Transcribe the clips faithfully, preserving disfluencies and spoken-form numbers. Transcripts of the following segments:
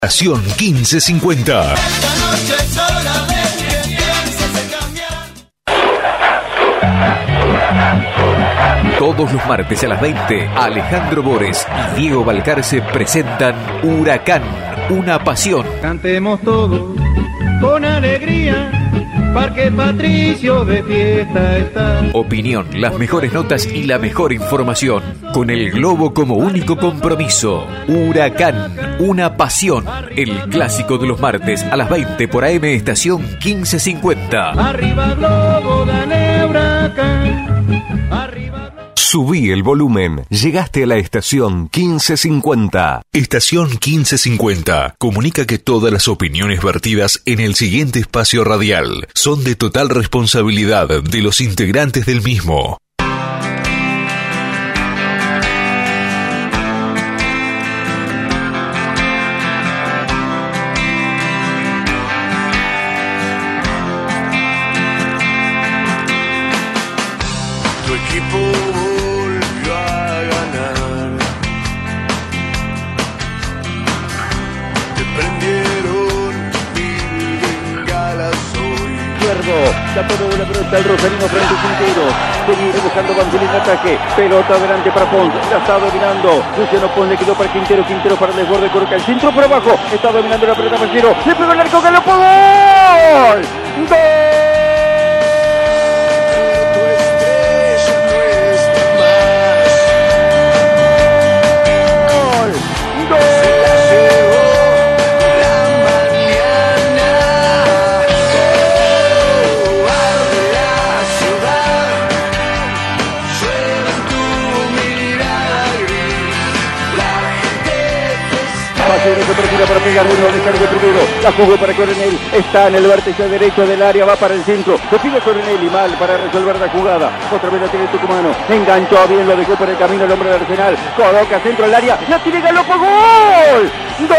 Estación quince cincuenta. Todos los martes a las veinte, Alejandro Bores y Diego Balcarce presentan Huracán, una pasión. Cantemos todos con alegría, Parque Patricio de fiesta está. Opinión, las mejores notas y la mejor información. Con el globo como único compromiso. Huracán, una pasión. El clásico de los martes a las veinte por A M Estación quince cincuenta. Arriba globo, dale Huracán. Arriba globo. Subí el volumen. Llegaste a la estación quince cincuenta. Estación quince cincuenta comunica que todas las opiniones vertidas en el siguiente espacio radial son de total responsabilidad de los integrantes del mismo. Tu equipo volvió a ganar. Te prendieron mil bengalas hoy. Izquierdo, ya todo la pelota el Rosarino frente a Quintero. Seguir buscando Banfield en ataque. Pelota adelante para Pons. La está dominando. Luciano Pons le quedó para Quintero. Quintero para el desborde. Coloca el centro por abajo. Está dominando la pelota Pallero. Le pegó el arco. ¡Galopo! ¡Gol! ¡Gol! Se perfila para pegar uno, descarga primero, la jugó para Coronel, está en el vértice derecho del área, va para el centro, se pide Coronel y mal para resolver la jugada, otra vez la tiene Tucumano, enganchó bien, lo dejó por el camino el hombre del Arsenal, coloca centro al área, la tiene Galopo, ¡gol! ¡Gol!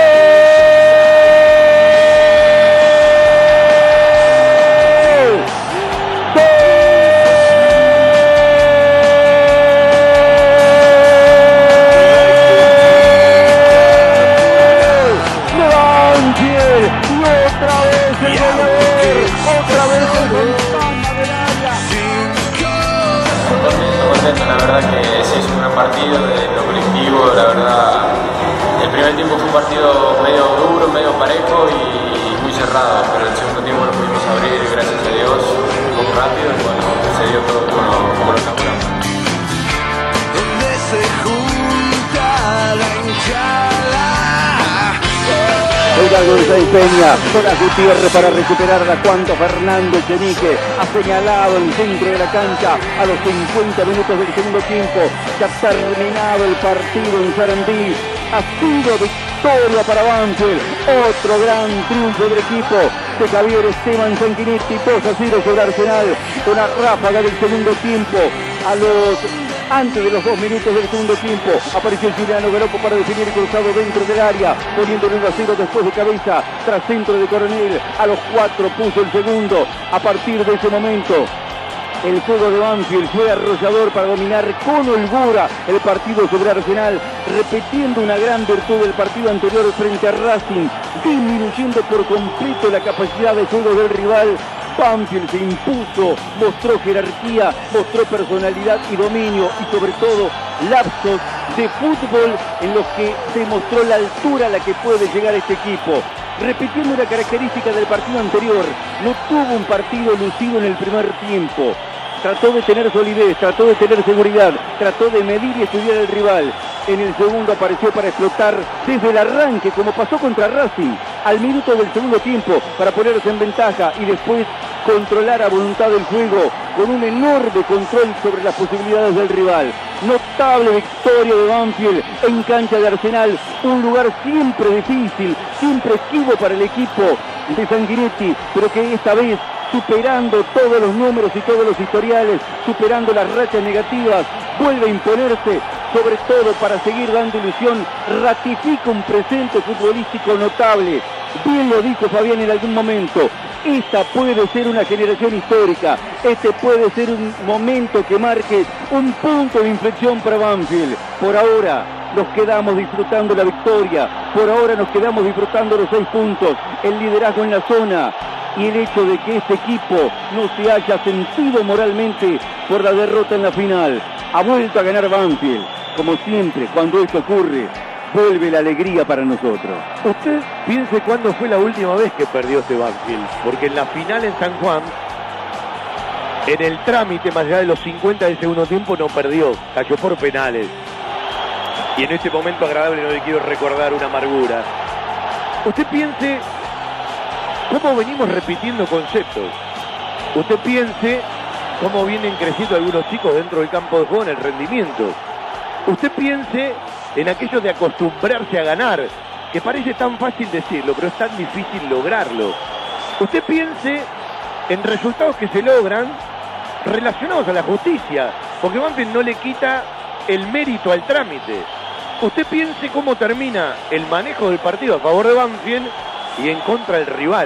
La verdad que se hizo un gran partido de lo colectivo, la verdad el primer tiempo fue un partido medio duro, medio parejo y muy cerrado, pero el segundo tiempo lo pudimos abrir, gracias a Dios, un poco rápido y bueno, se dio todo como, como lo calculamos. Donde se junta la hinchada. El galgo de Sáenz Peña, con a Gutiérrez para recuperarla. Cuanto Fernando Echenique ha señalado el centro de la cancha a los cincuenta minutos del segundo tiempo. Ya ha terminado el partido en Sarandí. Ha sido victoria para Banfield. Otro gran triunfo del equipo de Javier Esteban Sanguinetti. dos a cero sobre Arsenal. Una ráfaga del segundo tiempo. A los Antes de los dos minutos del segundo tiempo apareció Juliano Galopo para definir el cruzado dentro del área, poniéndole uno a cero después de cabeza, tras centro de Coronel. A los cuatro puso el segundo. A partir de ese momento el juego de Banfield fue arrollador para dominar con holgura el partido sobre Arsenal, repitiendo una gran virtud del partido anterior frente a Racing, disminuyendo por completo la capacidad de juego del rival. Banfield se impuso, mostró jerarquía, mostró personalidad y dominio y sobre todo lapsos de fútbol en los que demostró la altura a la que puede llegar este equipo. Repitiendo una característica del partido anterior, no tuvo un partido lucido en el primer tiempo. Trató de tener solidez, trató de tener seguridad, trató de medir y estudiar al rival. En el segundo apareció para explotar desde el arranque, como pasó contra Racing, al minuto del segundo tiempo, para ponerse en ventaja y después controlar a voluntad el juego, con un enorme control sobre las posibilidades del rival. Notable victoria de Banfield en cancha de Arsenal, un lugar siempre difícil, siempre esquivo para el equipo de Sanguinetti, pero que esta vez, superando todos los números y todos los historiales, superando las rachas negativas, vuelve a imponerse, sobre todo para seguir dando ilusión, ratifica un presente futbolístico notable. Bien lo dijo Fabián en algún momento, esta puede ser una generación histórica, este puede ser un momento que marque un punto de inflexión para Banfield. Por ahora, nos quedamos disfrutando la victoria, por ahora nos quedamos disfrutando los seis puntos, el liderazgo en la zona y el hecho de que este equipo no se haya sentido moralmente por la derrota en la final. Ha vuelto a ganar Banfield, como siempre cuando esto ocurre, vuelve la alegría para nosotros. Usted piense cuándo fue la última vez que perdió este Banfield, porque en la final en San Juan, en el trámite más allá de los cincuenta del segundo tiempo no perdió, cayó por penales. Y en este momento agradable no le quiero recordar una amargura. Usted piense cómo venimos repitiendo conceptos. Usted piense cómo vienen creciendo algunos chicos dentro del campo de juego en el rendimiento. Usted piense en aquello de acostumbrarse a ganar, que parece tan fácil decirlo, pero es tan difícil lograrlo. Usted piense en resultados que se logran relacionados a la justicia, porque Banfield no le quita el mérito al trámite. Usted piense cómo termina el manejo del partido a favor de Banfield y en contra del rival.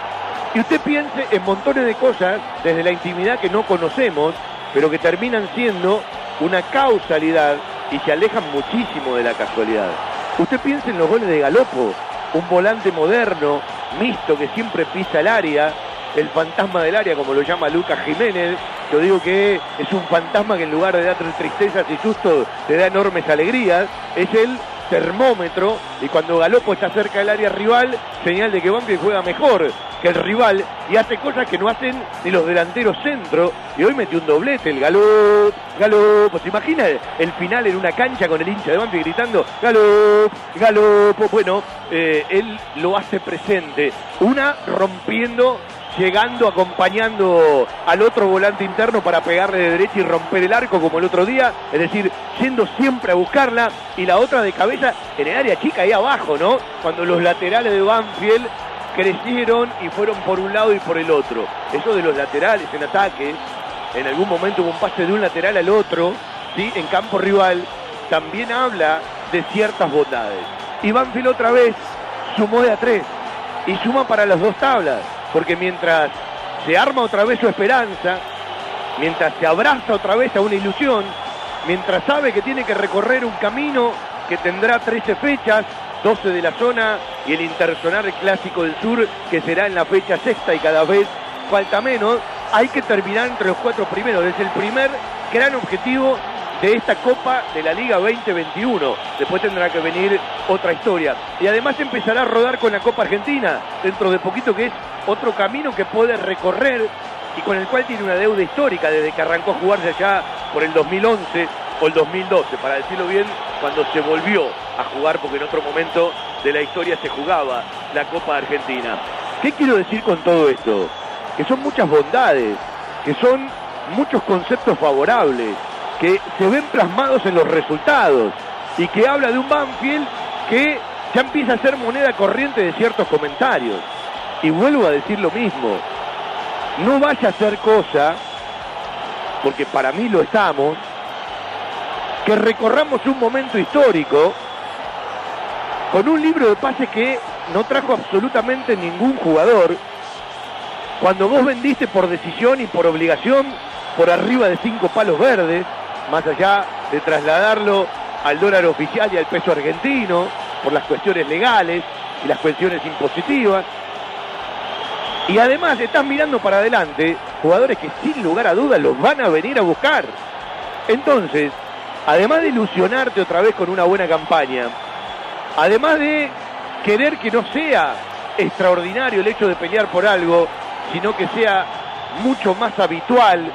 Y usted piense en montones de cosas desde la intimidad que no conocemos, pero que terminan siendo una causalidad y se alejan muchísimo de la casualidad. Usted piense en los goles de Galopo, un volante moderno, mixto, que siempre pisa el área, el fantasma del área, como lo llama Lucas Jiménez. Yo digo que es un fantasma que en lugar de dar tristezas y sustos te da enormes alegrías. Es el termómetro, y cuando Galopo está cerca del área rival, señal de que Banfield juega mejor que el rival y hace cosas que no hacen ni los delanteros centro. Y hoy metió un doblete, el Galopo, Galopo. ¿Se imagina el final en una cancha con el hincha de Banfield gritando Galopo, Galopo? Bueno, eh, él lo hace presente. Una rompiendo, llegando, acompañando al otro volante interno para pegarle de derecha y romper el arco como el otro día, es decir, yendo siempre a buscarla, y la otra de cabeza en el área chica ahí abajo, ¿no? Cuando los laterales de Banfield crecieron y fueron por un lado y por el otro. Eso de los laterales en ataque, en algún momento hubo un pase de un lateral al otro, ¿sí? En campo rival, también habla de ciertas bondades. Y Banfield otra vez sumó de a tres, y suma para las dos tablas, porque mientras se arma otra vez su esperanza, mientras se abraza otra vez a una ilusión, mientras sabe que tiene que recorrer un camino que tendrá trece fechas, doce de la zona y el Interzonal Clásico del Sur, que será en la fecha sexta y cada vez falta menos, hay que terminar entre los cuatro primeros. Es el primer gran objetivo de esta Copa de la Liga veinte veintiuno. Después tendrá que venir otra historia. Y además empezará a rodar con la Copa Argentina dentro de poquito, que es otro camino que puede recorrer y con el cual tiene una deuda histórica desde que arrancó a jugarse allá por el dos mil once o el dos mil doce, para decirlo bien, cuando se volvió a jugar, porque en otro momento de la historia se jugaba la Copa Argentina. ¿Qué quiero decir con todo esto? Que son muchas bondades, que son muchos conceptos favorables, que se ven plasmados en los resultados y que habla de un Banfield que ya empieza a ser moneda corriente de ciertos comentarios. Y vuelvo a decir lo mismo, no vaya a ser cosa, porque para mí lo estamos, que recorramos un momento histórico con un libro de pases que no trajo absolutamente ningún jugador, cuando vos vendiste por decisión y por obligación por arriba de cinco palos verdes, más allá de trasladarlo al dólar oficial y al peso argentino, por las cuestiones legales y las cuestiones impositivas. Y además estás mirando para adelante jugadores que sin lugar a dudas los van a venir a buscar. Entonces, además de ilusionarte otra vez con una buena campaña, además de querer que no sea extraordinario el hecho de pelear por algo, sino que sea mucho más habitual,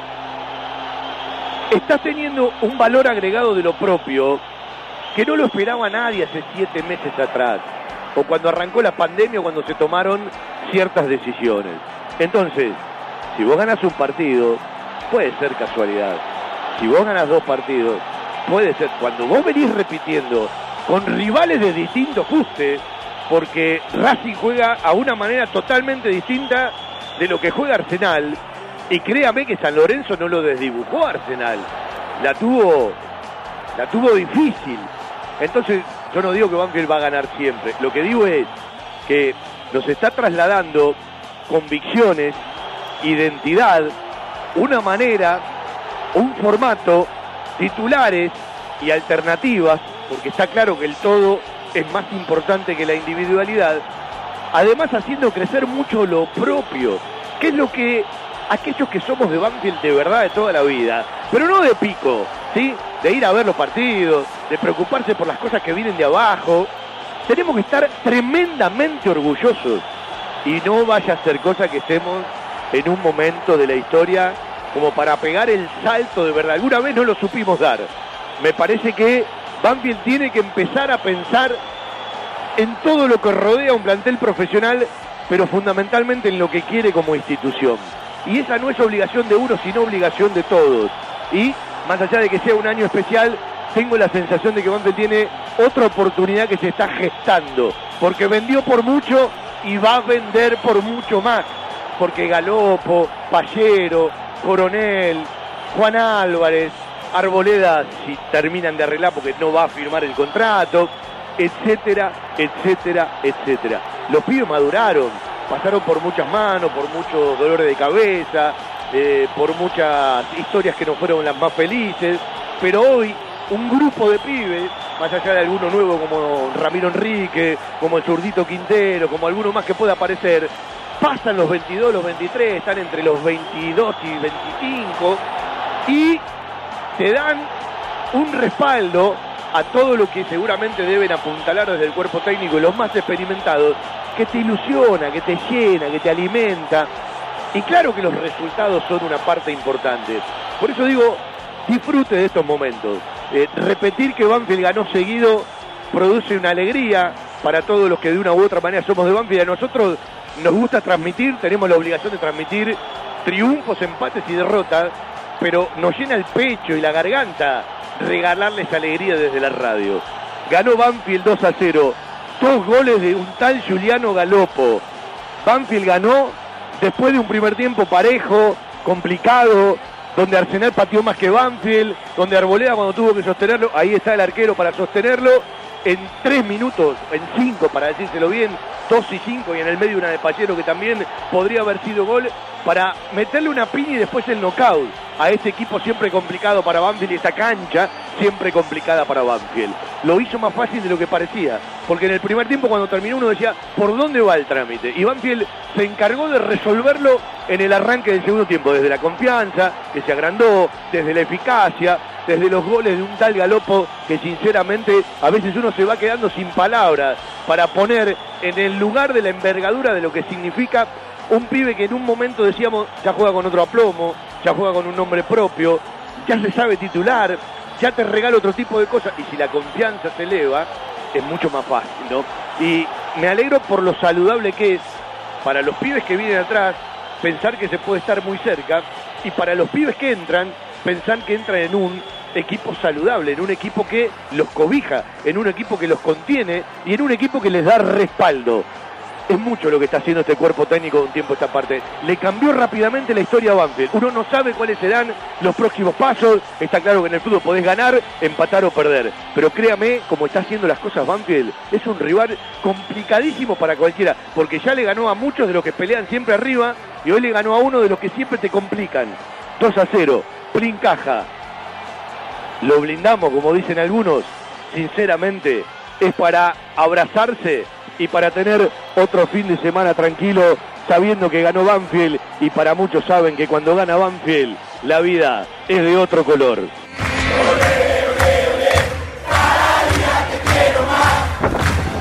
estás teniendo un valor agregado de lo propio que no lo esperaba nadie hace siete meses atrás, o cuando arrancó la pandemia, o cuando se tomaron ciertas decisiones. Entonces, si vos ganás un partido, puede ser casualidad. Si vos ganás dos partidos, puede ser. Cuando vos venís repitiendo con rivales de distinto fuste, porque Racing juega a una manera totalmente distinta de lo que juega Arsenal, y créame que San Lorenzo no lo desdibujó a Arsenal, la tuvo, la tuvo difícil. Entonces, yo no digo que Banfield va a ganar siempre, lo que digo es que nos está trasladando convicciones, identidad, una manera, un formato, titulares y alternativas porque está claro que el todo es más importante que la individualidad, además haciendo crecer mucho lo propio, que es lo que aquellos que somos de Banfield de verdad de toda la vida, pero no de pico, ¿sí? De ir a ver los partidos, de preocuparse por las cosas que vienen de abajo, tenemos que estar tremendamente orgullosos y no vaya a ser cosa que estemos en un momento de la historia como para pegar el salto de verdad. Alguna vez no lo supimos dar. Me parece que Banfield tiene que empezar a pensar en todo lo que rodea un plantel profesional, pero fundamentalmente en lo que quiere como institución. Y esa no es obligación de uno, sino obligación de todos. Y más allá de que sea un año especial, tengo la sensación de que Banfield tiene otra oportunidad que se está gestando, porque vendió por mucho y va a vender por mucho más, porque Galopo, Pallero, Coronel, Juan Álvarez, Arboleda, si terminan de arreglar porque no va a firmar el contrato, etcétera, etcétera, etcétera. Los pibes maduraron, pasaron por muchas manos, por muchos dolores de cabeza, eh, por muchas historias que no fueron las más felices, pero hoy un grupo de pibes, más allá de alguno nuevo como Ramiro Enrique, como el zurdito Quintero, como alguno más que pueda aparecer, pasan los veintidós, los veintitrés, están entre los veintidós y veinticinco y te dan un respaldo a todo lo que seguramente deben apuntalar desde el cuerpo técnico y los más experimentados, que te ilusiona, que te llena, que te alimenta. Y claro que los resultados son una parte importante. Por eso digo, disfrute de estos momentos. Eh, repetir que Banfield ganó seguido produce una alegría para todos los que de una u otra manera somos de Banfield. A nosotros nos gusta transmitir, tenemos la obligación de transmitir triunfos, empates y derrotas, pero nos llena el pecho y la garganta regalarles alegría desde la radio. Ganó Banfield dos a cero, dos goles de un tal Juliano Galopo. Banfield ganó después de un primer tiempo parejo, complicado, donde Arsenal pateó más que Banfield, donde Arboleda cuando tuvo que sostenerlo, ahí está el arquero para sostenerlo, en tres minutos, en cinco para decírselo bien, dos y cinco, y en el medio una de Pallero que también podría haber sido gol, para meterle una piña y después el knockout a este equipo siempre complicado para Banfield y esta cancha siempre complicada para Banfield. Lo hizo más fácil de lo que parecía, porque en el primer tiempo cuando terminó uno decía, ¿por dónde va el trámite? Y Banfield se encargó de resolverlo en el arranque del segundo tiempo, desde la confianza, que se agrandó, desde la eficacia, desde los goles de un tal Galopo, que sinceramente a veces uno se va quedando sin palabras para poner en el lugar de la envergadura de lo que significa un pibe que en un momento decíamos, ya juega con otro aplomo, ya juega con un nombre propio, ya se sabe titular, ya te regala otro tipo de cosas, y si la confianza se eleva, es mucho más fácil, ¿no? Y me alegro por lo saludable que es, para los pibes que vienen atrás, pensar que se puede estar muy cerca, y para los pibes que entran, pensar que entran en un equipo saludable, en un equipo que los cobija, en un equipo que los contiene, y en un equipo que les da respaldo. Es mucho lo que está haciendo este cuerpo técnico de un tiempo a esta parte. Le cambió rápidamente la historia a Banfield. Uno no sabe cuáles serán los próximos pasos. Está claro que en el fútbol podés ganar, empatar o perder. Pero créame, como está haciendo las cosas Banfield, es un rival complicadísimo para cualquiera. Porque ya le ganó a muchos de los que pelean siempre arriba y hoy le ganó a uno de los que siempre te complican. dos a cero. Plin Caja. Lo blindamos, como dicen algunos. Sinceramente, es para abrazarse y para tener otro fin de semana tranquilo, sabiendo que ganó Banfield, y para muchos saben que cuando gana Banfield, la vida es de otro color. Olé, olé, olé, cada día te quiero más.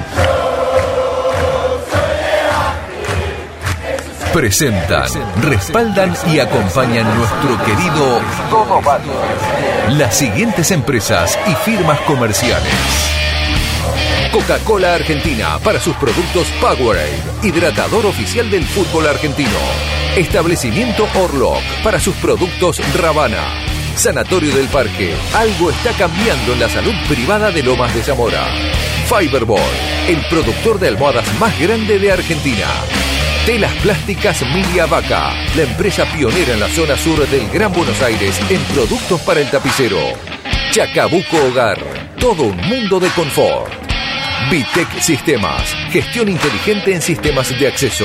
Yo soy de Banfield. Presentan, respaldan y acompañan nuestro querido Todo Banfield. Las siguientes empresas y firmas comerciales: Coca-Cola Argentina para sus productos Powerade, hidratador oficial del fútbol argentino. Establecimiento Orlock para sus productos Ravana. Sanatorio del Parque, algo está cambiando en la salud privada de Lomas de Zamora. Fiberboard, el productor de almohadas más grande de Argentina. Telas Plásticas Milia Vaca, la empresa pionera en la zona sur del Gran Buenos Aires en productos para el tapicero. Chacabuco Hogar, todo un mundo de confort. Vitec Sistemas, gestión inteligente en sistemas de acceso.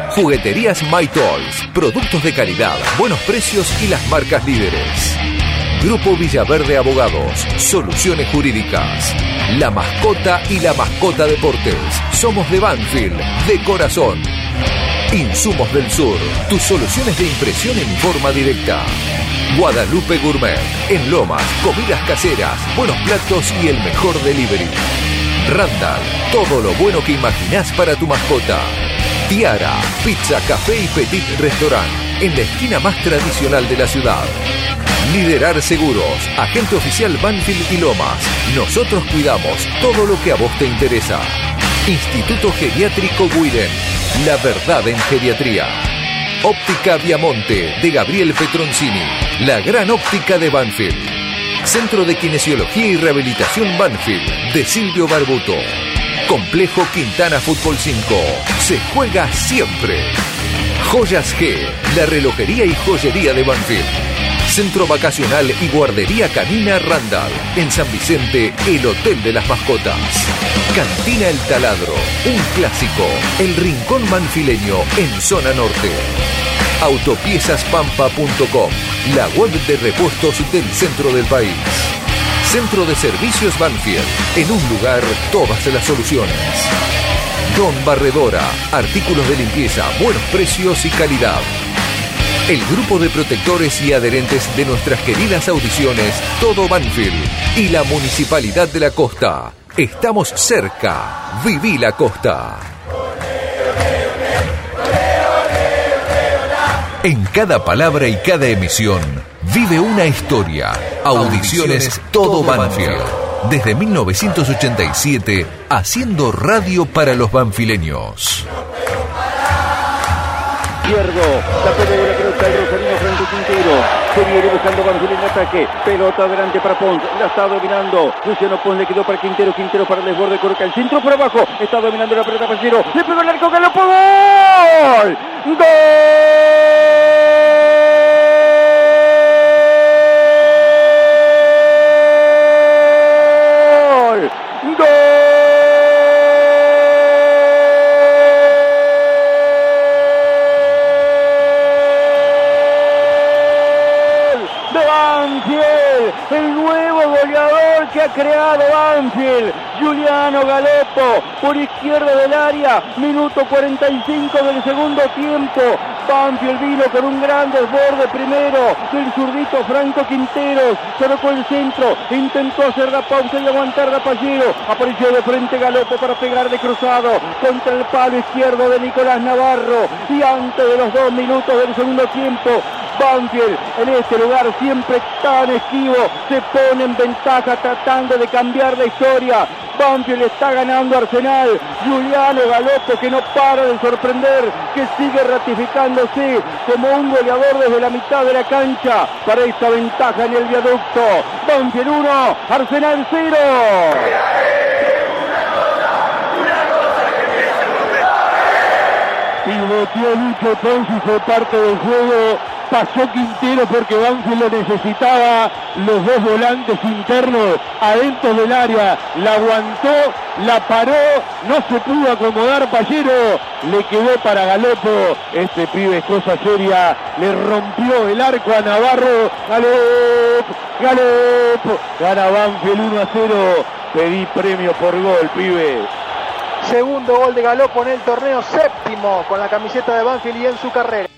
Jugueterías My Toys, productos de calidad, buenos precios y las marcas líderes. Grupo Villaverde Abogados, Soluciones Jurídicas. La Mascota y La Mascota Deportes. Somos de Banfield, de corazón. Insumos del Sur, tus soluciones de impresión en forma directa. Guadalupe Gourmet, en Lomas, comidas caseras, buenos platos y el mejor delivery. Randall, todo lo bueno que imaginás para tu mascota. Tiara, pizza, café y petit restaurant, en la esquina más tradicional de la ciudad. Liderar Seguros, agente oficial Banfield y Lomas. Nosotros cuidamos todo lo que a vos te interesa. Instituto Geriátrico Guiden, la verdad en geriatría. Óptica Viamonte, de Gabriel Petroncini, la gran óptica de Banfield. Centro de Kinesiología y Rehabilitación Banfield, de Silvio Barbuto. Complejo Quintana Fútbol cinco, se juega siempre. Joyas G, la relojería y joyería de Banfield. Centro Vacacional y Guardería Canina Randall. En San Vicente, el Hotel de las Mascotas. Cantina El Taladro, un clásico. El Rincón Banfileño en Zona Norte. Autopiezas Pampa punto com, la web de repuestos del centro del país. Centro de Servicios Banfield, en un lugar todas las soluciones. Don Barredora, artículos de limpieza, buenos precios y calidad. El grupo de protectores y adherentes de nuestras queridas audiciones, Todo Banfield y la Municipalidad de la Costa. Estamos cerca. Viví la Costa. En cada palabra y cada emisión, vive una historia. Audiciones Todo Banfield. Desde mil novecientos ochenta y siete, haciendo radio para los banfileños. Izquierdo, la pelea de la pelota del Rosarino Franco Quintero. Se viene buscando Banfield en ataque. Pelota adelante para Pons. La está dominando. Luciano Pons le quedó para Quintero. Quintero para el desborde. Coloca el centro por abajo. Está dominando la pelota Pallero. Le pegó el arco. Galopo. ¡Gol! ¡Gol! El nuevo goleador que ha creado Banfield, Giuliano Galopo, por izquierda del área, minuto cuarenta y cinco del segundo tiempo. Banfield vino con un gran desborde primero del zurdito Franco Quinteros, colocó el centro, intentó hacer la pausa y aguantar la Pallero, apareció de frente Galopo para pegarle cruzado contra el palo izquierdo de Nicolás Navarro, y antes de los dos minutos del segundo tiempo, Banfield en este lugar siempre tan esquivo se pone en ventaja tratando de cambiar la historia. Banfield está ganando a Arsenal. Giuliano Galopo, que no para de sorprender, que sigue ratificándose como un goleador desde la mitad de la cancha para esta ventaja en el viaducto. Banfield uno, Arsenal cero. Pivoteó Lucho Pons y fue parte del juego. Pasó Quintero porque Banfield lo necesitaba. Los dos volantes internos adentro del área. La aguantó, la paró, no se pudo acomodar Pallero. Le quedó para Galopo. Este pibe es cosa seria. Le rompió el arco a Navarro. Galopo, Galopo. Gana Banfield uno a cero. Pedí premio por gol, pibe. Segundo gol de Galopo en el torneo, séptimo con la camiseta de Banfield y en su carrera.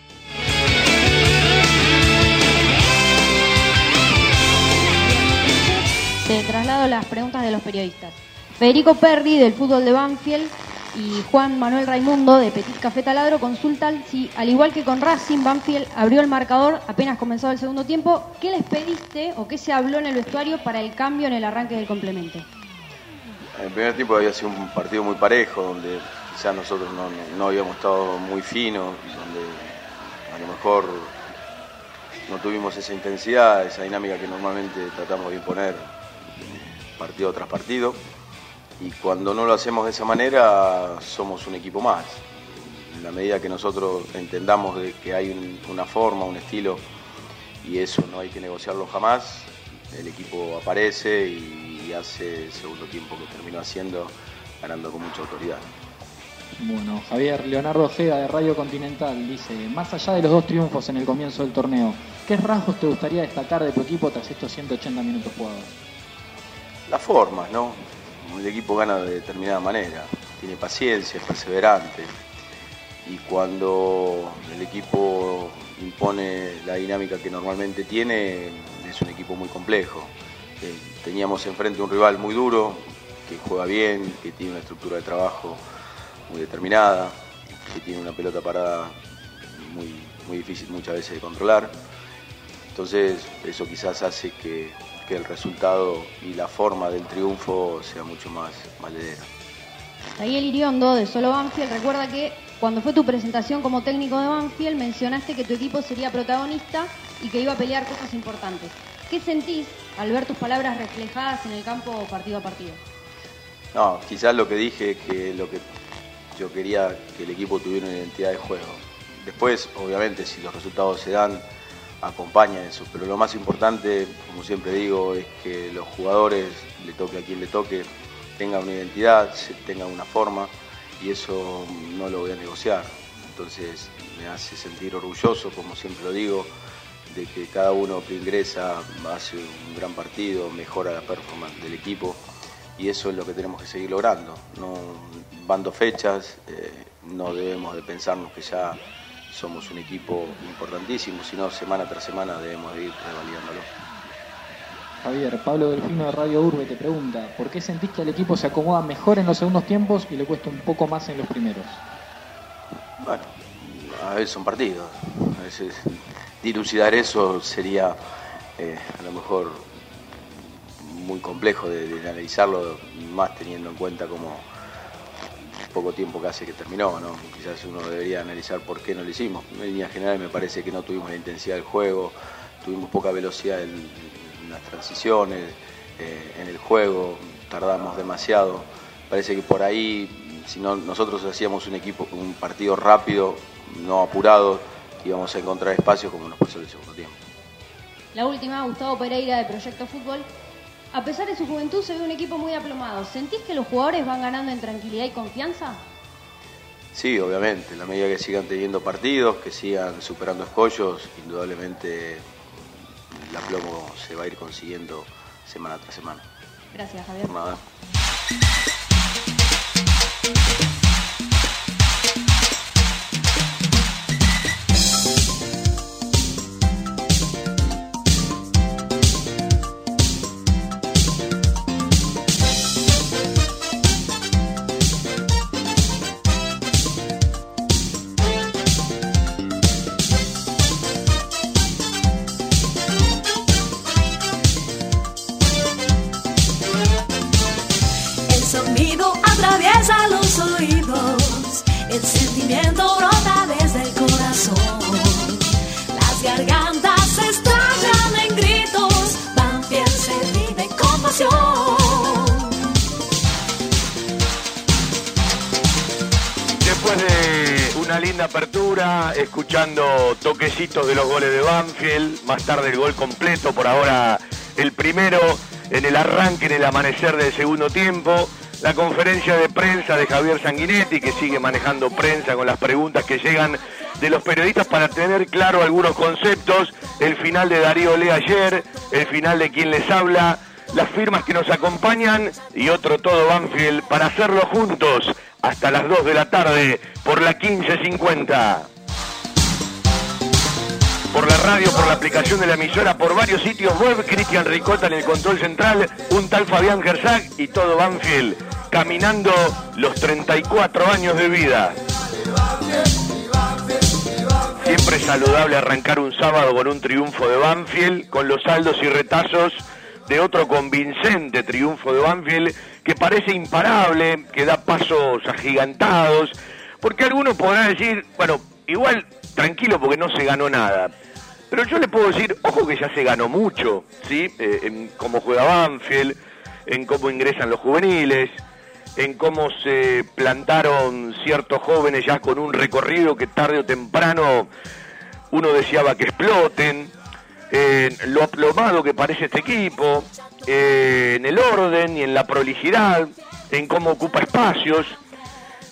Te traslado las preguntas de los periodistas. Federico Perri, del fútbol de Banfield, y Juan Manuel Raimundo, de Petit Café Taladro, consultan si, al igual que con Racing, Banfield abrió el marcador apenas comenzado el segundo tiempo. ¿Qué les pediste o qué se habló en el vestuario para el cambio en el arranque del complemento? En el primer tiempo había sido un partido muy parejo, donde quizás nosotros no, no habíamos estado muy finos, donde a lo mejor no tuvimos esa intensidad, esa dinámica que normalmente tratamos de imponer partido tras partido, y cuando no lo hacemos de esa manera somos un equipo más. En la medida que nosotros entendamos de que hay un, una forma, un estilo, y eso no hay que negociarlo jamás, el equipo aparece y hace el segundo tiempo que terminó haciendo, ganando con mucha autoridad. Bueno, Javier, Leonardo Ojeda de Radio Continental dice, más allá de los dos triunfos en el comienzo del torneo, ¿qué rasgos te gustaría destacar de tu equipo tras estos ciento ochenta minutos jugados? Las formas, ¿no? El equipo gana de determinada manera, tiene paciencia, es perseverante, y cuando el equipo impone la dinámica que normalmente tiene, es un equipo muy complejo. Eh, teníamos enfrente un rival muy duro, que juega bien, que tiene una estructura de trabajo muy determinada, que tiene una pelota parada muy, muy difícil muchas veces de controlar. Entonces eso quizás hace que, que el resultado y la forma del triunfo sea mucho más valedera. Ariel Iriondo, de Solo Banfield, recuerda que cuando fue tu presentación como técnico de Banfield mencionaste que tu equipo sería protagonista y que iba a pelear cosas importantes. ¿Qué sentís al ver tus palabras reflejadas en el campo partido a partido? No, quizás lo que dije es que lo que yo quería que el equipo tuviera una identidad de juego. Después, obviamente, si los resultados se dan, acompaña eso. Pero lo más importante, como siempre digo, es que los jugadores, le toque a quien le toque, tengan una identidad, tengan una forma, y eso no lo voy a negociar. Entonces me hace sentir orgulloso, como siempre lo digo, de que cada uno que ingresa hace un gran partido, mejora la performance del equipo, y eso es lo que tenemos que seguir logrando. No, van dos fechas, eh, no debemos de pensarnos que ya somos un equipo importantísimo, sino semana tras semana debemos de ir revalidándolo. Javier, Pablo Delfino de Radio Urbe te pregunta, ¿por qué sentís que el equipo se acomoda mejor en los segundos tiempos y le cuesta un poco más en los primeros? Bueno, a veces son partidos, a veces dilucidar eso sería eh, a lo mejor muy complejo de, de analizarlo, más teniendo en cuenta como poco tiempo que hace que terminó, ¿no? Quizás uno debería analizar por qué no lo hicimos. En línea general me parece que no tuvimos la intensidad del juego, tuvimos poca velocidad en, en las transiciones, eh, en el juego, tardamos demasiado. Parece que por ahí, si no, nosotros hacíamos un equipo, un partido rápido, no apurado, íbamos a encontrar espacios como nos pasó en el segundo tiempo. La última, Gustavo Pereira de Proyecto Fútbol. A pesar de su juventud se ve un equipo muy aplomado. ¿Sentís que los jugadores van ganando en tranquilidad y confianza? Sí, obviamente. En la medida que sigan teniendo partidos, que sigan superando escollos, indudablemente el aplomo se va a ir consiguiendo semana tras semana. Gracias, Javier. Por nada. El sentimiento brota desde el corazón. Las gargantas estallan en gritos. Banfield se vive con pasión. Después de una linda apertura, escuchando toquecitos de los goles de Banfield, más tarde el gol completo, por ahora el primero en el arranque, en el amanecer del segundo tiempo. La conferencia de prensa de Javier Sanguinetti, que sigue manejando prensa con las preguntas que llegan de los periodistas para tener claro algunos conceptos, el final de Darío Lea ayer, el final de Quien Les Habla, las firmas que nos acompañan y otro todo Banfield para hacerlo juntos hasta las dos de la tarde por la quince cincuenta. Por la radio, por la aplicación de la emisora, por varios sitios web, Cristian Ricota en el control central, un tal Fabián Gerzag y todo Banfield, caminando los treinta y cuatro años de vida. Siempre es saludable arrancar un sábado con un triunfo de Banfield, con los saldos y retazos de otro convincente triunfo de Banfield, que parece imparable, que da pasos agigantados, porque algunos podrán decir, bueno, igual tranquilo porque no se ganó nada. Pero yo le puedo decir, ojo que ya se ganó mucho, ¿sí? Eh, en cómo juega Banfield, en cómo ingresan los juveniles, en cómo se plantaron ciertos jóvenes ya con un recorrido que tarde o temprano uno deseaba que exploten, eh, lo aplomado que parece este equipo, eh, en el orden y en la prolijidad, en cómo ocupa espacios.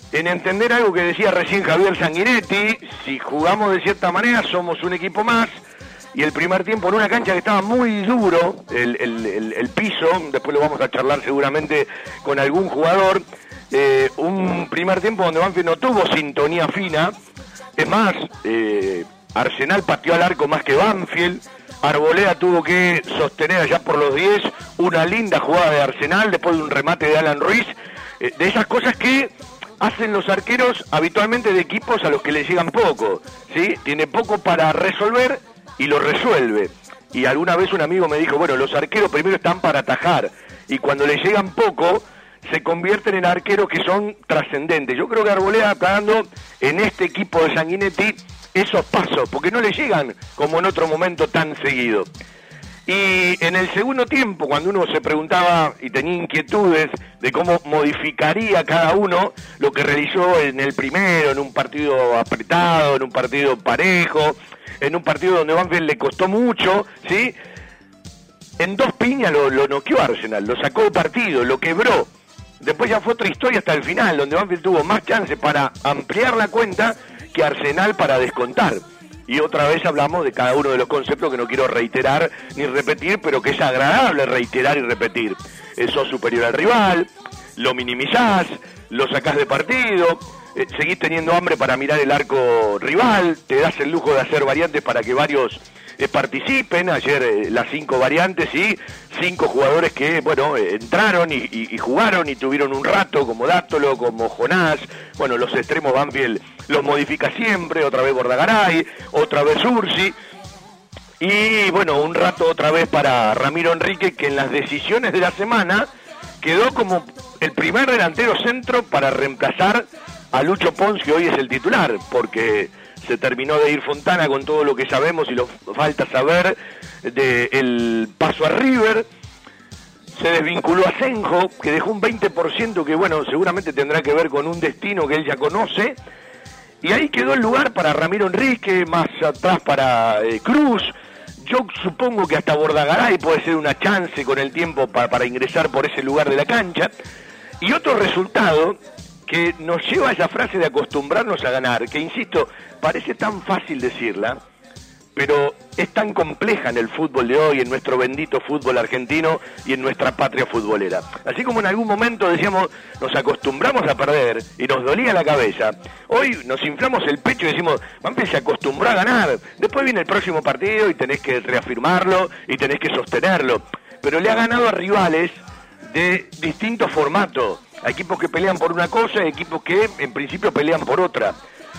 en entender algo que decía recién Javier Sanguinetti, si jugamos de cierta manera somos un equipo más, y el primer tiempo en una cancha que estaba muy duro, el, el, el, el piso, después lo vamos a charlar seguramente con algún jugador, eh, un primer tiempo donde Banfield no tuvo sintonía fina, es más, eh, Arsenal pateó al arco más que Banfield, Arboleda tuvo que sostener allá por los diez una linda jugada de Arsenal después de un remate de Alan Ruiz, eh, de esas cosas que hacen los arqueros habitualmente de equipos a los que les llegan poco, ¿sí? Tiene poco para resolver y lo resuelve. Y alguna vez un amigo me dijo, bueno, los arqueros primero están para atajar, y cuando les llegan poco, se convierten en arqueros que son trascendentes. Yo creo que Arboleda está dando en este equipo de Sanguinetti esos pasos, porque no le llegan como en otro momento tan seguido. Y en el segundo tiempo, cuando uno se preguntaba y tenía inquietudes de cómo modificaría cada uno lo que realizó en el primero, en un partido apretado, en un partido parejo, en un partido donde Banfield le costó mucho, ¿sí? En dos piñas lo, lo noqueó Arsenal, lo sacó de partido, lo quebró. Después ya fue otra historia hasta el final, donde Banfield tuvo más chances para ampliar la cuenta que Arsenal para descontar. Y otra vez hablamos de cada uno de los conceptos que no quiero reiterar ni repetir, pero que es agradable reiterar y repetir. Eh, sos superior al rival, lo minimizás, lo sacás de partido, eh, seguís teniendo hambre para mirar el arco rival, te das el lujo de hacer variantes para que varios eh, participen. Ayer eh, las cinco variantes y cinco jugadores que, bueno, eh, entraron y, y, y jugaron y tuvieron un rato, como Dátolo, como Jonás. Bueno, los extremos Banfield los modifica siempre, otra vez Bordagaray, otra vez Ursi, y bueno, un rato otra vez para Ramiro Enrique, que en las decisiones de la semana quedó como el primer delantero centro para reemplazar a Lucho Pons, que hoy es el titular, porque se terminó de ir Fontana con todo lo que sabemos y lo falta saber del paso a River. Se desvinculó a Senjo, que dejó un veinte por ciento que, bueno, seguramente tendrá que ver con un destino que él ya conoce. Y ahí quedó el lugar para Ramiro Enrique, más atrás para eh, Cruz. Yo supongo que hasta Bordagaray puede ser una chance con el tiempo para, para ingresar por ese lugar de la cancha. Y otro resultado que nos lleva a esa frase de acostumbrarnos a ganar, que insisto, parece tan fácil decirla, pero es tan compleja en el fútbol de hoy, en nuestro bendito fútbol argentino y en nuestra patria futbolera. Así como en algún momento decíamos, nos acostumbramos a perder y nos dolía la cabeza, hoy nos inflamos el pecho y decimos, Banfield se acostumbró a ganar, después viene el próximo partido y tenés que reafirmarlo y tenés que sostenerlo, pero le ha ganado a rivales de distintos formatos, a equipos que pelean por una cosa y equipos que en principio pelean por otra.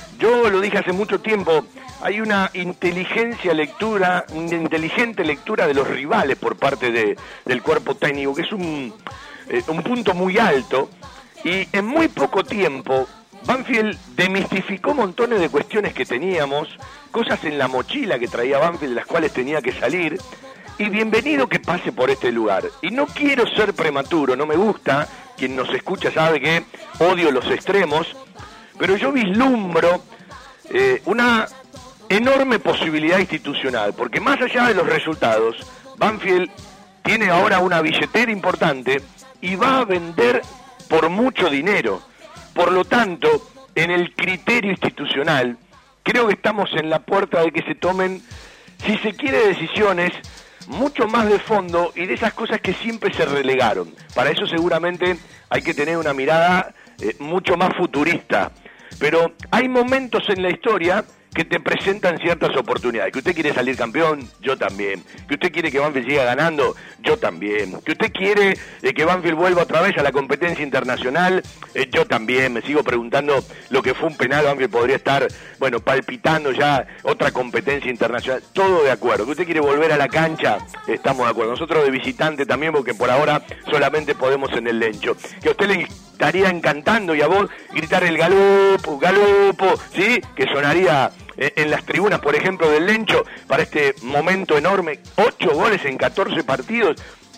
Yo lo dije hace mucho tiempo, hay una inteligencia lectura, una inteligente lectura de los rivales por parte de, del cuerpo técnico, que es un, eh, un punto muy alto, y en muy poco tiempo Banfield demistificó montones de cuestiones que teníamos, cosas en la mochila que traía Banfield, de las cuales tenía que salir, y bienvenido que pase por este lugar. Y no quiero ser prematuro, no me gusta, quien nos escucha sabe que odio los extremos, pero yo vislumbro eh, una enorme posibilidad institucional, porque más allá de los resultados, Banfield tiene ahora una billetera importante y va a vender por mucho dinero. Por lo tanto, en el criterio institucional, creo que estamos en la puerta de que se tomen, si se quiere, decisiones mucho más de fondo y de esas cosas que siempre se relegaron. Para eso seguramente hay que tener una mirada eh, mucho más futurista. Pero hay momentos en la historia que te presentan ciertas oportunidades. Que usted quiere salir campeón, yo también. Que usted quiere que Banfield siga ganando, yo también. Que usted quiere eh, que Banfield vuelva otra vez a la competencia internacional, eh, yo también. Me sigo preguntando lo que fue un penal. Banfield podría estar, bueno, palpitando ya otra competencia internacional. Todo de acuerdo. Que usted quiere volver a la cancha, estamos de acuerdo. Nosotros de visitante también, porque por ahora solamente podemos en el Lencho. Que a usted le estaría encantando y a vos gritar el galopo, galopo, ¿sí? Que sonaría en las tribunas, por ejemplo, del Lencho, para este momento enorme. Ocho goles en catorce partidos.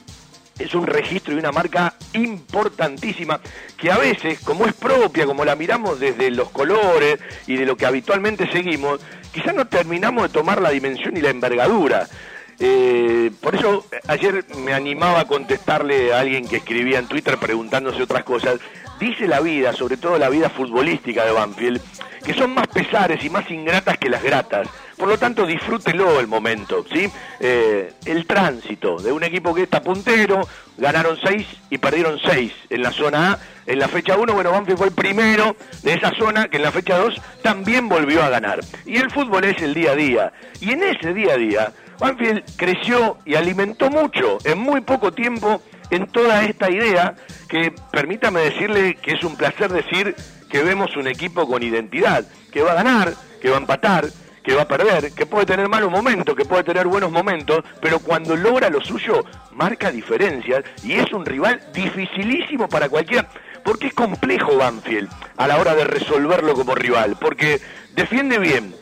Es un registro y una marca importantísima que a veces, como es propia, como la miramos desde los colores y de lo que habitualmente seguimos, quizás no terminamos de tomar la dimensión y la envergadura. Eh, por eso ayer me animaba a contestarle a alguien que escribía en Twitter preguntándose otras cosas. dice la vida, sobre todo la vida futbolística de Banfield, que son más pesares y más ingratas que las gratas. Por lo tanto, disfrútelo el momento, ¿sí? Eh, el tránsito de un equipo que está puntero, ganaron seis y perdieron seis en la zona A. En la fecha uno, bueno, Banfield fue el primero de esa zona, que en la fecha dos también volvió a ganar. Y el fútbol es el día a día. Y en ese día a día, Banfield creció y alimentó mucho, en muy poco tiempo, en toda esta idea, que permítame decirle que es un placer decir que vemos un equipo con identidad, que va a ganar, que va a empatar, que va a perder, que puede tener malos momentos, que puede tener buenos momentos, pero cuando logra lo suyo, marca diferencias, y es un rival dificilísimo para cualquiera, porque es complejo Banfield a la hora de resolverlo como rival, porque defiende bien,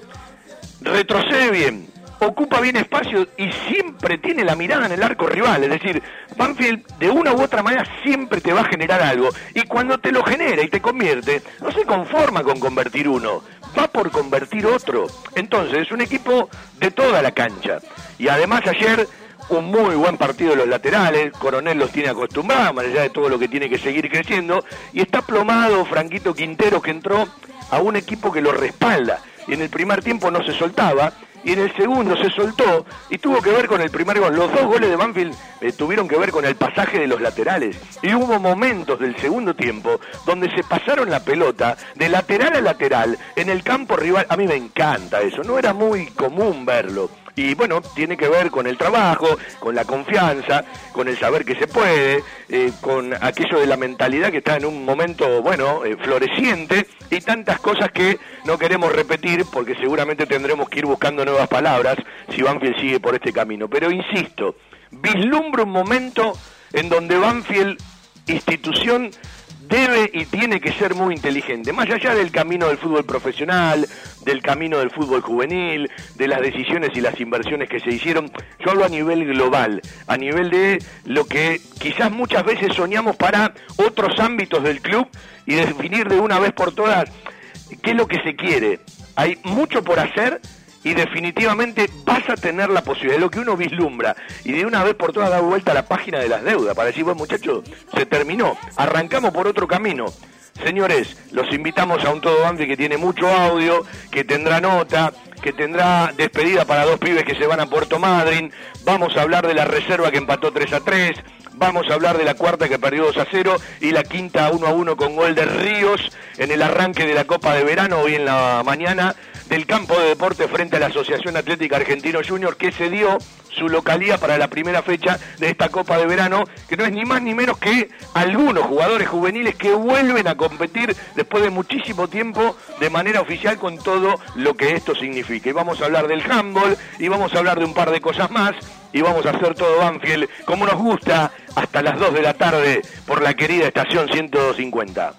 retrocede bien, ocupa bien espacio y siempre tiene la mirada en el arco rival. Es decir, Banfield de una u otra manera siempre te va a generar algo, y cuando te lo genera y te convierte, no se conforma con convertir uno, va por convertir otro. Entonces es un equipo de toda la cancha, y además ayer un muy buen partido de los laterales. Coronel los tiene acostumbrados, más allá de todo lo que tiene que seguir creciendo, y está plomado Franquito Quintero, que entró a un equipo que lo respalda, y en el primer tiempo no se soltaba, y en el segundo se soltó, y tuvo que ver con el primer gol. Los dos goles de Banfield eh, tuvieron que ver con el pasaje de los laterales, y hubo momentos del segundo tiempo donde se pasaron la pelota de lateral a lateral en el campo rival. A mí me encanta eso, no era muy común verlo. Y bueno, tiene que ver con el trabajo, con la confianza, con el saber que se puede, eh, con aquello de la mentalidad que está en un momento, bueno, eh, floreciente, y tantas cosas que no queremos repetir porque seguramente tendremos que ir buscando nuevas palabras si Banfield sigue por este camino. Pero insisto, vislumbro un momento en donde Banfield, institución, debe y tiene que ser muy inteligente, más allá del camino del fútbol profesional, del camino del fútbol juvenil, de las decisiones y las inversiones que se hicieron. Yo hablo a nivel global, a nivel de lo que quizás muchas veces soñamos para otros ámbitos del club, y definir de una vez por todas qué es lo que se quiere. Hay mucho por hacer, y definitivamente vas a tener la posibilidad de lo que uno vislumbra, y de una vez por todas dar vuelta a la página de las deudas para decir, bueno, muchachos, se terminó, arrancamos por otro camino. Señores, los invitamos a un Todo Banfield que tiene mucho audio, que tendrá nota, que tendrá despedida para dos pibes que se van a Puerto Madryn. Vamos a hablar de la reserva que empató tres a tres, vamos a hablar de la cuarta que perdió dos a cero, y la quinta uno a uno con gol de Ríos en el arranque de la Copa de Verano hoy en la mañana, del campo de deporte frente a la Asociación Atlética Argentino Junior, que se dio su localía para la primera fecha de esta Copa de Verano, que no es ni más ni menos que algunos jugadores juveniles que vuelven a competir después de muchísimo tiempo de manera oficial, con todo lo que esto significa. Y vamos a hablar del handball, y vamos a hablar de un par de cosas más, y vamos a hacer Todo Banfield como nos gusta, hasta las dos de la tarde por la querida estación ciento cincuenta.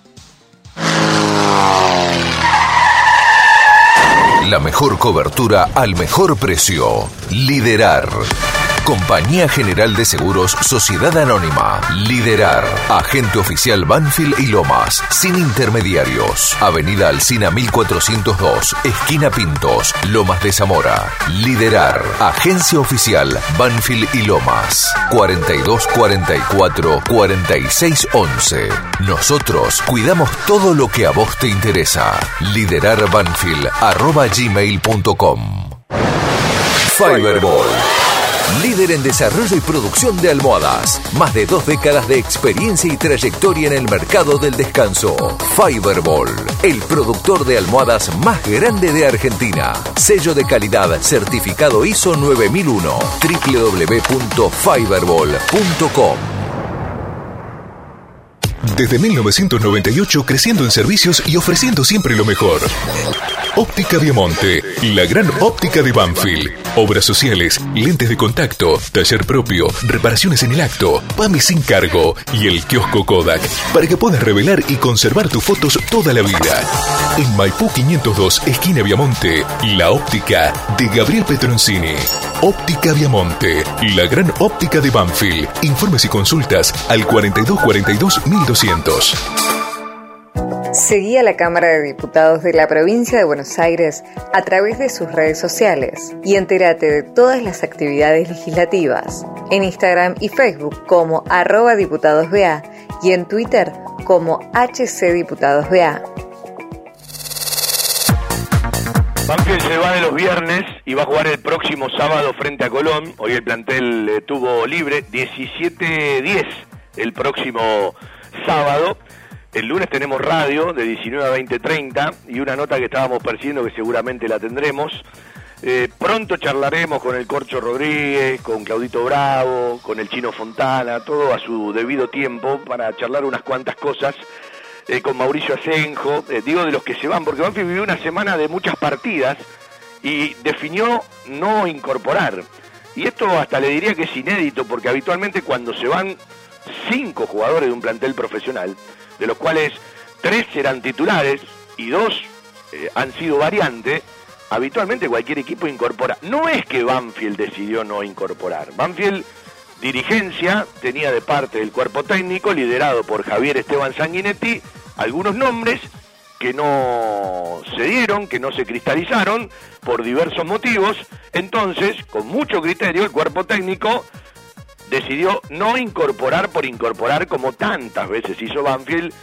La mejor cobertura al mejor precio. Liderar. Compañía General de Seguros Sociedad Anónima. Liderar. Agente oficial Banfield y Lomas. Sin intermediarios. Avenida Alsina mil cuatrocientos dos. Esquina Pintos. Lomas de Zamora. Liderar. Agencia oficial Banfield y Lomas. cuarenta y dos cuarenta y cuatro cuarenta y seis once. Nosotros cuidamos todo lo que a vos te interesa. Liderarbanfield arroba gmail punto com. Fiberball. Líder en desarrollo y producción de almohadas. Más de dos décadas de experiencia y trayectoria en el mercado del descanso. Fiberball, el productor de almohadas más grande de Argentina. Sello de calidad certificado I S O nueve mil uno. doble u doble u doble u punto fiberball punto com. Desde mil novecientos noventa y ocho, creciendo en servicios y ofreciendo siempre lo mejor. Óptica Viamonte, la gran óptica de Banfield. Obras sociales, lentes de contacto, taller propio, reparaciones en el acto, P A M I sin cargo y el kiosco Kodak, para que puedas revelar y conservar tus fotos toda la vida. En Maipú quinientos dos, esquina Viamonte, la óptica de Gabriel Petroncini. Óptica Viamonte, la gran óptica de Banfield. Informes y consultas al cuarenta y dos cuarenta y dos mil doscientos. Seguí a la Cámara de Diputados de la Provincia de Buenos Aires a través de sus redes sociales y entérate de todas las actividades legislativas en Instagram y Facebook como arroba diputadosBA y en Twitter como H C DiputadosBA. Banfield se va de los viernes y va a jugar el próximo sábado frente a Colón. Hoy el plantel eh, tuvo libre diecisiete diez el próximo sábado. El lunes tenemos radio de diecinueve a veinte treinta y una nota que estábamos persiguiendo que seguramente la tendremos. Eh, pronto charlaremos con el Corcho Rodríguez, con Claudito Bravo, con el Chino Fontana, todo a su debido tiempo para charlar unas cuantas cosas. Eh, con Mauricio Asenjo, eh, digo de los que se van, porque Banfield vivió una semana de muchas partidas y definió no incorporar. Y esto hasta le diría que es inédito, porque habitualmente cuando se van cinco jugadores de un plantel profesional, de los cuales tres eran titulares y dos eh, han sido variantes, habitualmente cualquier equipo incorpora. No es que Banfield decidió no incorporar. Banfield, dirigencia, tenía de parte del cuerpo técnico, liderado por Javier Esteban Sanguinetti, algunos nombres que no se dieron, que no se cristalizaron por diversos motivos. Entonces, con mucho criterio, el cuerpo técnico decidió no incorporar por incorporar, como tantas veces hizo Banfield,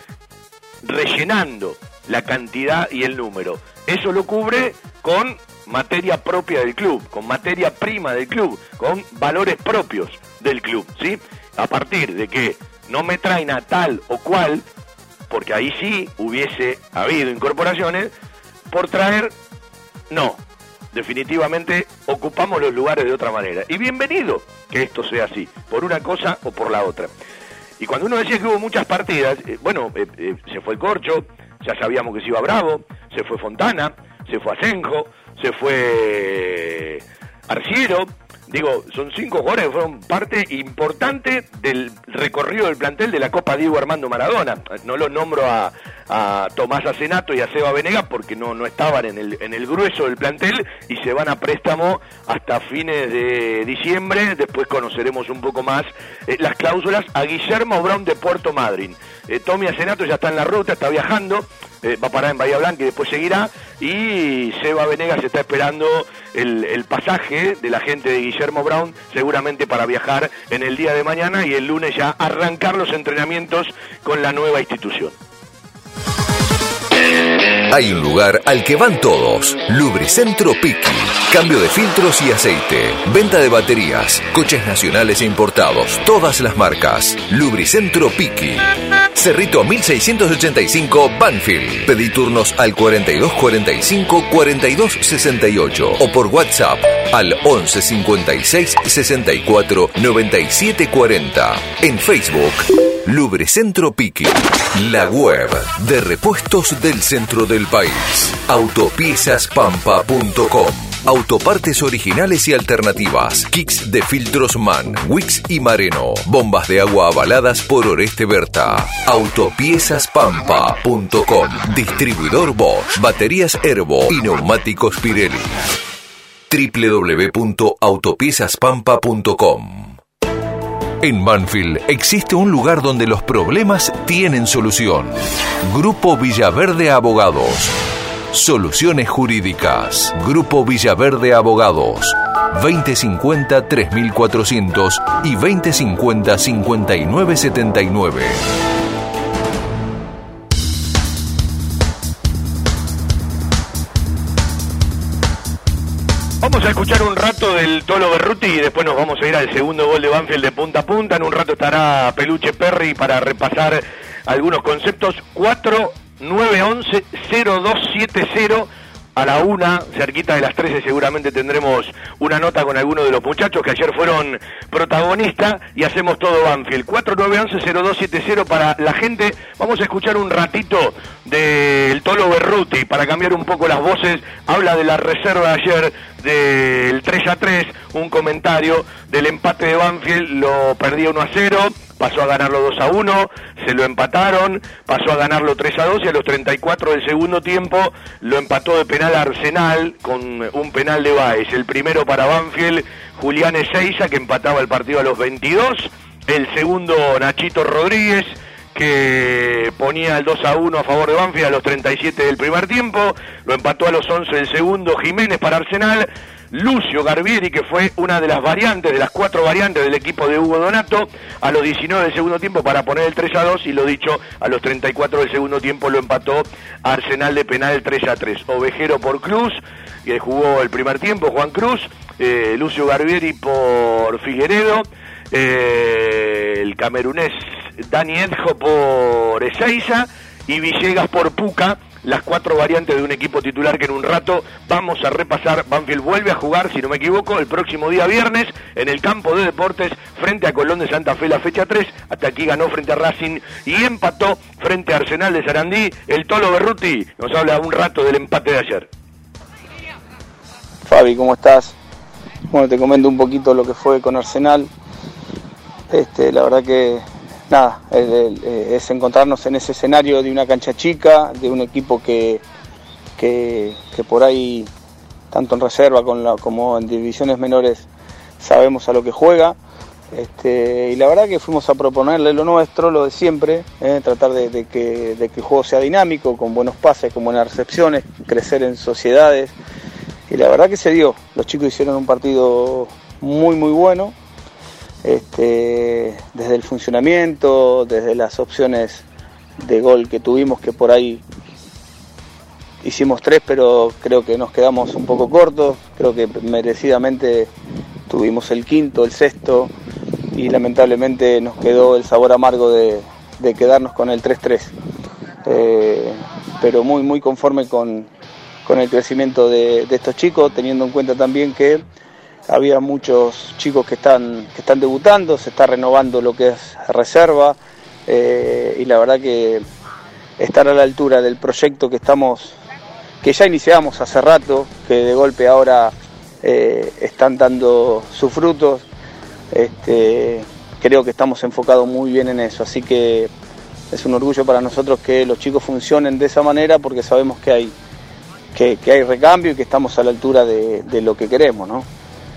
rellenando la cantidad y el número. Eso lo cubre con materia propia del club, con materia prima del club, con valores propios del club, ¿sí? A partir de que no me traen a tal o cual, porque ahí sí hubiese habido incorporaciones, por traer, no. Definitivamente ocupamos los lugares de otra manera. Y bienvenido que esto sea así, por una cosa o por la otra. Y cuando uno decía que hubo muchas partidas, eh, bueno, eh, eh, se fue el Corcho, ya sabíamos que se iba Bravo, se fue Fontana, se fue Asenjo, se fue Arciero. Digo, son cinco jugadores que fueron parte importante del recorrido del plantel de la Copa Diego Armando Maradona. No los nombro a, a Tomás Acenato y a Seba Venegas porque no, no estaban en el, en el grueso del plantel y se van a préstamo hasta fines de diciembre. Después conoceremos un poco más eh, las cláusulas a Guillermo Brown de Puerto Madryn. Eh, Tommy Acenato ya está en la ruta, está viajando. Eh, va a parar en Bahía Blanca y después seguirá, y Seba Venegas está esperando el, el pasaje de la gente de Guillermo Brown, seguramente para viajar en el día de mañana y el lunes ya arrancar los entrenamientos con la nueva institución. Hay un lugar al que van todos. Lubricentro Piqui. Cambio de filtros y aceite. Venta de baterías. Coches nacionales e importados. Todas las marcas. Lubricentro Piqui. Cerrito mil seiscientos ochenta y cinco, Banfield. Pedí turnos al cuarenta y dos cuarenta y cinco, cuarenta y dos sesenta y ocho o por WhatsApp al once cincuenta y seis sesenta y cuatro noventa y siete cuarenta. En Facebook, Lubricentro Piqui. La web de repuestos del centro del país. autopiezas pampa punto com. Autopartes originales y alternativas. Kicks de filtros MAN, Wix y Mareno. Bombas de agua avaladas por Oreste Berta. autopiezas pampa punto com. Distribuidor Bosch. Baterías Herbo y neumáticos Pirelli. doble u doble u doble u punto autopiezas pampa punto com. En Banfield existe un lugar donde los problemas tienen solución. Grupo Villaverde Abogados. Soluciones jurídicas. Grupo Villaverde Abogados. veinte cincuenta tres mil cuatrocientos y veinte cincuenta cincuenta y nueve setenta y nueve. Vamos a escuchar un rato del Tolo Berruti y después nos vamos a ir al segundo gol de Banfield de punta a punta. En un rato estará Peluche Perry para repasar algunos conceptos. cuatro nueve once cero dos siete cero a la una, cerquita de las trece seguramente tendremos una nota con algunos de los muchachos que ayer fueron protagonistas y hacemos todo Banfield. cuatro nueve once cero dos siete cero para la gente. Vamos a escuchar un ratito del Tolo Berruti para cambiar un poco las voces. Habla de la reserva de ayer del tres a tres, un comentario del empate de Banfield, lo perdía uno a cero, pasó a ganarlo dos a uno, se lo empataron, pasó a ganarlo tres a dos y a los treinta y cuatro del segundo tiempo lo empató de penal a Arsenal con un penal de Báez. El primero para Banfield, Julián Ezeiza, que empataba el partido a los veintidós, el segundo Nachito Rodríguez, que ponía el dos a uno a favor de Banfield a los treinta y siete del primer tiempo, lo empató a los once del segundo Jiménez para Arsenal, Lucio Garbieri, que fue una de las variantes, de las cuatro variantes del equipo de Hugo Donato, a los diecinueve del segundo tiempo para poner el tres a dos, y lo dicho, a los treinta y cuatro del segundo tiempo lo empató a Arsenal de penal tres a tres. Ovejero por Cruz, que jugó el primer tiempo, Juan Cruz, eh, Lucio Garbieri por Figueredo, eh, el camerunés Dani Edjo por Ezeiza y Villegas por Puca, las cuatro variantes de un equipo titular que en un rato vamos a repasar. Banfield vuelve a jugar, si no me equivoco, el próximo día viernes en el campo de deportes frente a Colón de Santa Fe la fecha tres. Hasta aquí ganó frente a Racing y empató frente a Arsenal de Sarandí. El Tolo Berruti nos habla un rato del empate de ayer. Fabi, ¿cómo estás? Bueno, te comento un poquito lo que fue con Arsenal. Este, la verdad que nada, el, el, es encontrarnos en ese escenario de una cancha chica, de un equipo que, que, que por ahí, tanto en reserva con la, como en divisiones menores, sabemos a lo que juega. Este, y la verdad que fuimos a proponerle lo nuestro, lo de siempre, eh, tratar de, de, que, de que el juego sea dinámico, con buenos pases, con buenas recepciones, crecer en sociedades. Y la verdad que se dio. Los chicos hicieron un partido muy muy bueno. Este, desde el funcionamiento, desde las opciones de gol que tuvimos, que por ahí hicimos tres, pero creo que nos quedamos un poco cortos. Creo que merecidamente tuvimos el quinto, el sexto, y lamentablemente nos quedó el sabor amargo de, de quedarnos con el tres tres. Eh, pero muy muy conforme con, con el crecimiento de, de estos chicos, teniendo en cuenta también que había muchos chicos que están, que están debutando, se está renovando lo que es reserva, eh, y la verdad que estar a la altura del proyecto que estamos, que ya iniciamos hace rato, que de golpe ahora eh, están dando sus frutos, este, creo que estamos enfocados muy bien en eso, así que es un orgullo para nosotros que los chicos funcionen de esa manera, porque sabemos que hay, que, que hay recambio y que estamos a la altura de, de lo que queremos, ¿no?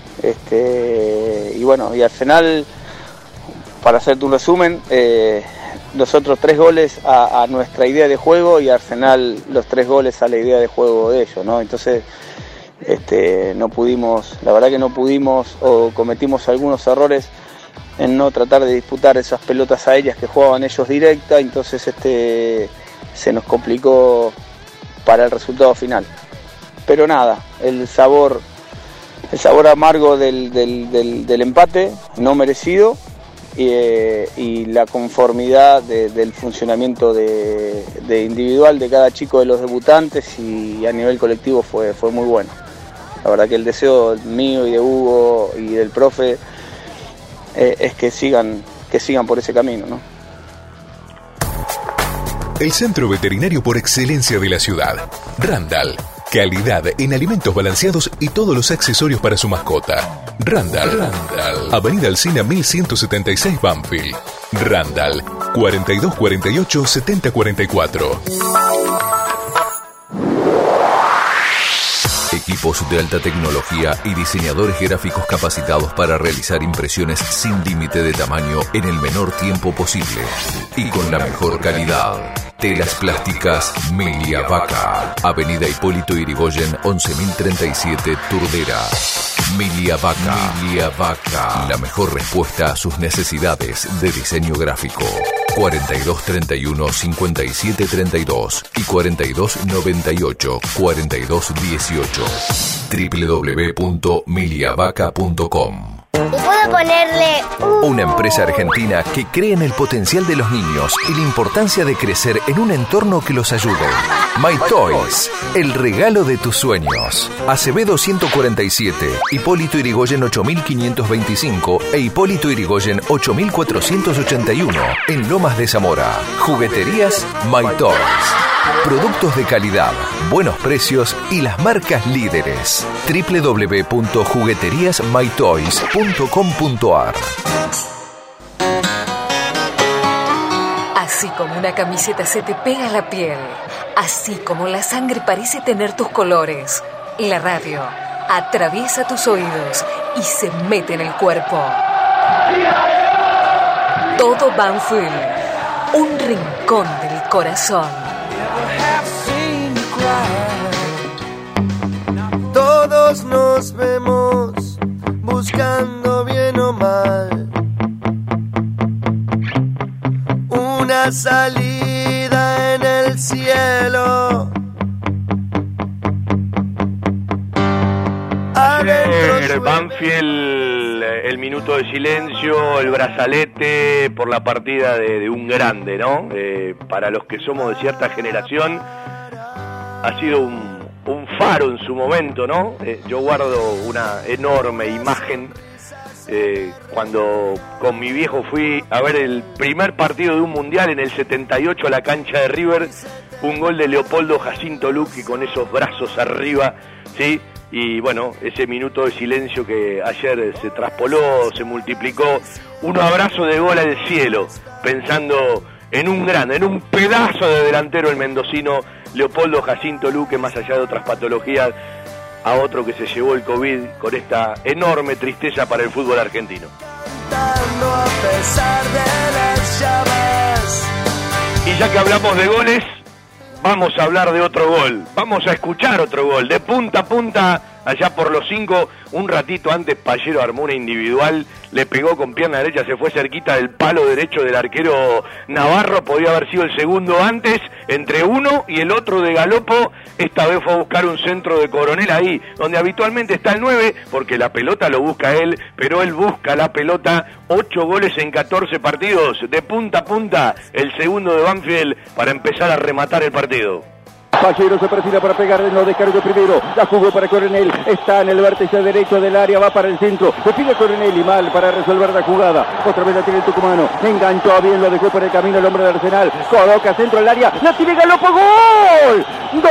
Este, y bueno, y Arsenal, para hacerte un resumen, eh, nosotros tres goles a, a nuestra idea de juego y Arsenal los tres goles a la idea de juego de ellos, ¿no? Entonces, este, no pudimos, la verdad que no pudimos, o cometimos algunos errores en no tratar de disputar esas pelotas aéreas que jugaban ellos directa, entonces este, se nos complicó para el resultado final. Pero nada, el sabor El sabor amargo del, del, del, del empate, no merecido, y, eh, y la conformidad de, del funcionamiento de, de individual de cada chico de los debutantes, y a nivel colectivo fue, fue muy bueno. La verdad que el deseo mío y de Hugo y del profe eh, es que sigan, que sigan por ese camino, ¿no? El centro veterinario por excelencia de la ciudad, Randall. Calidad en alimentos balanceados y todos los accesorios para su mascota. Randall. Randall. Avenida Alsina mil ciento setenta y seis Banfield. Randall. cuarenta y dos cuarenta y ocho setenta cuarenta y cuatro. Equipos de alta tecnología y diseñadores gráficos capacitados para realizar impresiones sin límite de tamaño en el menor tiempo posible y con la mejor calidad. Telas plásticas Milia Vaca. Avenida Hipólito Yrigoyen once mil treinta y siete Turdera. Milia Vaca. Milia Vaca. La mejor respuesta a sus necesidades de diseño gráfico. cuarenta y dos treinta y uno cincuenta y siete treinta y dos y cuarenta y dos noventa y ocho cuarenta y dos dieciocho. doble u doble u doble u punto milia vaca punto com. ¿Puedo ponerle un... Una empresa argentina que cree en el potencial de los niños y la importancia de crecer en un entorno que los ayude. My Toys, el regalo de tus sueños. Acevedo ciento cuarenta y siete, Hipólito Yrigoyen ocho mil quinientos veinticinco e Hipólito Yrigoyen ocho mil cuatrocientos ochenta y uno en Lomas de Zamora. Jugueterías My Toys. Productos de calidad, buenos precios y las marcas líderes. doble u doble u doble u punto jugueterías my toys punto com punto a r. Así como una camiseta se te pega a la piel, así como la sangre parece tener tus colores, la radio atraviesa tus oídos y se mete en el cuerpo. Todo Banfield un rincón del corazón. Todos nos vemos buscando bien o mal una salida en el cielo. Ayer Banfield, el minuto de silencio, el brazalete por la partida de, de un grande, ¿no? Eh, para los que somos de cierta generación ha sido un, un faro en su momento, ¿no? Eh, yo guardo una enorme imagen eh, cuando con mi viejo fui a ver el primer partido de un mundial en el setenta y ocho a la cancha de River, un gol de Leopoldo Jacinto Luqui con esos brazos arriba, ¿sí? Y bueno, ese minuto de silencio que ayer se traspoló, se multiplicó, un abrazo de gol al cielo, pensando en un grande, en un pedazo de delantero el mendocino Leopoldo Jacinto Luqui, más allá de otras patologías, a otro que se llevó el COVID con esta enorme tristeza para el fútbol argentino. A pesar de las llamas. Y ya que hablamos de goles, vamos a hablar de otro gol, vamos a escuchar otro gol, de punta a punta, allá por los cinco, un ratito antes Pallero armó una individual, le pegó con pierna derecha, se fue cerquita del palo derecho del arquero Navarro, podía haber sido el segundo antes, entre uno y el otro de Galopo, esta vez fue a buscar un centro de Coronel ahí, donde habitualmente está el nueve, porque la pelota lo busca él, pero él busca la pelota, ocho goles en catorce partidos, de punta a punta, el segundo de Banfield para empezar a rematar el partido. Pallero se perfila para pegar, no descargó primero, la jugó para Coronel, está en el vértice derecho del área, va para el centro, le pide Coronel y mal para resolver la jugada, otra vez la tiene el tucumano, enganchó bien, lo dejó por el camino el hombre de Arsenal, coloca centro al área, la tiene Galopo, ¡gol! ¡Gol!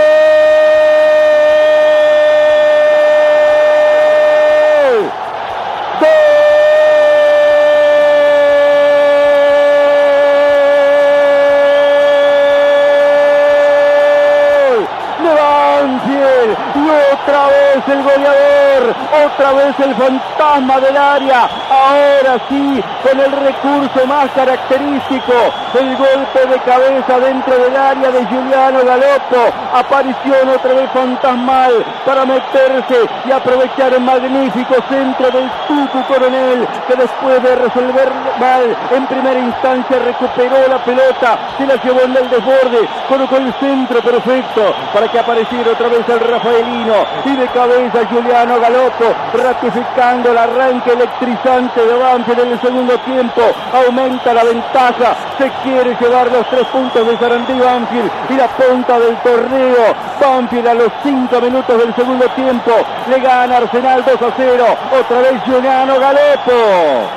Otra vez el goleador, otra vez el fantasma del área, ahora sí, con el recurso más característico, el golpe de cabeza dentro del área de Giuliano Galopo, aparición otra vez fantasmal para meterse y aprovechar el magnífico centro del Tucu Coronel, que después de resolver mal en primera instancia recuperó la pelota, se la llevó en el desborde, colocó el centro perfecto para que apareciera otra vez el Rafaelino, y de cabeza Giuliano Galopo, ratificando el arranque electrizante de Banfield en el segundo tiempo, aumenta la ventaja, se quiere llevar los tres puntos de Sarandí Banfield y la punta del torneo. Banfield a los cinco minutos del segundo tiempo le gana Arsenal dos a cero, otra vez Giuliano Galopo.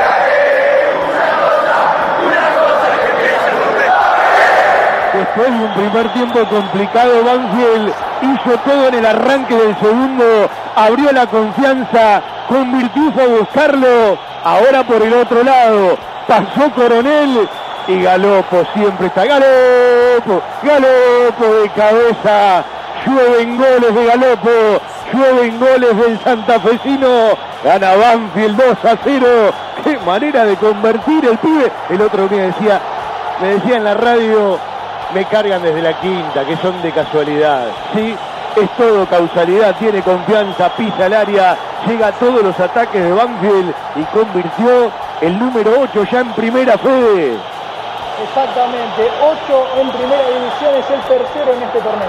Después de un primer tiempo complicado, Banfield hizo todo en el arranque del segundo, abrió la confianza, convirtió a buscarlo, ahora por el otro lado, pasó Coronel y Galopo siempre está, Galopo, Galopo de cabeza, llueven goles de Galopo, llueven goles del santafesino, gana Banfield dos a cero, qué manera de convertir el pibe, el otro me decía, me decía en la radio, me cargan desde la quinta, que son de casualidad, ¿sí? Es todo causalidad, tiene confianza, pisa el área, llega a todos los ataques de Banfield y convirtió el número ocho ya en primera, Fede. Exactamente, ocho en primera división, es el tercero en este torneo.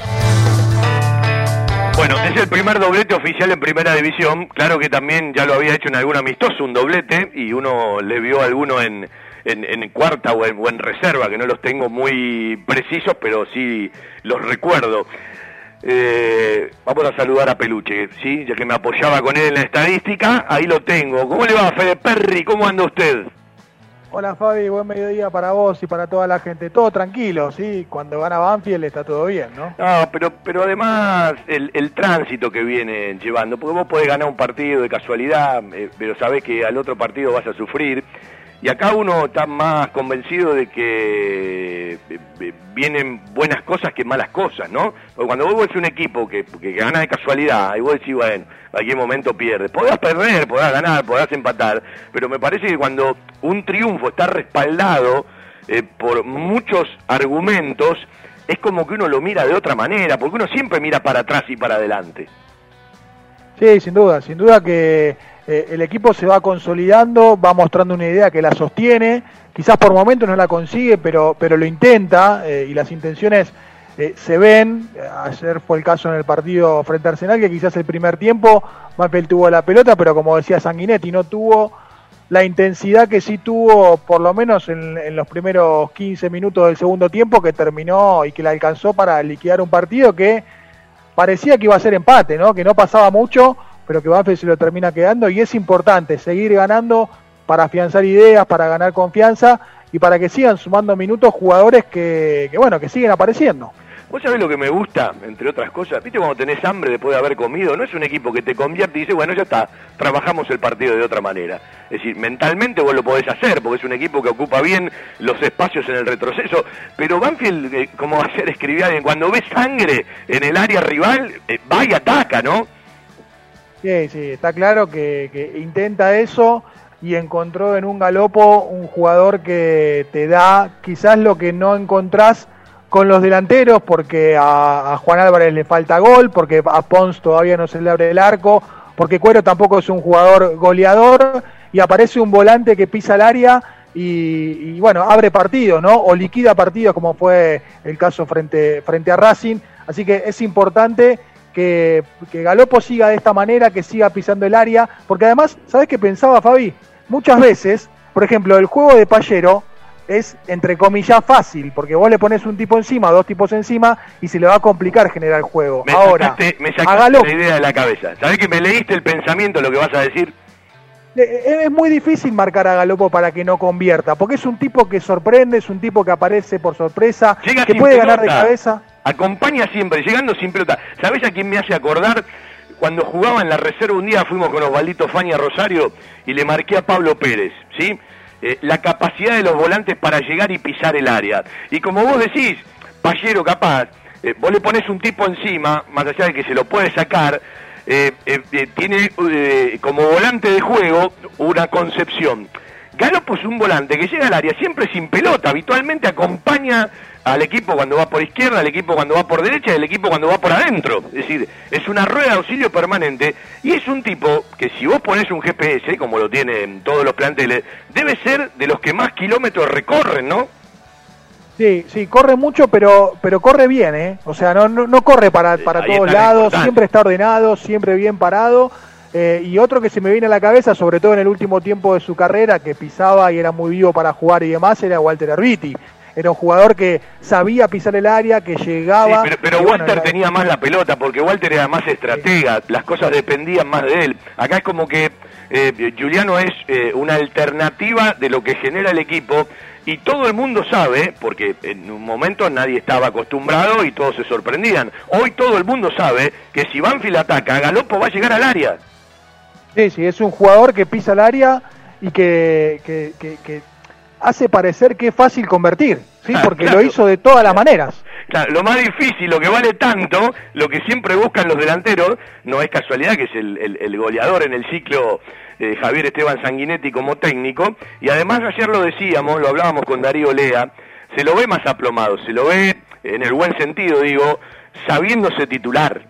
Bueno, es el primer doblete oficial en primera división, claro que también ya lo había hecho en algún amistoso, un doblete, y uno le vio a alguno en... En, en cuarta o en, o en reserva, que no los tengo muy precisos, pero sí los recuerdo. Eh, vamos a saludar a Peluche, ¿sí? Ya que me apoyaba con él en la estadística, ahí lo tengo. ¿Cómo le va, Fede Perry? ¿Cómo anda usted? Hola, Fabi, buen mediodía para vos y para toda la gente. Todo tranquilo, ¿sí? Cuando gana Banfield está todo bien, ¿no? No, pero, pero además el, el tránsito que viene llevando, porque vos podés ganar un partido de casualidad, eh, pero sabés que al otro partido vas a sufrir. Y acá uno está más convencido de que vienen buenas cosas que malas cosas, ¿no? Porque cuando vos ves un equipo que, que gana de casualidad, y vos decís, bueno, a cualquier momento pierde. Podrás perder, podrás ganar, podrás empatar, pero me parece que cuando un triunfo está respaldado eh, por muchos argumentos, es como que uno lo mira de otra manera, porque uno siempre mira para atrás y para adelante. Sí, sin duda, sin duda que eh, el equipo se va consolidando, va mostrando una idea que la sostiene, quizás por momentos no la consigue, pero, pero lo intenta, eh, y las intenciones eh, se ven. Ayer fue el caso en el partido frente a Arsenal, que quizás el primer tiempo Banfield tuvo la pelota, pero como decía Sanguinetti, no tuvo la intensidad que sí tuvo por lo menos en, en los primeros quince minutos del segundo tiempo, que terminó y que la alcanzó para liquidar un partido que parecía que iba a ser empate, ¿no? Que no pasaba mucho, pero que Banfield se lo termina quedando, y es importante seguir ganando para afianzar ideas, para ganar confianza y para que sigan sumando minutos jugadores que, que bueno, que siguen apareciendo. ¿Vos sabés lo que me gusta, entre otras cosas? ¿Viste cuando tenés hambre después de haber comido? No es un equipo que te convierte y dice, bueno, ya está, trabajamos el partido de otra manera. Es decir, mentalmente vos lo podés hacer, porque es un equipo que ocupa bien los espacios en el retroceso. Pero Banfield, eh, como ayer escribía alguien, cuando ve sangre en el área rival, eh, va y ataca, ¿no? Sí, sí, está claro que, que intenta eso y encontró en un Galopo un jugador que te da quizás lo que no encontrás con los delanteros, porque a, a Juan Álvarez le falta gol, porque a Pons todavía no se le abre el arco, porque Cuero tampoco es un jugador goleador, y aparece un volante que pisa el área y, y bueno, abre partidos, ¿no? O liquida partidos, como fue el caso frente, frente a Racing. Así que es importante que, que Galopo siga de esta manera, que siga pisando el área, porque además, ¿sabés qué pensaba, Fabi? Muchas veces, por ejemplo, el juego de Payero es, entre comillas, fácil, porque vos le pones un tipo encima, dos tipos encima, y se le va a complicar generar el juego. Me Ahora, sacaste, me sacaste la idea de la cabeza. ¿Sabés que me leíste el pensamiento, lo que vas a decir? Es muy difícil marcar a Galopo para que no convierta, porque es un tipo que sorprende, es un tipo que aparece por sorpresa, Llega que sin puede pelota, ganar de cabeza. Acompaña siempre, llegando sin pelota. ¿Sabés a quién me hace acordar? Cuando jugaba en la reserva un día fuimos con Osvaldito Faña a Rosario y le marqué a Pablo Pérez, ¿sí? Eh, la capacidad de los volantes para llegar y pisar el área. Y como vos decís, Payero capaz, eh, vos le pones un tipo encima, más allá de que se lo puede sacar, eh, eh, eh, tiene eh, como volante de juego una concepción. Galopo es un volante que llega al área siempre sin pelota, habitualmente acompaña al equipo cuando va por izquierda, al equipo cuando va por derecha y al equipo cuando va por adentro. Es decir, es una rueda de auxilio permanente y es un tipo que si vos ponés un G P S, como lo tienen todos los planteles, debe ser de los que más kilómetros recorren, ¿no? Sí, sí, corre mucho, pero pero corre bien, ¿eh? O sea, no no, no corre para, para todos lados, siempre está ordenado, siempre bien parado. Eh, y otro que se me viene a la cabeza, sobre todo en el último tiempo de su carrera, que pisaba y era muy vivo para jugar y demás, era Walter Erviti. Era un jugador que sabía pisar el área, que llegaba... Sí, pero pero Walter bueno, tenía era... más la pelota, porque Walter era más estratega, sí. Las cosas dependían más de él. Acá es como que eh, Giuliano es eh, una alternativa de lo que genera el equipo, y todo el mundo sabe, porque en un momento nadie estaba acostumbrado y todos se sorprendían. Hoy todo el mundo sabe que si Banfield ataca, Galopo va a llegar al área. Sí, sí, es un jugador que pisa el área y que... que, que, que hace parecer que es fácil convertir, ¿sí? Ah, Porque claro. lo hizo de todas las maneras. Claro, lo más difícil, lo que vale tanto, lo que siempre buscan los delanteros, no es casualidad que es el, el, el goleador en el ciclo eh, Javier Esteban Sanguinetti como técnico, y además ayer lo decíamos, lo hablábamos con Darío Lea, se lo ve más aplomado, se lo ve, en el buen sentido digo, sabiéndose titular.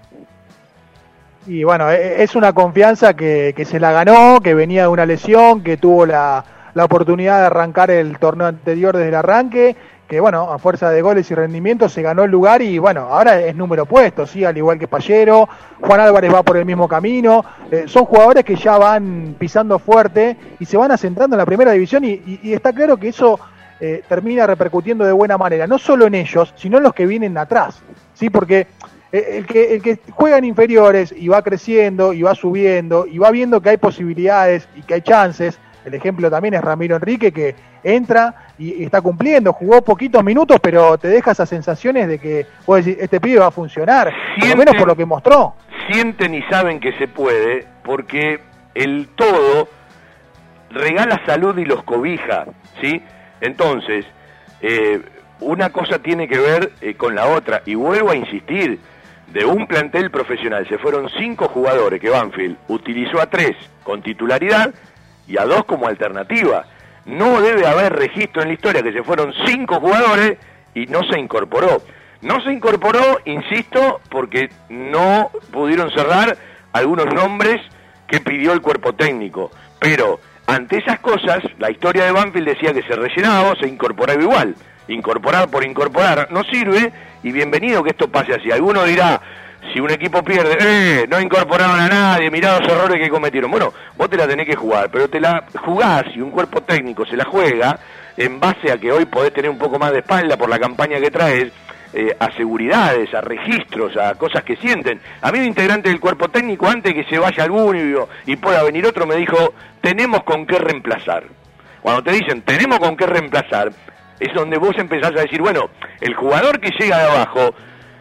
Y bueno, es una confianza que, que se la ganó, que venía de una lesión, que tuvo la... la oportunidad de arrancar el torneo anterior desde el arranque, que bueno, a fuerza de goles y rendimiento se ganó el lugar y bueno, ahora es número puesto, sí, al igual que Payero, Juan Álvarez va por el mismo camino, eh, son jugadores que ya van pisando fuerte y se van asentando en la primera división y, y, y está claro que eso eh, termina repercutiendo de buena manera, no solo en ellos, sino en los que vienen atrás, sí, porque el que, el que juega en inferiores y va creciendo y va subiendo y va viendo que hay posibilidades y que hay chances. El ejemplo también es Ramiro Enrique, que entra y, y está cumpliendo, jugó poquitos minutos, pero te deja esas sensaciones de que, vos decís, este pibe va a funcionar, sienten, por lo menos por lo que mostró. Sienten y saben que se puede, porque el todo regala salud y los cobija, ¿sí? Entonces, eh, una cosa tiene que ver eh, con la otra, y vuelvo a insistir, de un plantel profesional se fueron cinco jugadores que Banfield utilizó a tres con titularidad, y a dos como alternativa. no debe haber registro en la historia que se fueron cinco jugadores y no se incorporó. No se incorporó, insisto, porque no pudieron cerrar algunos nombres que pidió el cuerpo técnico. Pero ante esas cosas, la historia de Banfield decía que se rellenaba o se incorporaba igual. Incorporar por incorporar no sirve, y bienvenido que esto pase así. Alguno dirá, si un equipo pierde, eh, no incorporaron a nadie, mirá los errores que cometieron. Bueno, vos te la tenés que jugar, pero te la jugás y un cuerpo técnico se la juega en base a que hoy podés tener un poco más de espalda por la campaña que traes, eh, a seguridades, a registros, a cosas que sienten. A mí un integrante del cuerpo técnico, antes que se vaya alguno y, y pueda venir otro, me dijo, tenemos con qué reemplazar. Cuando te dicen, tenemos con qué reemplazar, es donde vos empezás a decir, bueno, el jugador que llega de abajo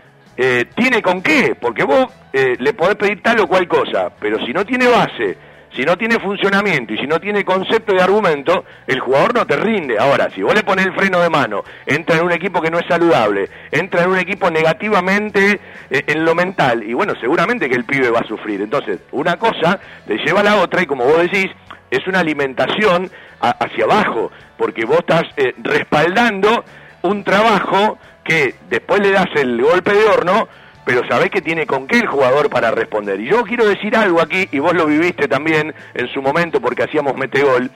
eh, tiene con qué, porque vos eh, le podés pedir tal o cual cosa, pero si no tiene base, si no tiene funcionamiento y si no tiene concepto y argumento, el jugador no te rinde. Ahora, si vos le pones el freno de mano, entra en un equipo que no es saludable, entra en un equipo negativamente eh, en lo mental, y bueno, seguramente que el pibe va a sufrir. Entonces, una cosa te lleva a la otra, y como vos decís, es una alimentación a, hacia abajo, porque vos estás eh, respaldando un trabajo que después le das el golpe de horno, pero sabés que tiene con qué el jugador para responder. Y yo quiero decir algo aquí, y vos lo viviste también en su momento porque hacíamos metegol,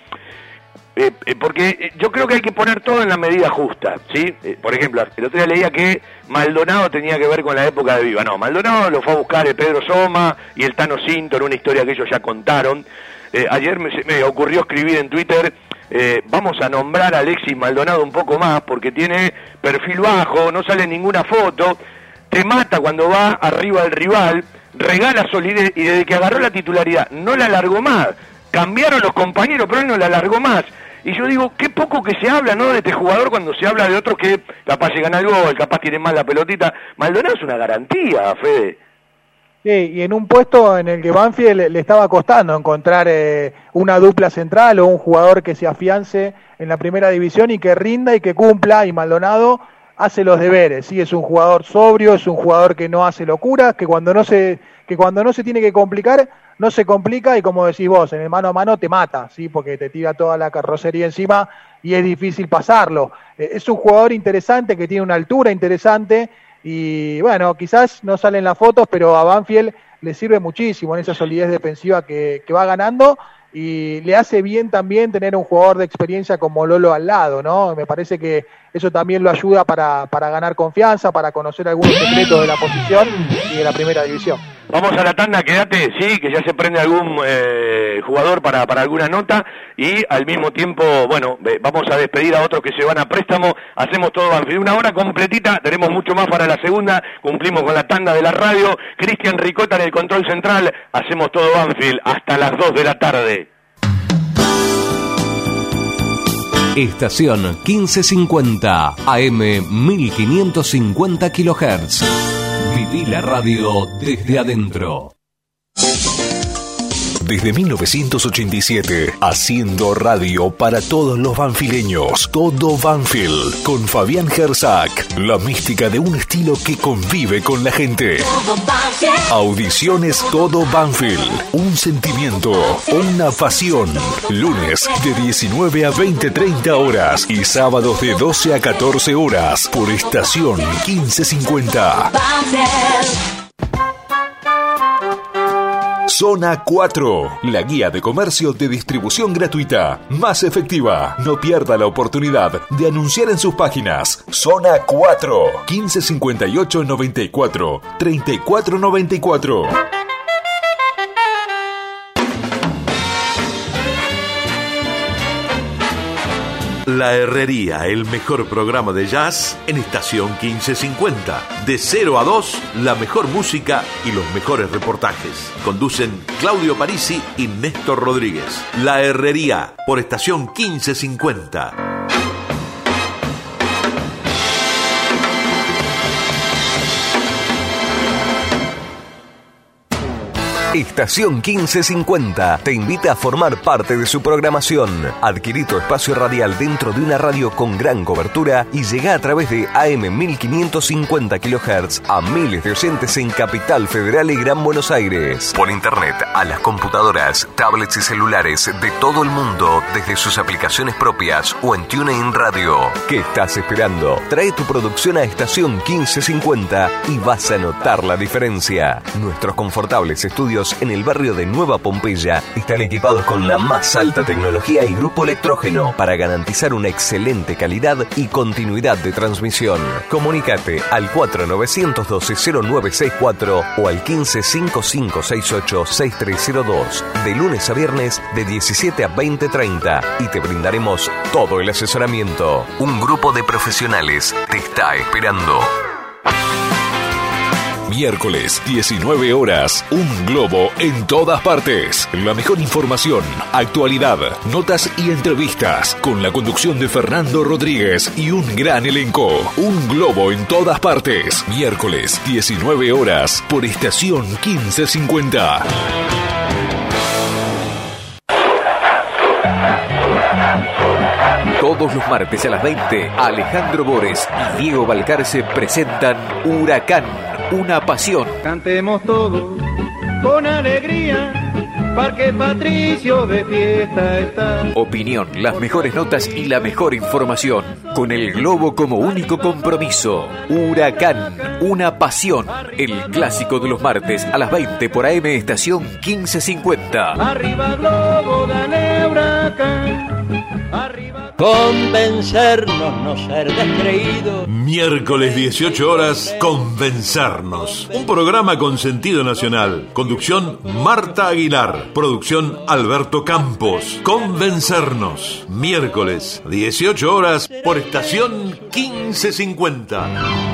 eh, eh, porque yo creo que hay que poner todo en la medida justa, ¿sí? Eh, por ejemplo, el otro día leía que Maldonado tenía que ver con la época de Viva. No, Maldonado lo fue a buscar el Pedro Soma y el Tano Cinto en una historia que ellos ya contaron. Eh, ayer me, me ocurrió escribir en Twitter, eh, vamos a nombrar a Alexis Maldonado un poco más, porque tiene perfil bajo, no sale ninguna foto, te mata cuando va arriba del rival, regala solidez, y desde que agarró la titularidad no la alargó más. Cambiaron los compañeros, pero él no la alargó más. Y yo digo, qué poco que se habla, ¿no?, de este jugador cuando se habla de otros que capaz llegan al gol, capaz tienen más la pelotita. Maldonado es una garantía, Fede. Sí, y en un puesto en el que Banfield le, le estaba costando encontrar eh, una dupla central o un jugador que se afiance en la primera división y que rinda y que cumpla, y Maldonado hace los deberes, sí, es un jugador sobrio, es un jugador que no hace locuras, que cuando no se que cuando no se tiene que complicar, no se complica, y como decís vos, en el mano a mano te mata, sí, porque te tira toda la carrocería encima y es difícil pasarlo. Eh, es un jugador interesante, que tiene una altura interesante, y bueno, quizás no salen las fotos, pero a Banfield le sirve muchísimo en esa solidez defensiva que, que va ganando, y le hace bien también tener un jugador de experiencia como Lolo al lado, ¿no? Me parece que eso también lo ayuda para, para ganar confianza, para conocer algunos secretos de la posición y de la primera división. Vamos a la tanda, quédate, sí, que ya se prende algún eh, jugador para, para alguna nota, y al mismo tiempo, bueno, vamos a despedir a otros que se van a préstamo. Hacemos todo Banfield, una hora completita, tenemos mucho más para la segunda, cumplimos con la tanda de la radio. Cristian Ricota en el control central, hacemos todo Banfield hasta las dos de la tarde. Estación quince cincuenta, A M mil quinientos cincuenta kilohertz. Viví la radio desde adentro. Desde mil novecientos ochenta y siete, haciendo radio para todos los banfileños. Todo Banfield, con Fabián Herzac. La mística de un estilo que convive con la gente. Audiciones Todo Banfield. Un sentimiento, una pasión. Lunes de diecinueve a veinte treinta horas y sábados de doce a catorce horas por estación quince cincuenta. Zona cuatro, la guía de comercio de distribución gratuita, más efectiva. No pierda la oportunidad de anunciar en sus páginas. Zona cuatro, quince cincuenta y ocho noventa y cuatro, treinta y cuatro noventa y cuatro. La Herrería, el mejor programa de jazz en estación quince cincuenta. De cero a dos, la mejor música y los mejores reportajes. Conducen Claudio Parisi y Néstor Rodríguez. La Herrería, por estación quince cincuenta. Estación quince cincuenta te invita a formar parte de su programación. Adquirí tu espacio radial dentro de una radio con gran cobertura y llega a través de A M mil quinientos cincuenta kilohertz a miles de oyentes en Capital Federal y Gran Buenos Aires. Por internet a las computadoras, tablets y celulares de todo el mundo desde sus aplicaciones propias o en TuneIn Radio. ¿Qué estás esperando? Trae tu producción a Estación quince cincuenta y vas a notar la diferencia. Nuestros confortables estudios en el barrio de Nueva Pompeya están equipados con la más alta tecnología y grupo electrógeno para garantizar una excelente calidad y continuidad de transmisión. Comunícate al cuatro nueve uno dos cero nueve seis cuatro o al quince cinco cinco seis ocho seis tres cero dos de lunes a viernes de diecisiete a veinte treinta y te brindaremos todo el asesoramiento. Un grupo de profesionales te está esperando. Miércoles, diecinueve horas, Un Globo en todas partes. La mejor información, actualidad, notas y entrevistas. Con la conducción de Fernando Rodríguez y un gran elenco. Un Globo en todas partes. Miércoles, diecinueve horas, por Estación quince cincuenta. Todos los martes a las veinte, Alejandro Bores y Diego Balcarce presentan Huracán, una pasión. Cantemos todos con alegría, Parque Patricio de fiesta está. Opinión, las mejores notas y la mejor información. Con el Globo como único compromiso. Huracán, una pasión. El clásico de los martes a las veinte por A M Estación quince cincuenta. Arriba Globo, dale Huracán. Arriba. Convencernos, no ser descreídos. Miércoles dieciocho horas, Convencernos. Un programa con sentido nacional. Conducción Marta Aguilar. Producción Alberto Campos. Convencernos. Miércoles dieciocho horas por Estación quince cincuenta.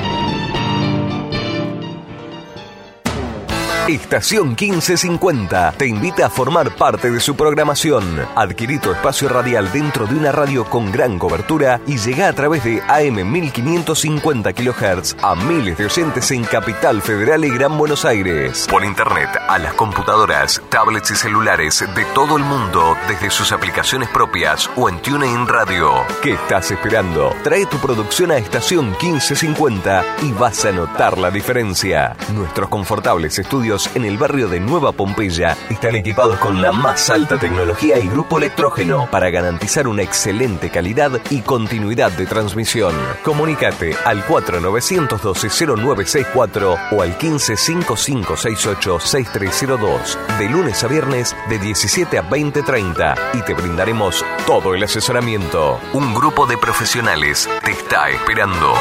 Estación quince cincuenta te invita a formar parte de su programación. Adquirí tu espacio radial dentro de una radio con gran cobertura y llega a través de A M mil quinientos cincuenta kilohertz a miles de oyentes en Capital Federal y Gran Buenos Aires. Por internet a las computadoras, tablets y celulares de todo el mundo desde sus aplicaciones propias o en TuneIn Radio. ¿Qué estás esperando? Trae tu producción a Estación quince cincuenta y vas a notar la diferencia. Nuestros confortables estudios en el barrio de Nueva Pompeya están equipados con la más alta tecnología y grupo electrógeno para garantizar una excelente calidad y continuidad de transmisión. Comunícate al cuatro nueve uno dos cero nueve seis cuatro o al quince cinco cinco seis ocho seis tres cero dos de lunes a viernes de diecisiete a veinte treinta y te brindaremos todo el asesoramiento. Un grupo de profesionales te está esperando.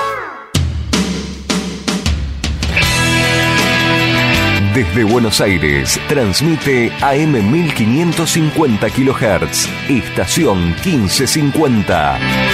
Desde Buenos Aires, transmite A M mil quinientos cincuenta kilohertz, Estación quince cincuenta.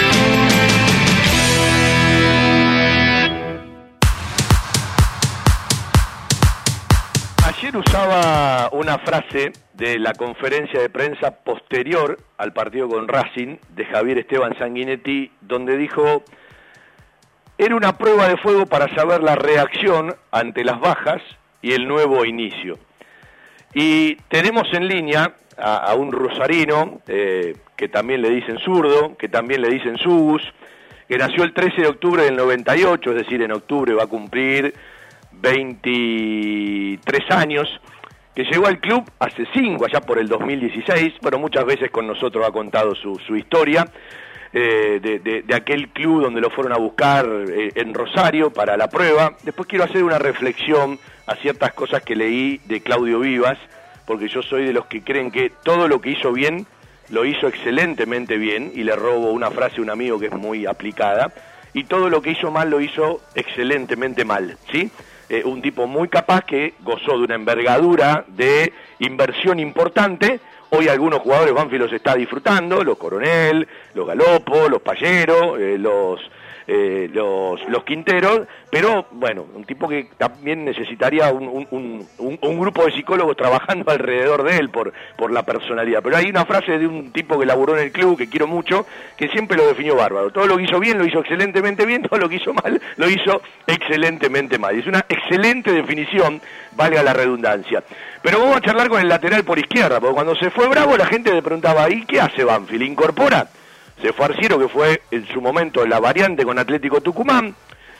Ayer usaba una frase de la conferencia de prensa posterior al partido con Racing de Javier Esteban Sanguinetti, donde dijo: era una prueba de fuego para saber la reacción ante las bajas y el nuevo inicio. Y tenemos en línea a, a un rosarino, eh, que también le dicen zurdo, que también le dicen Sugus, que nació el trece de octubre del noventa y ocho, es decir, en octubre va a cumplir veintitrés años, que llegó al club hace cinco, allá por el dos mil dieciséis, bueno, muchas veces con nosotros ha contado su, su historia, eh, de, de, de aquel club donde lo fueron a buscar eh, en Rosario para la prueba. Después quiero hacer una reflexión a ciertas cosas que leí de Claudio Vivas, porque yo soy de los que creen que todo lo que hizo bien, lo hizo excelentemente bien, y le robo una frase a un amigo que es muy aplicada, y todo lo que hizo mal lo hizo excelentemente mal, ¿sí? Eh, un tipo muy capaz que gozó de una envergadura de inversión importante. Hoy algunos jugadores Banfield los está disfrutando, los Coronel, los Galopo, los Pallero, eh, los eh, los, los Quinteros, pero bueno, un tipo que también necesitaría un, un, un, un, un grupo de psicólogos trabajando alrededor de él por, por la personalidad. Pero hay una frase de un tipo que laburó en el club, que quiero mucho, que siempre lo definió bárbaro. Todo lo que hizo bien, lo hizo excelentemente bien, todo lo que hizo mal, lo hizo excelentemente mal. Es una excelente definición, valga la redundancia. Pero vamos a charlar con el lateral por izquierda, porque cuando se fue Bravo la gente le preguntaba, ¿y qué hace Banfield? ¿Incorpora? Se fue Arciero, que fue en su momento la variante con Atlético Tucumán.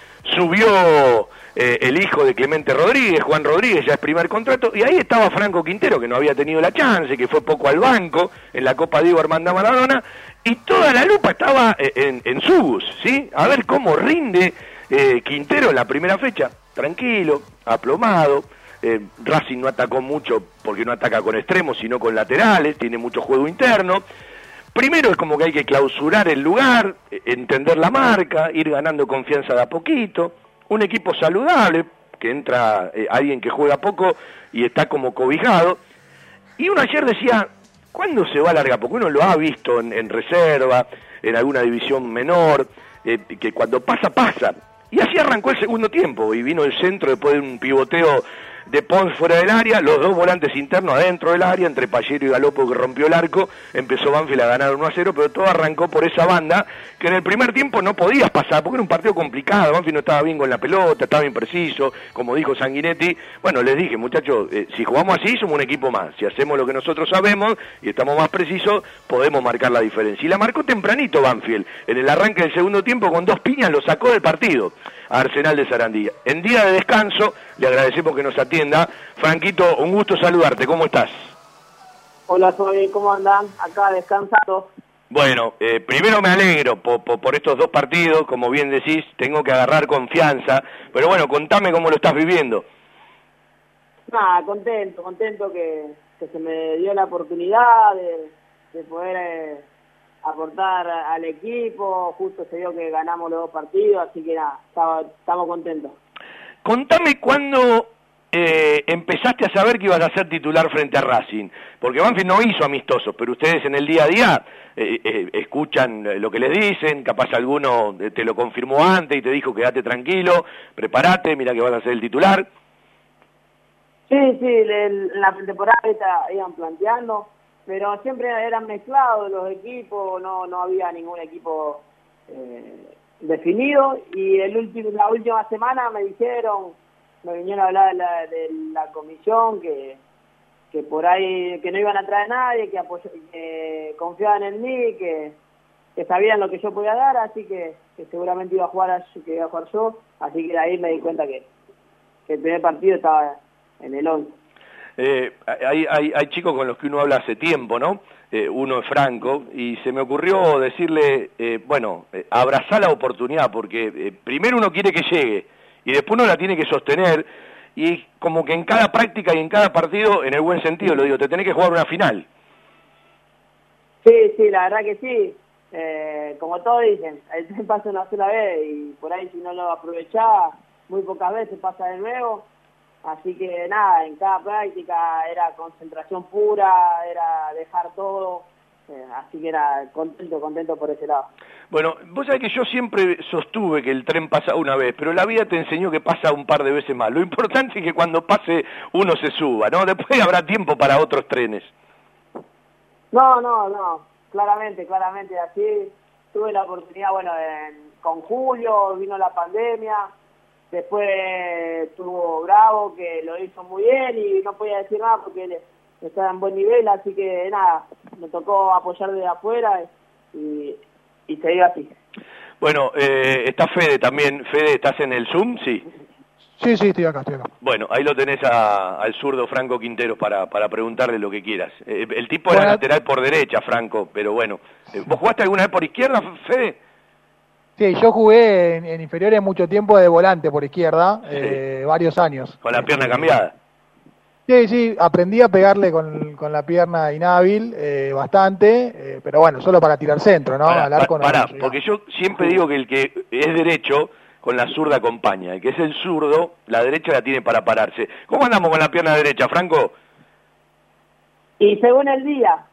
Subió eh, el hijo de Clemente Rodríguez, Juan Rodríguez, ya es primer contrato. Y ahí estaba Franco Quintero, que no había tenido la chance, que fue poco al banco en la Copa Diego Armando Maradona. Y toda la lupa estaba en, en Sugus, ¿sí? A ver cómo rinde eh, Quintero en la primera fecha. Tranquilo, aplomado. Eh, Racing no atacó mucho porque no ataca con extremos, sino con laterales. Tiene mucho juego interno. Primero es como que hay que clausurar el lugar, entender la marca, ir ganando confianza de a poquito. Un equipo saludable, que entra eh, alguien que juega poco y está como cobijado. Y uno ayer decía, ¿cuándo se va a alargar? Porque uno lo ha visto en, en reserva, en alguna división menor, eh, que cuando pasa, pasa. Y así arrancó el segundo tiempo, y vino el centro después de un pivoteo de Pons fuera del área, los dos volantes internos adentro del área, entre Pallero y Galopo, que rompió el arco. Empezó Banfield a ganar uno a cero, pero todo arrancó por esa banda, que en el primer tiempo no podías pasar, porque era un partido complicado. Banfield no estaba bien con la pelota, estaba impreciso, como dijo Sanguinetti. Bueno, les dije, muchachos, eh, si jugamos así, somos un equipo más. Si hacemos lo que nosotros sabemos y estamos más precisos, podemos marcar la diferencia. Y la marcó tempranito Banfield, en el arranque del segundo tiempo, con dos piñas lo sacó del partido a Arsenal de Sarandí. En día de descanso, le agradecemos que nos atienda. Franquito, un gusto saludarte, ¿cómo estás? Hola, Soy, ¿cómo andan? Acá descansando. Bueno, eh, primero me alegro por, por, por estos dos partidos, como bien decís, tengo que agarrar confianza, pero bueno, contame cómo lo estás viviendo. Nada, contento, contento que, que se me dio la oportunidad de, de poder eh, aportar al equipo. Justo se dio que ganamos los dos partidos, así que nada, estaba, estamos contentos. Contame cuándo eh, empezaste a saber que ibas a ser titular frente a Racing, porque Banfield no hizo amistosos, pero ustedes en el día a día eh, eh, escuchan lo que les dicen, capaz alguno te lo confirmó antes y te dijo quédate tranquilo, prepárate, mira que vas a ser el titular. Sí, sí, en la pretemporada iban planteando, pero siempre eran mezclados los equipos, no no había ningún equipo eh, definido, y el último, la última semana me dijeron, me vinieron a hablar de la, de la comisión, que, que por ahí que no iban a traer a nadie, que, apoy, que confiaban en mí, que, que sabían lo que yo podía dar, así que, que seguramente iba a jugar que iba a jugar yo, así que de ahí me di cuenta que, que el primer partido estaba en el once. Eh, hay, hay, hay chicos con los que uno habla hace tiempo, ¿no? Eh, uno es Franco, y se me ocurrió decirle, eh, bueno, eh, abrazar la oportunidad, porque eh, primero uno quiere que llegue, y después uno la tiene que sostener, y como que en cada práctica y en cada partido, en el buen sentido lo digo, te tenés que jugar una final. Sí, sí, la verdad que sí. Eh, como todos dicen, el tren pasa una sola vez, y por ahí si no lo aprovechás, muy pocas veces pasa de nuevo. Así que nada, en cada práctica era concentración pura, era dejar todo, eh, así que era contento, contento por ese lado. Bueno, vos sabés que yo siempre sostuve que el tren pasa una vez, pero la vida te enseñó que pasa un par de veces más. Lo importante es que cuando pase uno se suba, ¿no? Después habrá tiempo para otros trenes. No, no, no, claramente, claramente, así tuve la oportunidad, bueno, en, con Julio, vino la pandemia. Después tuvo Bravo, que lo hizo muy bien y no podía decir nada porque él estaba en buen nivel, así que nada, me tocó apoyar desde afuera y, y se dio así. Bueno, eh, está Fede también. Fede, ¿estás en el Zoom? Sí. Sí, sí, estoy acá, estoy acá. Bueno, ahí lo tenés a, al zurdo Franco Quinteros para, para preguntarle lo que quieras. Eh, el tipo era bueno, lateral por derecha, Franco, pero bueno. ¿Vos jugaste alguna vez por izquierda, Fede? Sí, yo jugué en, en inferiores mucho tiempo de volante por izquierda, sí. eh, varios años. ¿Con la pierna cambiada? Sí, sí, aprendí a pegarle con, con la pierna inhábil eh, bastante, eh, pero bueno, solo para tirar centro, ¿no? Pará, Al arco pa, pará, no. Porque yo siempre digo que el que es derecho, con la zurda acompaña. El que es el zurdo, la derecha la tiene para pararse. ¿Cómo andamos con la pierna derecha, Franco? Y según el día.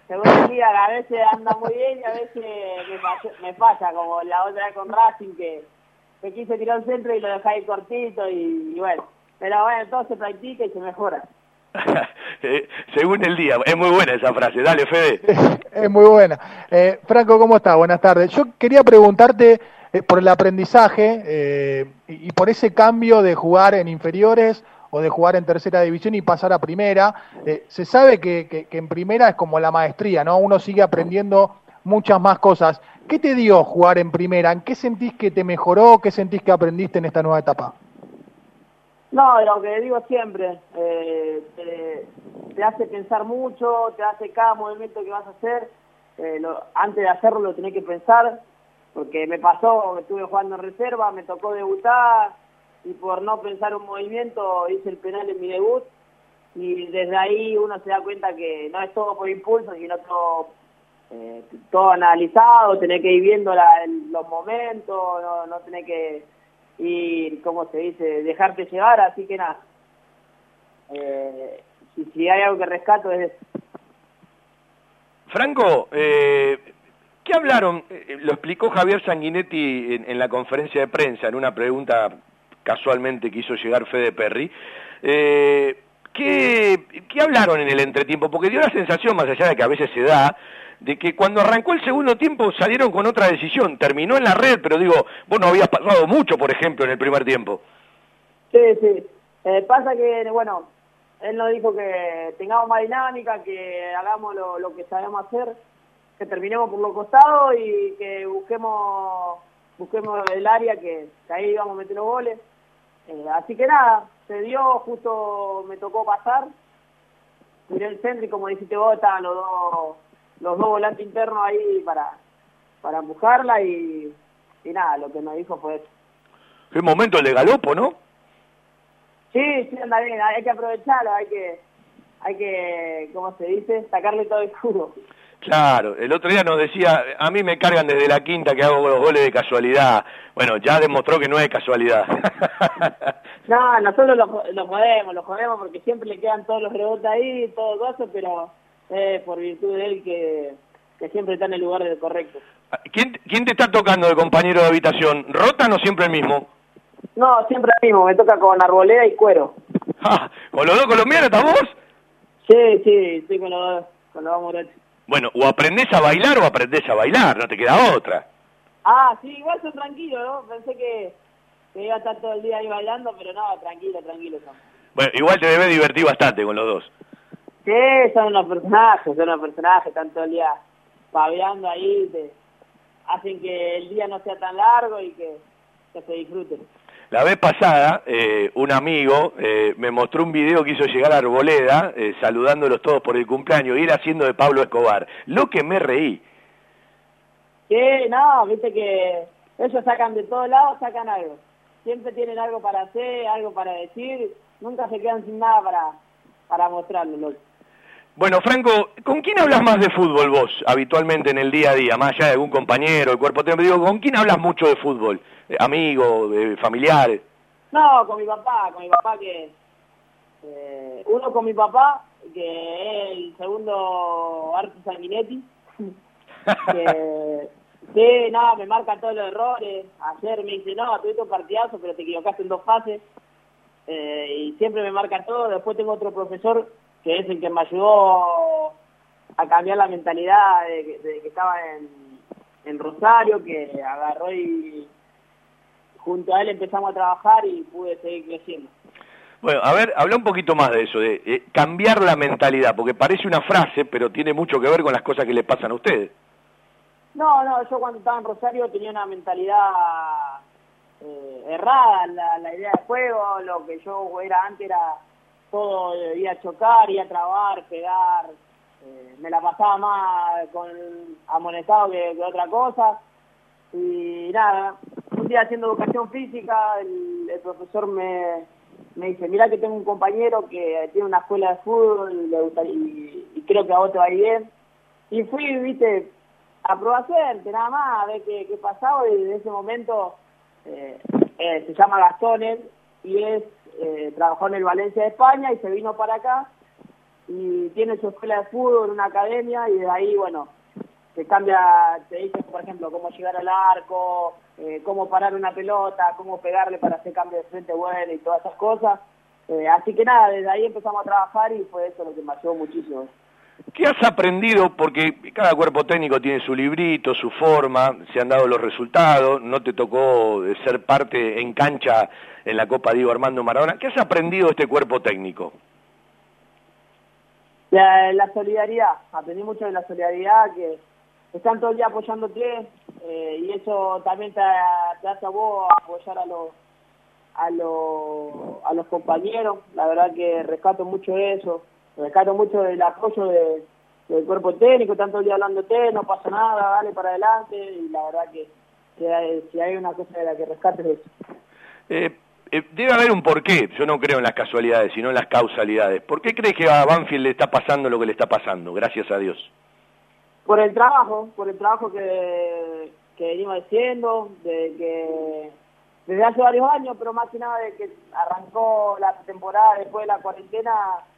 según el día, a veces anda muy bien y a veces me, falla, me falla, como la otra vez con Racing, que, que quise tirar un centro y lo dejé ahí cortito y, y bueno. Pero bueno, todo se practica y se mejora. eh, según el día, es muy buena esa frase. Dale, Fede. Es muy buena. Eh, Franco, ¿cómo estás? Buenas tardes. Yo quería preguntarte eh, por el aprendizaje eh, y, y por ese cambio de jugar en inferiores o de jugar en tercera división y pasar a primera. Eh, se sabe que, que, que en primera es como la maestría, ¿no? Uno sigue aprendiendo muchas más cosas. ¿Qué te dio jugar en primera? ¿En qué sentís que te mejoró? ¿Qué sentís que aprendiste en esta nueva etapa? No, lo que digo siempre, eh, te, te hace pensar mucho, te hace cada movimiento que vas a hacer, eh, lo, antes de hacerlo lo tenés que pensar, porque me pasó, que estuve jugando en reserva, me tocó debutar, y por no pensar un movimiento hice el penal en mi debut, y desde ahí uno se da cuenta que no es todo por impulso, sino todo, eh, todo analizado, tenés que ir viendo la, el, los momentos, no, no tenés que ir, ¿cómo se dice?, dejarte llevar, así que nada. Eh, si, si hay algo que rescato es eso. Franco, eh, ¿qué hablaron? Eh, lo explicó Javier Sanguinetti en, en la conferencia de prensa, en una pregunta casualmente que hizo llegar Fede Perry. Eh, ¿qué, ¿Qué hablaron en el entretiempo? Porque dio la sensación, más allá de que a veces se da, de que cuando arrancó el segundo tiempo salieron con otra decisión. Terminó en la red, pero digo, vos no habías pasado mucho, por ejemplo, en el primer tiempo. Sí, sí. Eh, pasa que, bueno, él nos dijo que tengamos más dinámica, que hagamos lo, lo que sabemos hacer, que terminemos por los costados y que busquemos busquemos el área, que, que ahí íbamos a meter los goles. Eh, así que nada, se dio, justo me tocó pasar, miré el centro y como dijiste vos, estaban los dos los dos volantes internos ahí para, para empujarla y, y nada, lo que me dijo fue eso. Qué momento el de Galopo, ¿no? Sí, sí, anda bien, hay que aprovecharlo, hay que, hay que, ¿cómo se dice?, sacarle todo el jugo. Claro, el otro día nos decía, a mí me cargan desde la quinta que hago los goles de casualidad. Bueno, ya demostró que no es casualidad. No, nosotros lo, lo jodemos, lo jodemos porque siempre le quedan todos los rebotes ahí, todo eso, pero eh, por virtud de él que, que siempre está en el lugar del correcto. ¿Quién, ¿Quién te está tocando de compañero de habitación? ¿Rotan o siempre el mismo? No, siempre el mismo, me toca con Arboleda y Cuero. Ah, ¿con los dos colombianos estás vos? Sí, sí, estoy con los dos, con los dos morochos. Bueno, o aprendés a bailar o aprendés a bailar, no te queda otra. Ah, sí, igual son tranquilos, ¿no? Pensé que, que iba a estar todo el día ahí bailando, pero no, tranquilo, tranquilo son. Bueno, igual te debes divertir bastante con los dos. Sí, son unos personajes, son unos personajes, están todo el día babeando ahí, te hacen que el día no sea tan largo y que, que se disfruten. La vez pasada, eh, un amigo eh, me mostró un video que hizo llegar a Arboleda, eh, saludándolos todos por el cumpleaños, y él haciendo de Pablo Escobar. Lo que me reí. Sí, no, viste que ellos sacan de todos lados, sacan algo. Siempre tienen algo para hacer, algo para decir, nunca se quedan sin nada para, para mostrarlo. Bueno, Franco, ¿con quién hablas más de fútbol vos habitualmente en el día a día? Más allá de algún compañero, el cuerpo técnico, digo, ¿con quién hablas mucho de fútbol? Eh, ¿Amigos, eh, familiares? No, con mi papá, con mi papá que... Eh, uno con mi papá, que es el segundo Arti Sanguinetti, que... Sí, no, me marca todos los errores. Ayer me dice, no, tuviste un partidazo, pero te equivocaste en dos fases. Eh, y siempre me marca todo. Después tengo otro profesor que es el que me ayudó a cambiar la mentalidad de, de que estaba en, en Rosario, que agarró y junto a él empezamos a trabajar y pude seguir creciendo. Bueno, a ver, habla un poquito más de eso, de eh, cambiar la mentalidad, porque parece una frase, pero tiene mucho que ver con las cosas que le pasan a ustedes. No, no, yo cuando estaba en Rosario tenía una mentalidad eh, errada, la, la idea de juego, lo que yo era antes era todo, ir a chocar, ir a trabar, pegar, eh, me la pasaba más con amonestado que, que otra cosa, y nada, un día haciendo educación física, el, el profesor me, me dice, mirá que tengo un compañero que tiene una escuela de fútbol le gusta, y, y creo que a vos te va a ir bien, y fui, viste, a probar suerte, nada más, a ver qué, qué pasaba, y desde ese momento eh, eh, se llama Gastón él, y es, eh, trabajó en el Valencia de España y se vino para acá, y tiene su escuela de fútbol, una academia, y de ahí, bueno, te cambia, te dicen, por ejemplo, cómo llegar al arco, eh, cómo parar una pelota, cómo pegarle para hacer cambio de frente bueno y todas esas cosas. Eh, así que nada, desde ahí empezamos a trabajar y fue eso lo que me ayudó muchísimo. ¿Qué has aprendido? Porque cada cuerpo técnico tiene su librito, su forma, se han dado los resultados, no te tocó ser parte en cancha en la Copa Diego Armando Maradona. ¿Qué has aprendido de este cuerpo técnico? La, la solidaridad, aprendí mucho de la solidaridad, que están todo el día apoyándote, eh, y eso también te, te hace a vos apoyar a los, a, los, a los compañeros. La verdad que rescato mucho eso, rescato mucho el apoyo de, del cuerpo técnico, están todo el día hablándote, no pasa nada, dale para adelante, y la verdad que, que hay, si hay una cosa de la que rescato es eso. Eh, eh, debe haber un porqué, yo no creo en las casualidades, sino en las causalidades. ¿Por qué crees que a Banfield le está pasando lo que le está pasando? Gracias a Dios. Por el trabajo, por el trabajo que, que venimos haciendo, de que desde hace varios años, pero más que nada de que arrancó la temporada después de la cuarentena,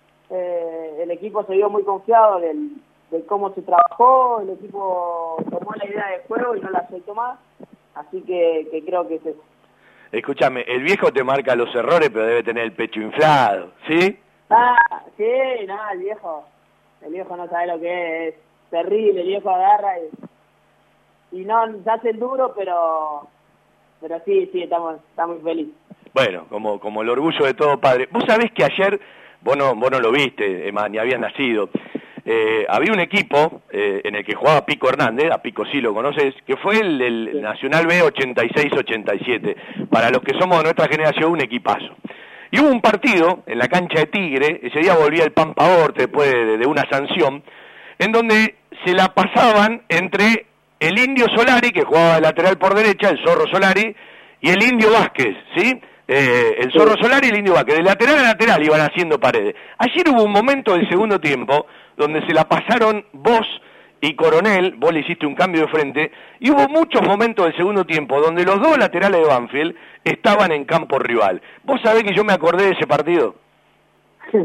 eh, el equipo se vio muy confiado del, de cómo se trabajó, el equipo tomó la idea de juego y no la soltó más, así que, que creo que es eso. Escúchame, el viejo te marca los errores, pero debe tener el pecho inflado, ¿sí? Ah, sí, no, el viejo, el viejo no sabe lo que es, es terrible, el viejo agarra y, y no, se hace el duro, pero pero sí, sí, estamos, estamos muy felices. Bueno, como, como el orgullo de todo padre. Vos sabés que ayer, vos no, vos no lo viste, Emma, ni habías nacido, eh, había un equipo eh, en el que jugaba Pico Hernández, a Pico sí lo conoces, que fue el, el sí. Nacional B ochenta y seis ochenta y siete, para los que somos de nuestra generación, un equipazo. Y hubo un partido en la cancha de Tigre, ese día volvía el Pampa Orte después de, de una sanción, en donde se la pasaban entre el Indio Solari, que jugaba de lateral por derecha, el Zorro Solari, y el Indio Vázquez, ¿sí? Eh, el Zorro Solari y el Indio Vázquez. De lateral a lateral iban haciendo paredes. Ayer hubo un momento del segundo tiempo donde se la pasaron vos y Coronel, vos le hiciste un cambio de frente, y hubo muchos momentos del segundo tiempo donde los dos laterales de Banfield estaban en campo rival. ¿Vos sabés que yo me acordé de ese partido? Sí,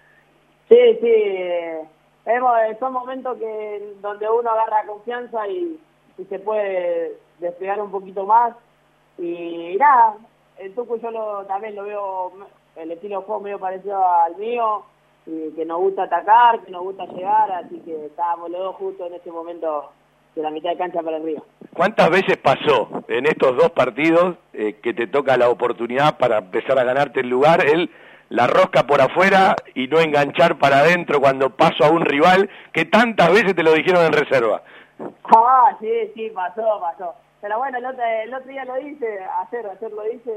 sí. Hemos, son momentos que donde uno agarra confianza y, y se puede desplegar un poquito más. Y nada, el Tucu yo lo, también lo veo, el estilo de juego medio parecido al mío, y que nos gusta atacar, que nos gusta llegar, así que estábamos los dos justo en ese momento de la mitad de cancha para arriba. ¿Cuántas veces pasó en estos dos partidos eh, que te toca la oportunidad para empezar a ganarte el lugar, el la rosca por afuera y no enganchar para adentro cuando paso a un rival que tantas veces te lo dijeron en reserva? Ah, sí, sí, pasó, pasó. Pero bueno, el otro, el otro día lo hice, ayer, ayer lo hice,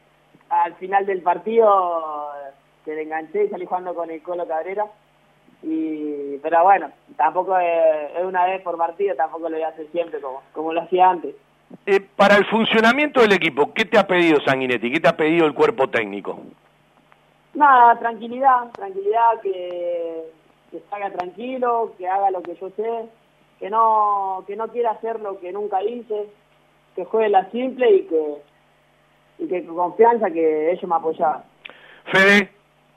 al final del partido que le enganché y salí jugando con el Colo Cabrera. Y, pero bueno, tampoco es, es una vez por partido, tampoco lo voy a hacer siempre como, como lo hacía antes. Eh, para el funcionamiento del equipo, ¿qué te ha pedido Sanguinetti? ¿Qué te ha pedido el cuerpo técnico? Nada, tranquilidad, tranquilidad, que, que salga tranquilo, que haga lo que yo sé, que no que no quiera hacer lo que nunca hice, que juegue la simple y que y que con confianza que ellos me apoyaban. Fede.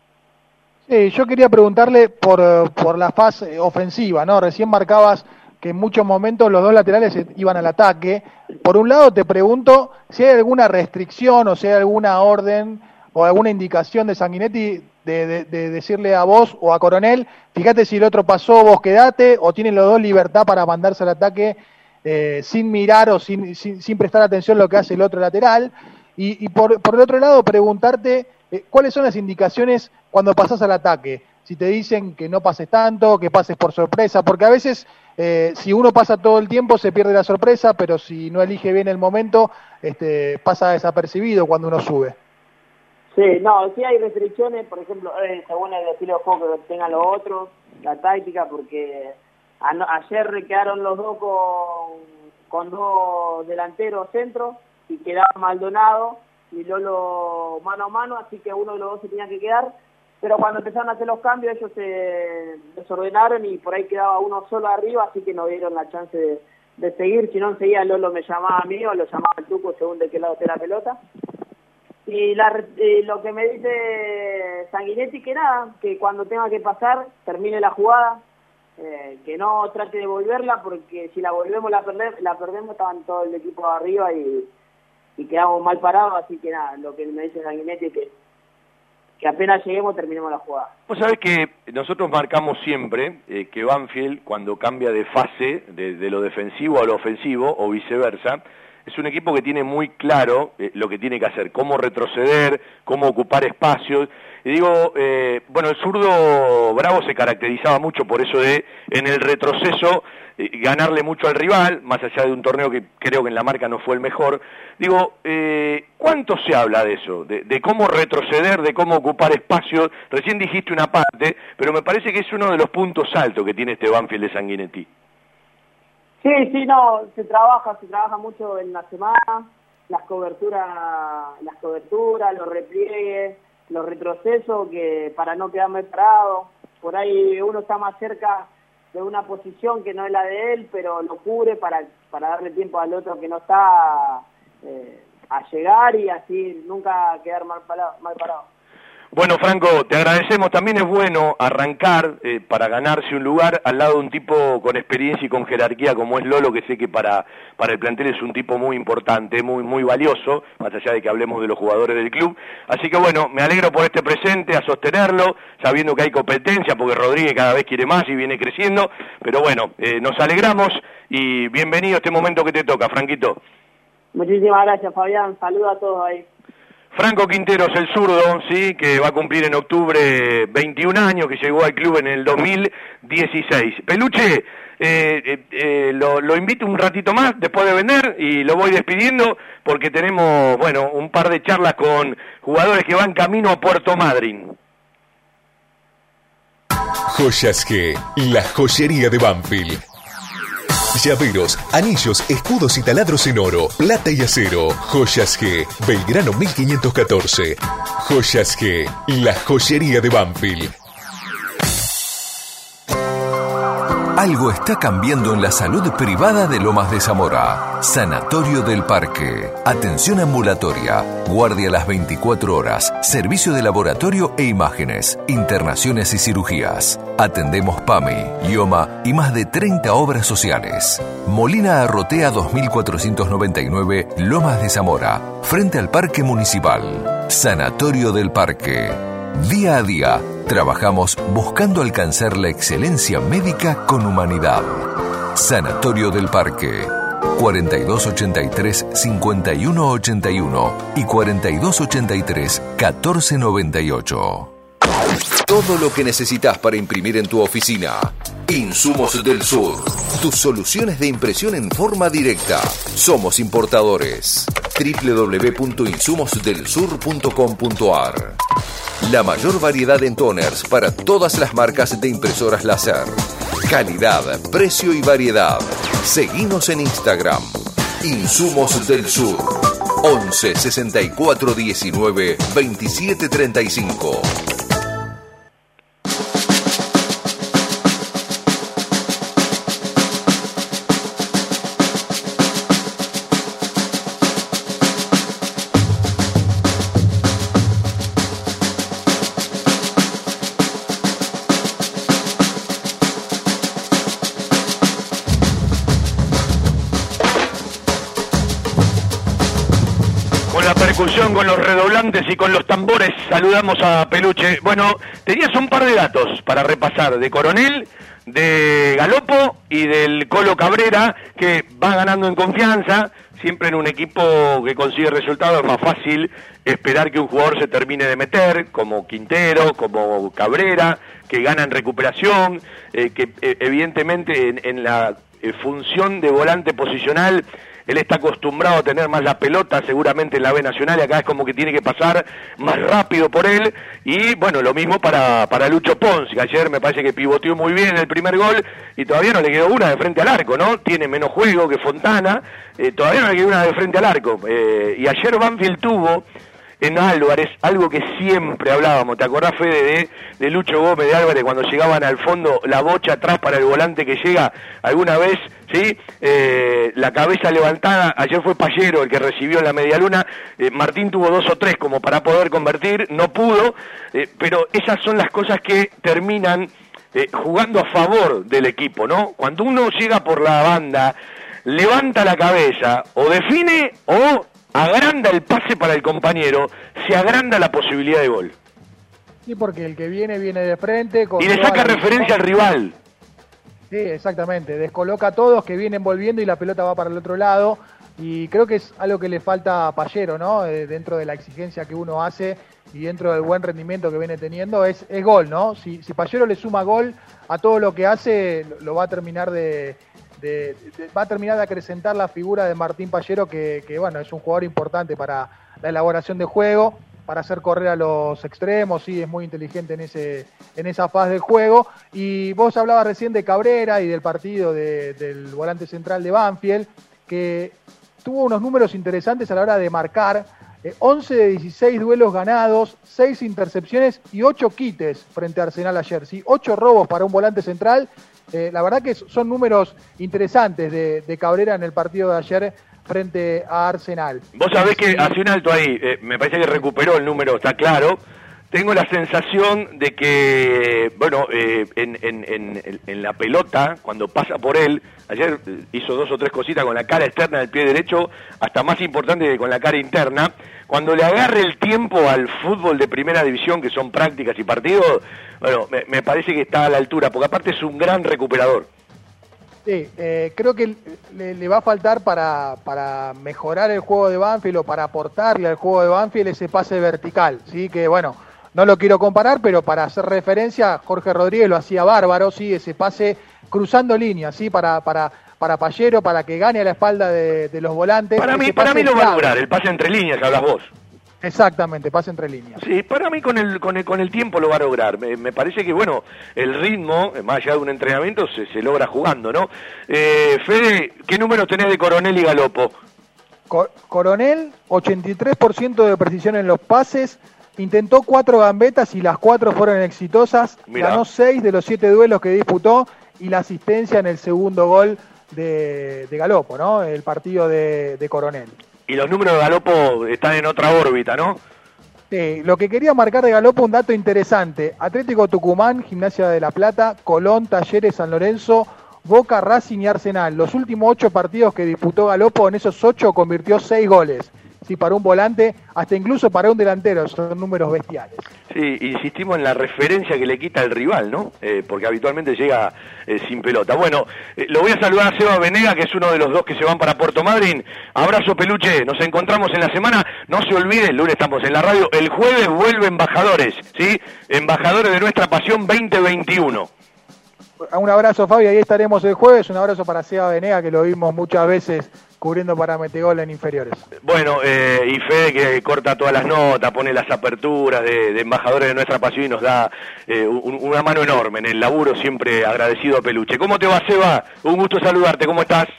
Sí, yo quería preguntarle por, por la fase ofensiva, ¿no? Recién marcabas que en muchos momentos los dos laterales iban al ataque. Por un lado te pregunto si hay alguna restricción o si hay alguna orden o alguna indicación de Sanguinetti de, de, de decirle a vos o a Coronel, fíjate si el otro pasó, vos quedate, o tienen los dos libertad para mandarse al ataque eh, sin mirar o sin, sin, sin prestar atención a lo que hace el otro lateral. Y, y por, por el otro lado, preguntarte eh, cuáles son las indicaciones cuando pasás al ataque. Si te dicen que no pases tanto, que pases por sorpresa, porque a veces eh, si uno pasa todo el tiempo se pierde la sorpresa, pero si no elige bien el momento, este, pasa desapercibido cuando uno sube. Sí, no, sí hay restricciones, por ejemplo, eh, según el estilo de juego que tengan los otros, la táctica, porque a, ayer quedaron los dos con, con dos delanteros centros y quedaba Maldonado y Lolo mano a mano, así que uno de los dos se tenía que quedar, pero cuando empezaron a hacer los cambios ellos se desordenaron y por ahí quedaba uno solo arriba, así que no dieron la chance de, de seguir, si no enseguida Lolo me llamaba a mí o lo llamaba al Tuco según de qué lado esté la pelota. Y la, eh, lo que me dice Sanguinetti, que nada, que cuando tenga que pasar, termine la jugada, eh, que no trate de volverla, porque si la volvemos la, perder, la perdemos, estaban todo el equipo arriba y, y quedamos mal parados, así que nada, lo que me dice Sanguinetti es que, que apenas lleguemos terminemos la jugada. Vos sabés que nosotros marcamos siempre eh, que Banfield, cuando cambia de fase, de, de lo defensivo a lo ofensivo, o viceversa, es un equipo que tiene muy claro eh, lo que tiene que hacer, cómo retroceder, cómo ocupar espacios. Y digo, eh, bueno, el zurdo Bravo se caracterizaba mucho por eso de, en el retroceso, eh, ganarle mucho al rival, más allá de un torneo que creo que en la marca no fue el mejor. Digo, eh, ¿cuánto se habla de eso? De, de cómo retroceder, de cómo ocupar espacios. Recién dijiste una parte, pero me parece que es uno de los puntos altos que tiene este Banfield de Sanguinetti. Sí, sí, no, se trabaja, se trabaja mucho en la semana, las coberturas, las coberturas, los repliegues, los retrocesos, que para no quedarme parado, por ahí uno está más cerca de una posición que no es la de él, pero lo cubre para, para darle tiempo al otro que no está eh, a llegar y así nunca quedar mal parado. Mal parado. Bueno, Franco, te agradecemos. También es bueno arrancar eh, para ganarse un lugar al lado de un tipo con experiencia y con jerarquía como es Lolo, que sé que para, para el plantel es un tipo muy importante, muy, muy valioso, más allá de que hablemos de los jugadores del club. Así que bueno, me alegro por este presente, a sostenerlo, sabiendo que hay competencia, porque Rodríguez cada vez quiere más y viene creciendo, pero bueno, eh, nos alegramos y bienvenido a este momento que te toca, Franquito. Muchísimas gracias, Fabián. Saludos a todos ahí. Franco Quinteros, el zurdo, sí, que va a cumplir en octubre veintiún años, que llegó al club en el dos mil dieciséis. Peluche, eh, eh, eh, lo, lo invito un ratito más después de vender y lo voy despidiendo porque tenemos, bueno, un par de charlas con jugadores que van camino a Puerto Madryn. Joyas G, la joyería de Banfield. Llaveros, anillos, escudos y taladros en oro, plata y acero. Joyas G, Belgrano mil quinientos catorce. Joyas G, la joyería de Banfield. Algo está cambiando en la salud privada de Lomas de Zamora. Sanatorio del Parque. Atención ambulatoria. Guardia las veinticuatro horas. Servicio de laboratorio e imágenes. Internaciones y cirugías. Atendemos PAMI, IOMA y más de treinta obras sociales. Molina Arrotea dos mil cuatrocientos noventa y nueve, Lomas de Zamora. Frente al Parque Municipal. Sanatorio del Parque. Día a día, trabajamos buscando alcanzar la excelencia médica con humanidad. Sanatorio del Parque. cuarenta y dos ochenta y tres, cincuenta y uno ochenta y uno y cuarenta y dos ochenta y tres, catorce noventa y ocho. Todo lo que necesitas para imprimir en tu oficina. Insumos del Sur. Tus soluciones de impresión en forma directa. Somos importadores. doble u doble u doble u punto insumos del sur punto com punto a r. La mayor variedad en toners para todas las marcas de impresoras láser. Calidad, precio y variedad. Seguinos en Instagram. Insumos del Sur. once sesenta y cuatro diecinueve veintisiete treinta y cinco. Con los redoblantes y con los tambores saludamos a Peluche. Bueno, tenías un par de datos para repasar de Coronel, de Galopo y del Colo Cabrera, que va ganando en confianza. Siempre en un equipo que consigue resultados es más fácil esperar que un jugador se termine de meter, como Quintero, como Cabrera, que gana en recuperación, eh, que eh, evidentemente en, en la eh, función de volante posicional él está acostumbrado a tener más la pelota, seguramente en la B Nacional, y acá es como que tiene que pasar más rápido por él. Y bueno, lo mismo para, para Lucho Pons, que ayer me parece que pivoteó muy bien el primer gol y todavía no le quedó una de frente al arco, ¿no? Tiene menos juego que Fontana, eh, todavía no le quedó una de frente al arco. Eh, y ayer Banfield tuvo en Álvarez, algo que siempre hablábamos, ¿te acordás, Fede, de, de Lucho Gómez de Álvarez cuando llegaban al fondo, la bocha atrás para el volante que llega alguna vez, ¿sí? Eh, la cabeza levantada, ayer fue Payero el que recibió en la medialuna, eh, Martín tuvo dos o tres como para poder convertir, no pudo, eh, pero esas son las cosas que terminan eh, jugando a favor del equipo, ¿no? Cuando uno llega por la banda, levanta la cabeza, o define, o agranda el pase para el compañero, se agranda la posibilidad de gol. Sí, porque el que viene, viene de frente. Con y le saca referencia al rival. Sí, exactamente, descoloca a todos que vienen volviendo y la pelota va para el otro lado, y creo que es algo que le falta a Payero, ¿no? Eh, dentro de la exigencia que uno hace y dentro del buen rendimiento que viene teniendo, es, es gol, ¿no? Si, si Payero le suma gol a todo lo que hace, lo, lo va a terminar de, de, de va a terminar de acrecentar la figura de Martín Payero, que, que bueno, es un jugador importante para la elaboración de juego, para hacer correr a los extremos, sí, es muy inteligente en ese en esa fase del juego. Y vos hablabas recién de Cabrera y del partido de, del volante central de Banfield, que tuvo unos números interesantes a la hora de marcar, eh, once de dieciséis duelos ganados, seis intercepciones y ocho quites frente a Arsenal ayer, ¿sí? ocho robos para un volante central. Eh, la verdad que son números interesantes de, de Cabrera en el partido de ayer frente a Arsenal. Vos sabés que hace un alto ahí, eh, me parece que recuperó el número, está claro. Tengo la sensación de que, bueno, eh, en, en, en, en la pelota, cuando pasa por él, ayer hizo dos o tres cositas con la cara externa del pie derecho, hasta más importante que con la cara interna. Cuando le agarre el tiempo al fútbol de primera división, que son prácticas y partidos, bueno, me, me parece que está a la altura, porque aparte es un gran recuperador. Sí, eh, creo que le, le va a faltar para, para mejorar el juego de Banfield o para aportarle al juego de Banfield ese pase vertical, ¿sí? Que bueno, no lo quiero comparar, pero para hacer referencia, Jorge Rodríguez lo hacía bárbaro, ¿sí? Ese pase cruzando líneas, ¿sí? Para, para, para Payero, para que gane a la espalda de, de los volantes. Para mí, para mí lo va a lograr, el pase entre líneas, hablas vos. Exactamente, pase entre líneas. Sí, para mí con el con el, con el tiempo lo va a lograr. Me, me parece que, bueno, el ritmo, más allá de un entrenamiento, se, se logra jugando, ¿no? Eh, Fede, ¿qué números tenés de Coronel y Galopo? Cor- Coronel, ochenta y tres por ciento de precisión en los pases, intentó cuatro gambetas y las cuatro fueron exitosas. Mirá. Ganó seis de los siete duelos que disputó y la asistencia en el segundo gol de, de Galopo, ¿no? El partido de, de Coronel. Y los números de Galopo están en otra órbita, ¿no? Sí, lo que quería marcar de Galopo, un dato interesante. Atlético Tucumán, Gimnasia de La Plata, Colón, Talleres, San Lorenzo, Boca, Racing y Arsenal. Los últimos ocho partidos que disputó Galopo, en esos ocho convirtió seis goles. Sí, para un volante, hasta incluso para un delantero, son números bestiales. Sí, insistimos en la referencia que le quita el rival, ¿no? Eh, porque habitualmente llega eh, sin pelota. Bueno, eh, lo voy a saludar a Seba Venega, que es uno de los dos que se van para Puerto Madryn. Abrazo, Peluche, nos encontramos en la semana. No se olvide, el lunes estamos en la radio, el jueves vuelve Embajadores, ¿sí? Embajadores de nuestra pasión veinte veintiuno. Un abrazo, Fabi, ahí estaremos el jueves. Un abrazo para Seba Venega, que lo vimos muchas veces cubriendo para Metegol en inferiores. Bueno, eh, y Fede, que corta todas las notas, pone las aperturas de, de Embajadores de nuestra pasión y nos da eh, un, una mano enorme en el laburo, siempre agradecido a Peluche. ¿Cómo te va, Seba? Un gusto saludarte, ¿cómo estás?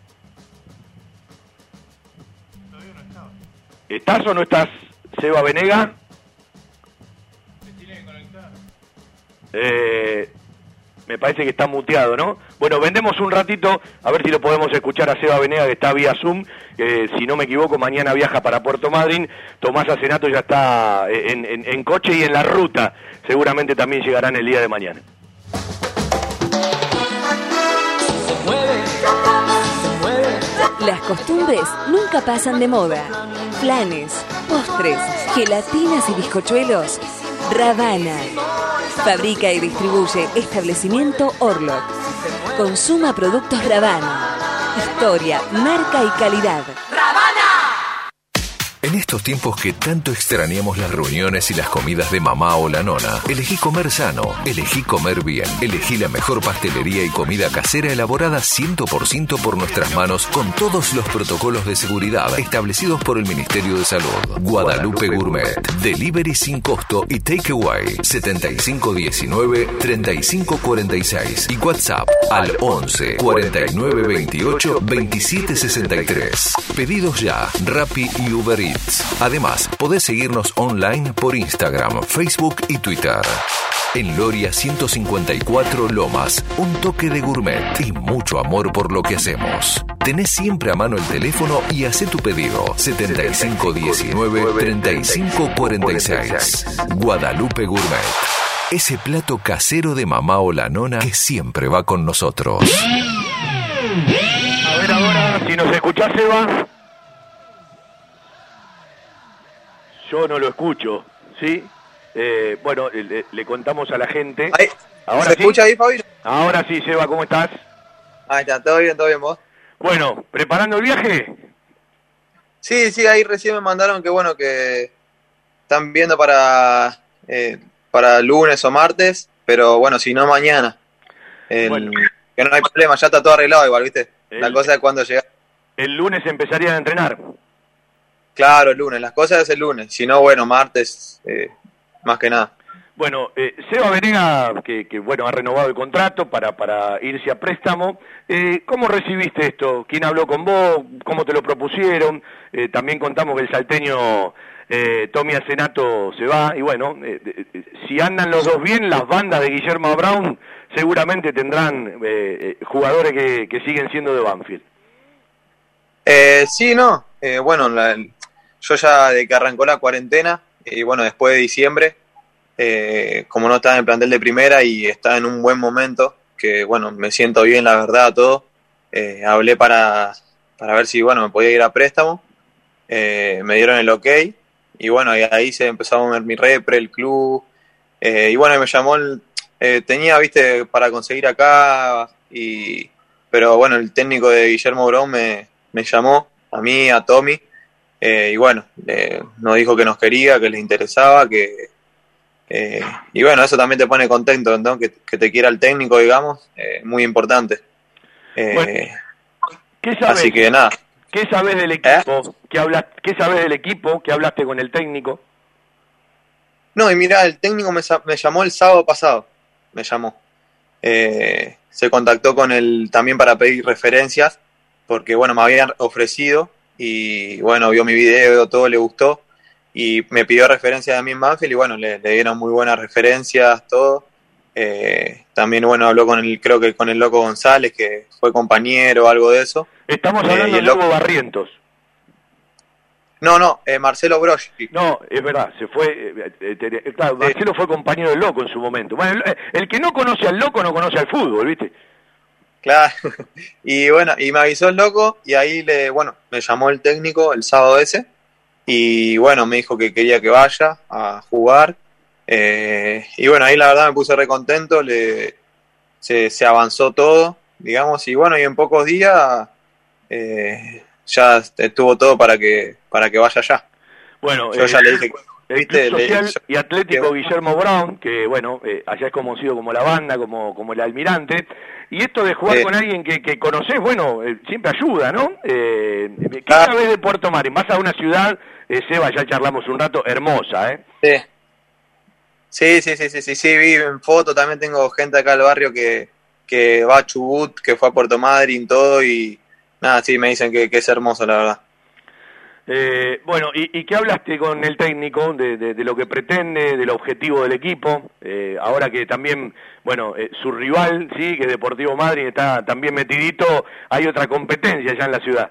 ¿Estás o no estás, Seba Venega? Me tiene que conectar. Eh... Me parece que está muteado, ¿no? Bueno, vendemos un ratito, a ver si lo podemos escuchar a Seba Venega, que está vía Zoom. Eh, si no me equivoco, mañana viaja para Puerto Madryn. Tomás Acenato ya está en, en, en coche y en la ruta. Seguramente también llegarán el día de mañana. Las costumbres nunca pasan de moda. Flanes, postres, gelatinas y bizcochuelos. Ravana. Fabrica y distribuye establecimiento Orlok. Consuma productos Ravana. Historia, marca y calidad. En estos tiempos que tanto extrañamos las reuniones y las comidas de mamá o la nona, elegí comer sano, elegí comer bien, elegí la mejor pastelería y comida casera elaborada cien por ciento por nuestras manos con todos los protocolos de seguridad establecidos por el Ministerio de Salud. Guadalupe Gourmet, delivery sin costo y takeaway setenta y cinco diecinueve treinta y cinco cuarenta y seis y WhatsApp al once cuarenta y nueve veintiocho veintisiete sesenta y tres. Pedidos ya, Rappi y Uber Eats. Eats. Además, podés seguirnos online por Instagram, Facebook y Twitter. En Loria ciento cincuenta y cuatro Lomas, un toque de gourmet y mucho amor por lo que hacemos. Tenés siempre a mano el teléfono y hacé tu pedido. setenta y cinco diecinueve, treinta y cinco cuarenta y seis. Guadalupe Gourmet. Ese plato casero de mamá o la nona que siempre va con nosotros. A ver ahora, si nos escuchás, Seba. Yo no lo escucho, ¿sí? Eh, bueno, le, le contamos a la gente. Ahí, ¿Ahora ¿se sí? escucha ahí, Fabi? Ahora sí, Seba, ¿cómo estás? Ahí está, todo bien, todo bien, ¿vos? Bueno, ¿preparando el viaje? Sí, sí, ahí recién me mandaron que, bueno, que están viendo para eh, para lunes o martes, pero bueno, si no, mañana. El, bueno. Que no hay problema, ya está todo arreglado igual, ¿viste? El, la cosa es cuando llega. El lunes empezarían a entrenar. Claro, el lunes, las cosas es el lunes, si no, bueno, martes, eh, más que nada. Bueno, eh, Seba Venega, que, que bueno, ha renovado el contrato para, para irse a préstamo. Eh, ¿Cómo recibiste esto? ¿Quién habló con vos? ¿Cómo te lo propusieron? Eh, también contamos que el salteño eh, Tommy Acenato se va. Y bueno, eh, eh, si andan los dos bien, las bandas de Guillermo Brown seguramente tendrán eh, jugadores que, que siguen siendo de Banfield. Eh, sí, no. Eh, bueno, la, yo ya de que arrancó la cuarentena, y bueno, después de diciembre, Eh, como no estaba en el plantel de primera y está en un buen momento, que bueno, me siento bien, la verdad, todo, eh, hablé para, para ver si bueno me podía ir a préstamo, eh, me dieron el ok, y bueno, y ahí se empezó a mover mi repre, el club, eh, y bueno, me llamó, el, eh, tenía, viste, para conseguir acá, y pero bueno, el técnico de Guillermo Brown me, me llamó, a mí, a Tommy, eh, y bueno, eh, nos dijo que nos quería, que les interesaba, que Eh, y bueno, eso también te pone contento, ¿no? Que, que te quiera el técnico, digamos, eh, muy importante. Eh, bueno, ¿qué sabes? Así que nada. ¿Qué sabes del equipo? ¿Eh? ¿Qué, hablas, ¿Qué sabes del equipo? ¿Qué hablaste con el técnico? No, y mira, el técnico me, me llamó el sábado pasado, me llamó. Eh, se contactó con él también para pedir referencias, porque bueno, me habían ofrecido y bueno, vio mi video, todo le gustó. Y me pidió referencias a mí en Banfield y bueno, le, le dieron muy buenas referencias, todo. Eh, también, bueno, habló con el, creo que con el Loco González, que fue compañero o algo de eso. Estamos hablando eh, del Loco Barrientos. No, no, eh, Marcelo Broschi. No, es verdad, se fue, eh, eh, claro, sí. Marcelo fue compañero del Loco en su momento. Bueno, el, el que no conoce al Loco no conoce al fútbol, ¿viste? Claro, y bueno, y me avisó el Loco y ahí, le bueno, me llamó el técnico el sábado ese. Y bueno, me dijo que quería que vaya a jugar. Eh, y bueno, ahí la verdad me puse re contento. Le, se, se avanzó todo, digamos. Y bueno, y en pocos días eh, ya estuvo todo para que para que vaya allá. Bueno, yo eh, ya le dije. El ¿viste? Club Social le, yo, y Atlético que, Guillermo Brown, que bueno, eh, allá es conocido como la banda, como, como el almirante. Y esto de jugar eh, con alguien que, que conocés, bueno, eh, siempre ayuda, ¿no? Eh, ¿Qué ah, sabés de Puerto Madryn? Vas a una ciudad, eh, Seba, ya charlamos un rato, hermosa, ¿eh? Sí, sí, sí, sí, sí, sí, vi en foto, también tengo gente acá del barrio que, que va a Chubut, que fue a Puerto Madryn, todo, y nada, sí, me dicen que, que es hermoso, la verdad. Eh, bueno, ¿y, ¿y qué hablaste con el técnico de, de, de lo que pretende, del objetivo del equipo? Eh, ahora que también, bueno, eh, su rival, sí, que es Deportivo Madryn, está también metidito, hay otra competencia ya en la ciudad.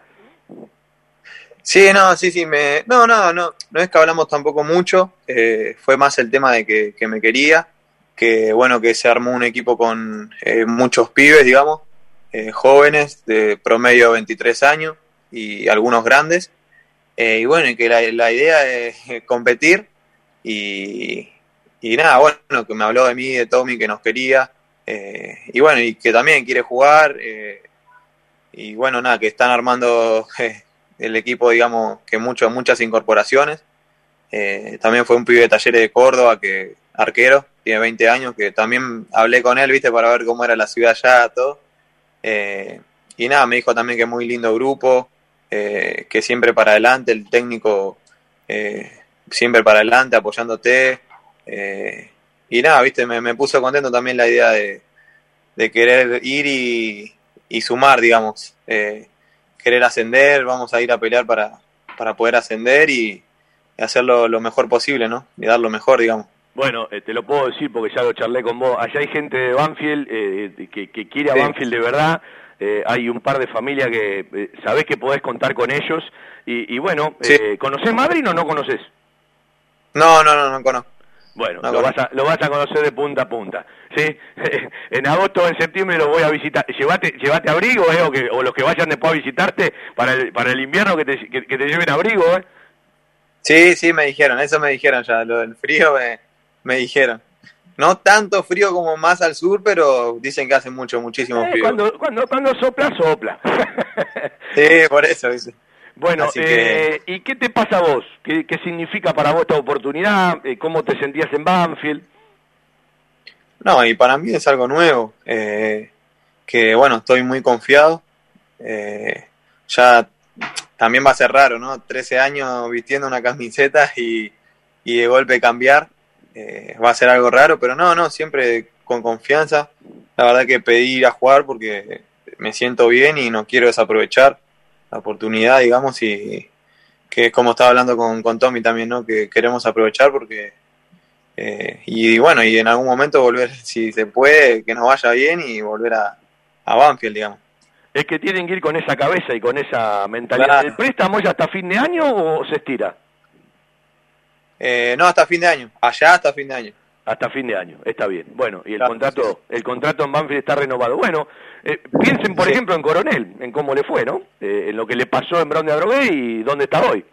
Sí, no, sí, sí, me, no, no, no, no es que hablamos tampoco mucho, eh, fue más el tema de que, que me quería, que bueno, que se armó un equipo con eh, muchos pibes, digamos, eh, jóvenes, de promedio veintitrés años y algunos grandes. Eh, y bueno, y que la, la idea es competir y, y nada, bueno, que me habló de mí, de Tommy, que nos quería, eh, y bueno, y que también quiere jugar, eh, y bueno, nada, que están armando eh, el equipo, digamos, que mucho, muchas incorporaciones. Eh, también fue un pibe de Talleres de Córdoba, que arquero, tiene veinte años, que también hablé con él, viste, para ver cómo era la ciudad allá, todo. Eh, y nada, me dijo también que es muy lindo grupo, Eh, que siempre para adelante, el técnico eh, siempre para adelante, apoyándote, eh, y nada, viste, me, me puso contento también la idea de, de querer ir y, y sumar, digamos, eh, querer ascender, vamos a ir a pelear para, para poder ascender y, y hacerlo lo mejor posible, ¿no? Y dar lo mejor, digamos. Bueno, eh, te lo puedo decir porque ya lo charlé con vos. Allá hay gente de Banfield eh, que, que quiere a Sí. Banfield de verdad. Eh, hay un par de familias que eh, sabés que podés contar con ellos. Y, y bueno, Sí. eh, ¿conocés Madrid o no conocés? No, no, no, no conozco. Bueno, No lo, vas conozco. a, lo vas a conocer de punta a punta, ¿sí? En agosto o en septiembre los voy a visitar. Llévate, llévate abrigo, ¿eh? O, que, o los que vayan después a visitarte para el, para el invierno que te, que, que te lleven abrigo, ¿eh? Sí, sí, me dijeron, eso me dijeron ya, lo del frío me, me dijeron. No tanto frío como más al sur, pero dicen que hace mucho, muchísimo Eh, frío. cuando, cuando, cuando sopla, sopla. Sí, por eso, dice. Bueno, Así que- eh, ¿y qué te pasa a vos? ¿Qué, qué significa para vos esta oportunidad? Eh, ¿Cómo te sentías en Banfield? No, y para mí es algo nuevo, eh, que bueno, estoy muy confiado. Eh, ya también va a ser raro, ¿no? trece años vistiendo una camiseta y, y de golpe cambiar, eh, va a ser algo raro, pero no, no, siempre con confianza. La verdad que pedí ir a jugar porque me siento bien y no quiero desaprovechar la oportunidad, digamos, y que es como estaba hablando con, con Tommy también, ¿no? Que queremos aprovechar porque eh, y bueno, y en algún momento volver, si se puede, que nos vaya bien y volver a, a Banfield, digamos. Es que tienen que ir con esa cabeza y con esa mentalidad. Claro. ¿El préstamo ya hasta fin de año o se estira? Eh, no, hasta fin de año, allá hasta fin de año. Hasta fin de año, está bien. Bueno, y el Claro, contrato el contrato en Banfield está renovado. Bueno, eh, piensen por Sí. ejemplo en Coronel, en cómo le fue, ¿no? Eh, en lo que le pasó en Brown de Adrogué y dónde está hoy.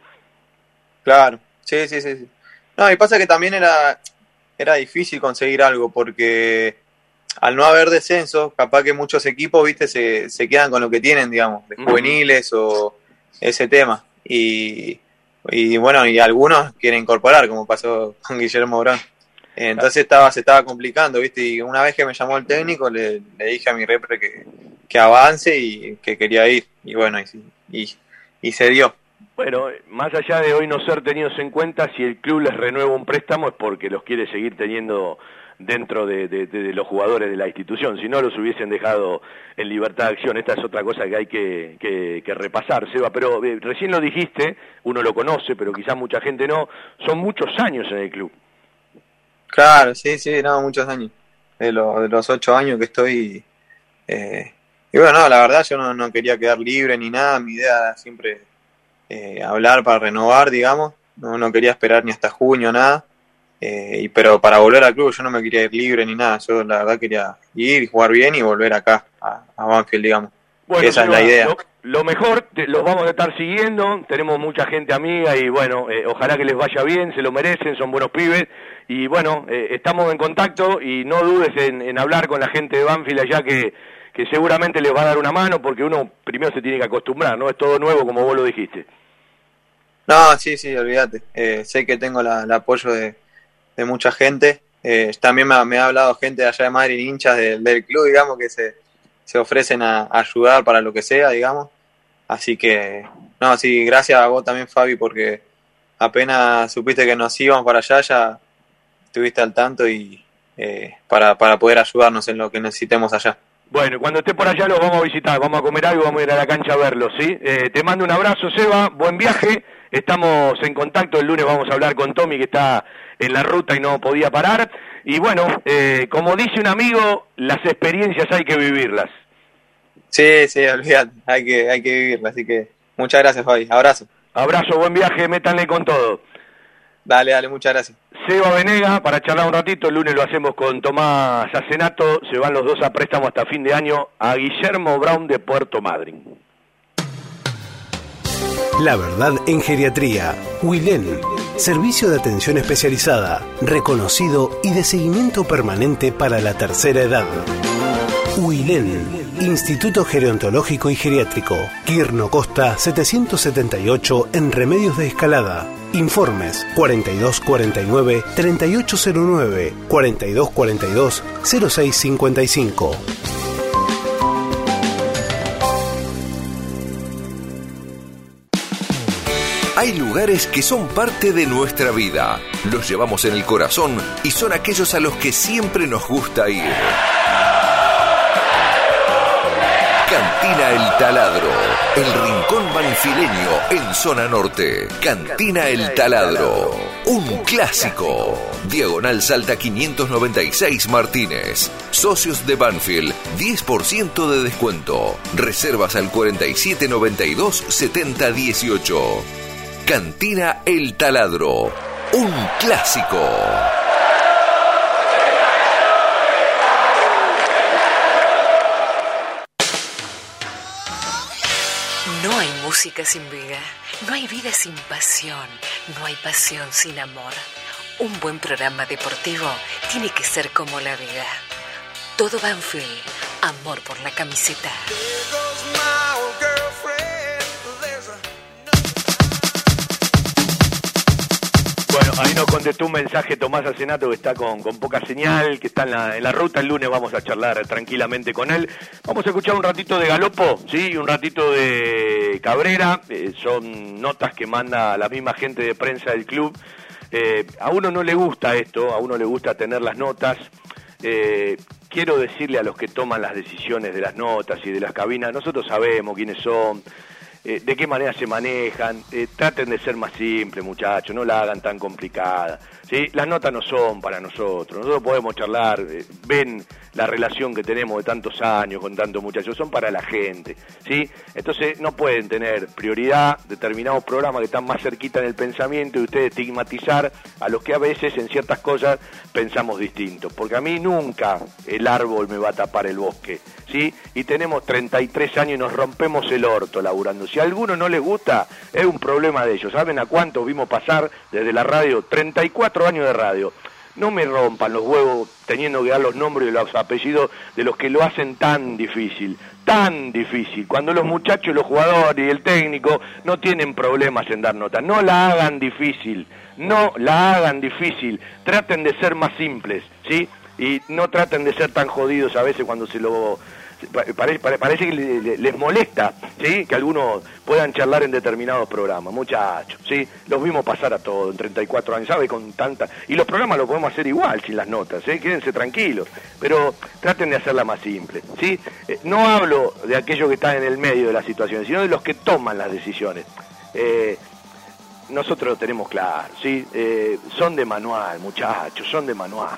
Claro, sí, sí, sí, sí. No, y pasa que también era, era difícil conseguir algo porque al no haber descenso, capaz que muchos equipos, viste, se, se quedan con lo que tienen, digamos, de Ujú. juveniles o ese tema. Y, y bueno, y algunos quieren incorporar, como pasó con Guillermo Brown. Entonces estaba, se estaba complicando, viste, y una vez que me llamó el técnico, le, le dije a mi repre que, que avance y que quería ir. Y bueno, y, y, y se dio. Bueno, más allá de hoy no ser tenidos en cuenta, si el club les renueva un préstamo es porque los quiere seguir teniendo dentro de, de, de los jugadores de la institución, si no los hubiesen dejado en libertad de acción. Esta es otra cosa que hay que, que, que repasar, Seba, pero eh, recién lo dijiste, uno lo conoce, pero quizás mucha gente no, son muchos años en el club. Claro, sí, sí, no, muchos años. De, lo- de los ocho años que estoy. eh, y bueno, no, la verdad yo no, no quería quedar libre ni nada. Mi idea era siempre eh, hablar para renovar, digamos. No, no quería esperar ni hasta junio, nada. Eh, y, pero para volver al club yo no me quería ir libre ni nada. Yo la verdad quería ir, jugar bien y volver acá, a, a Banfield, digamos. Bueno, Esa es Seba, la idea. Lo, lo mejor, te- los vamos a estar siguiendo, tenemos mucha gente amiga y bueno, eh, ojalá que les vaya bien, se lo merecen, son buenos pibes y bueno, eh, estamos en contacto y no dudes en, en hablar con la gente de Banfield allá que, que seguramente les va a dar una mano porque uno primero se tiene que acostumbrar, ¿no? Es todo nuevo como vos lo dijiste. No, sí, sí, olvídate. Eh, sé que tengo la, el apoyo de, de mucha gente. Eh, también me ha, me ha hablado gente de allá de Madrid, hinchas del, del club, digamos, que se, se ofrecen a, a ayudar para lo que sea, digamos. Así que, no, sí, gracias a vos también, Fabi, porque apenas supiste que nos íbamos para allá, ya estuviste al tanto y eh, para, para poder ayudarnos en lo que necesitemos allá. Bueno, cuando esté por allá los vamos a visitar, vamos a comer algo, vamos a ir a la cancha a verlos, ¿sí? Eh, te mando un abrazo, Seba, buen viaje, estamos en contacto, el lunes vamos a hablar con Tommy que está en la ruta y no podía parar, y bueno, eh, como dice un amigo, las experiencias hay que vivirlas. Sí, sí, olvídate, hay que, hay que vivirla, así que muchas gracias, Fabi, abrazo. Abrazo, buen viaje, métanle con todo. Dale, dale, muchas gracias. Seba Venega, para charlar un ratito, el lunes lo hacemos con Tomás Yacenato, se van los dos a préstamo hasta fin de año a Guillermo Brown de Puerto Madryn. La verdad en geriatría. Wilén. Servicio de atención especializada, reconocido y de seguimiento permanente para la tercera edad. Wilén. Instituto Gerontológico y Geriátrico. Quirno Costa setecientos setenta y ocho en Remedios de Escalada. Informes cuarenta y dos cuarenta y nueve treinta y ocho cero nueve, cuarenta y dos cuarenta y dos cero seis cincuenta y cinco. Hay lugares que son parte de nuestra vida. Los llevamos en el corazón y son aquellos a los que siempre nos gusta ir. Cantina Cantina El Taladro, el rincón banfileño en zona norte. Cantina El Taladro, un clásico. Diagonal Salta quinientos noventa y seis Martínez. Socios de Banfield, diez por ciento de descuento. Reservas al cuarenta y siete noventa y dos setenta dieciocho. Cantina El Taladro, un clásico. No hay música sin vida, no hay vida sin pasión, no hay pasión sin amor. Un buen programa deportivo tiene que ser como la vida. Todo Banfield, amor por la camiseta. Bueno, ahí nos contestó un mensaje Tomás Acenato, que está con, con poca señal, que está en la, en la ruta. El lunes vamos a charlar tranquilamente con él. Vamos a escuchar un ratito de Galopo, ¿sí? Un ratito de Cabrera. Eh, son notas que manda la misma gente de prensa del club. Eh, a uno no le gusta esto, a uno le gusta tener las notas. Eh, quiero decirle a los que toman las decisiones de las notas y de las cabinas, nosotros sabemos quiénes son, eh, de qué manera se manejan, eh, traten de ser más simples, muchachos, no la hagan tan complicada, ¿sí? Las notas no son para nosotros, nosotros podemos charlar, eh, ven la relación que tenemos de tantos años con tantos muchachos, son para la gente, ¿sí? Entonces no pueden tener prioridad determinados programas que están más cerquita en el pensamiento y ustedes estigmatizar a los que a veces en ciertas cosas pensamos distintos, porque a mí nunca el árbol me va a tapar el bosque, ¿sí? Y tenemos treinta y tres años y nos rompemos el orto laburando. Si a alguno no les gusta, es un problema de ellos. ¿Saben a cuántos vimos pasar desde la radio? treinta y cuatro años de radio. No me rompan los huevos teniendo que dar los nombres y los apellidos de los que lo hacen tan difícil, tan difícil. Cuando los muchachos, los jugadores y el técnico no tienen problemas en dar notas. No la hagan difícil, no la hagan difícil. Traten de ser más simples, ¿sí? Y no traten de ser tan jodidos a veces cuando se lo... Parece, parece que les molesta, ¿sí? Que algunos puedan charlar en determinados programas, muchachos, ¿sí? Los vimos pasar a todos en treinta y cuatro años, ¿sabe? Con tanta... Y los programas los podemos hacer igual sin las notas, ¿eh? Quédense tranquilos, pero traten de hacerla más simple, ¿sí? Eh, no hablo de aquellos que están en el medio de la situación, sino de los que toman las decisiones. Eh, nosotros lo tenemos claro, ¿sí? Eh, son de manual, muchachos, son de manual.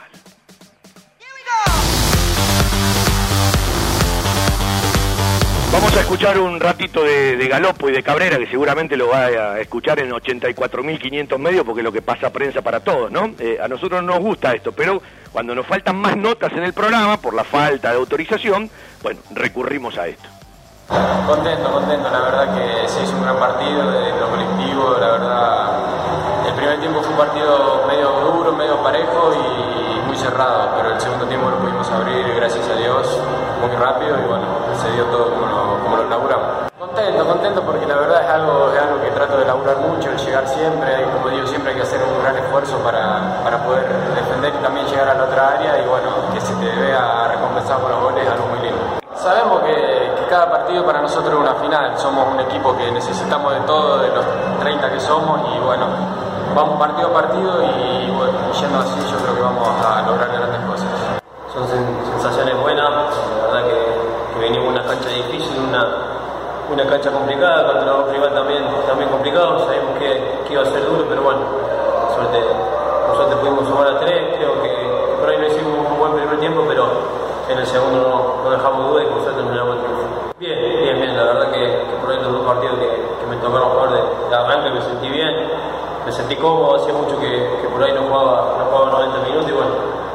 Vamos a escuchar un ratito de, de Galopo y de Cabrera, que seguramente lo va a escuchar en ochenta y cuatro mil quinientos medios, porque es lo que pasa prensa para todos, ¿no? Eh, a nosotros no nos gusta esto, pero cuando nos faltan más notas en el programa, por la falta de autorización, bueno, recurrimos a esto. Contento, contento, la verdad que se hizo un gran partido de lo colectivo, la verdad. El primer tiempo fue un partido medio duro, medio parejo y muy cerrado, pero el segundo tiempo lo pudimos abrir, gracias a Dios, muy rápido y bueno, se dio todo como lo, como lo laburamos. Contento, contento porque la verdad es algo, es algo que trato de laburar mucho, el llegar siempre, y como digo, siempre hay que hacer un gran esfuerzo para, para poder defender y también llegar a la otra área y bueno, que se te vea recompensado con los goles es algo muy lindo. Sabemos que, que cada partido para nosotros es una final, somos un equipo que necesitamos de todo, de los treinta que somos y bueno, vamos partido a partido y bueno, yendo así yo creo que vamos a lograr grandes cosas. Son sensaciones buenas, la verdad que, que venimos a una cancha difícil, una, una cancha complicada, contra un rival también, también complicado, sabíamos que, que iba a ser duro, pero bueno, por suerte, por suerte pudimos sumar a tres, creo que por ahí no hicimos un buen primer tiempo, pero en el segundo no, no dejamos duda y por suerte terminamos el triunfo. Bien, bien, bien, la verdad que, que por ahí los dos partidos que, que me tocaron jugar de, de arranque me sentí bien, me sentí cómodo, hacía mucho que, que por ahí no jugaba, no jugaba noventa minutos y bueno,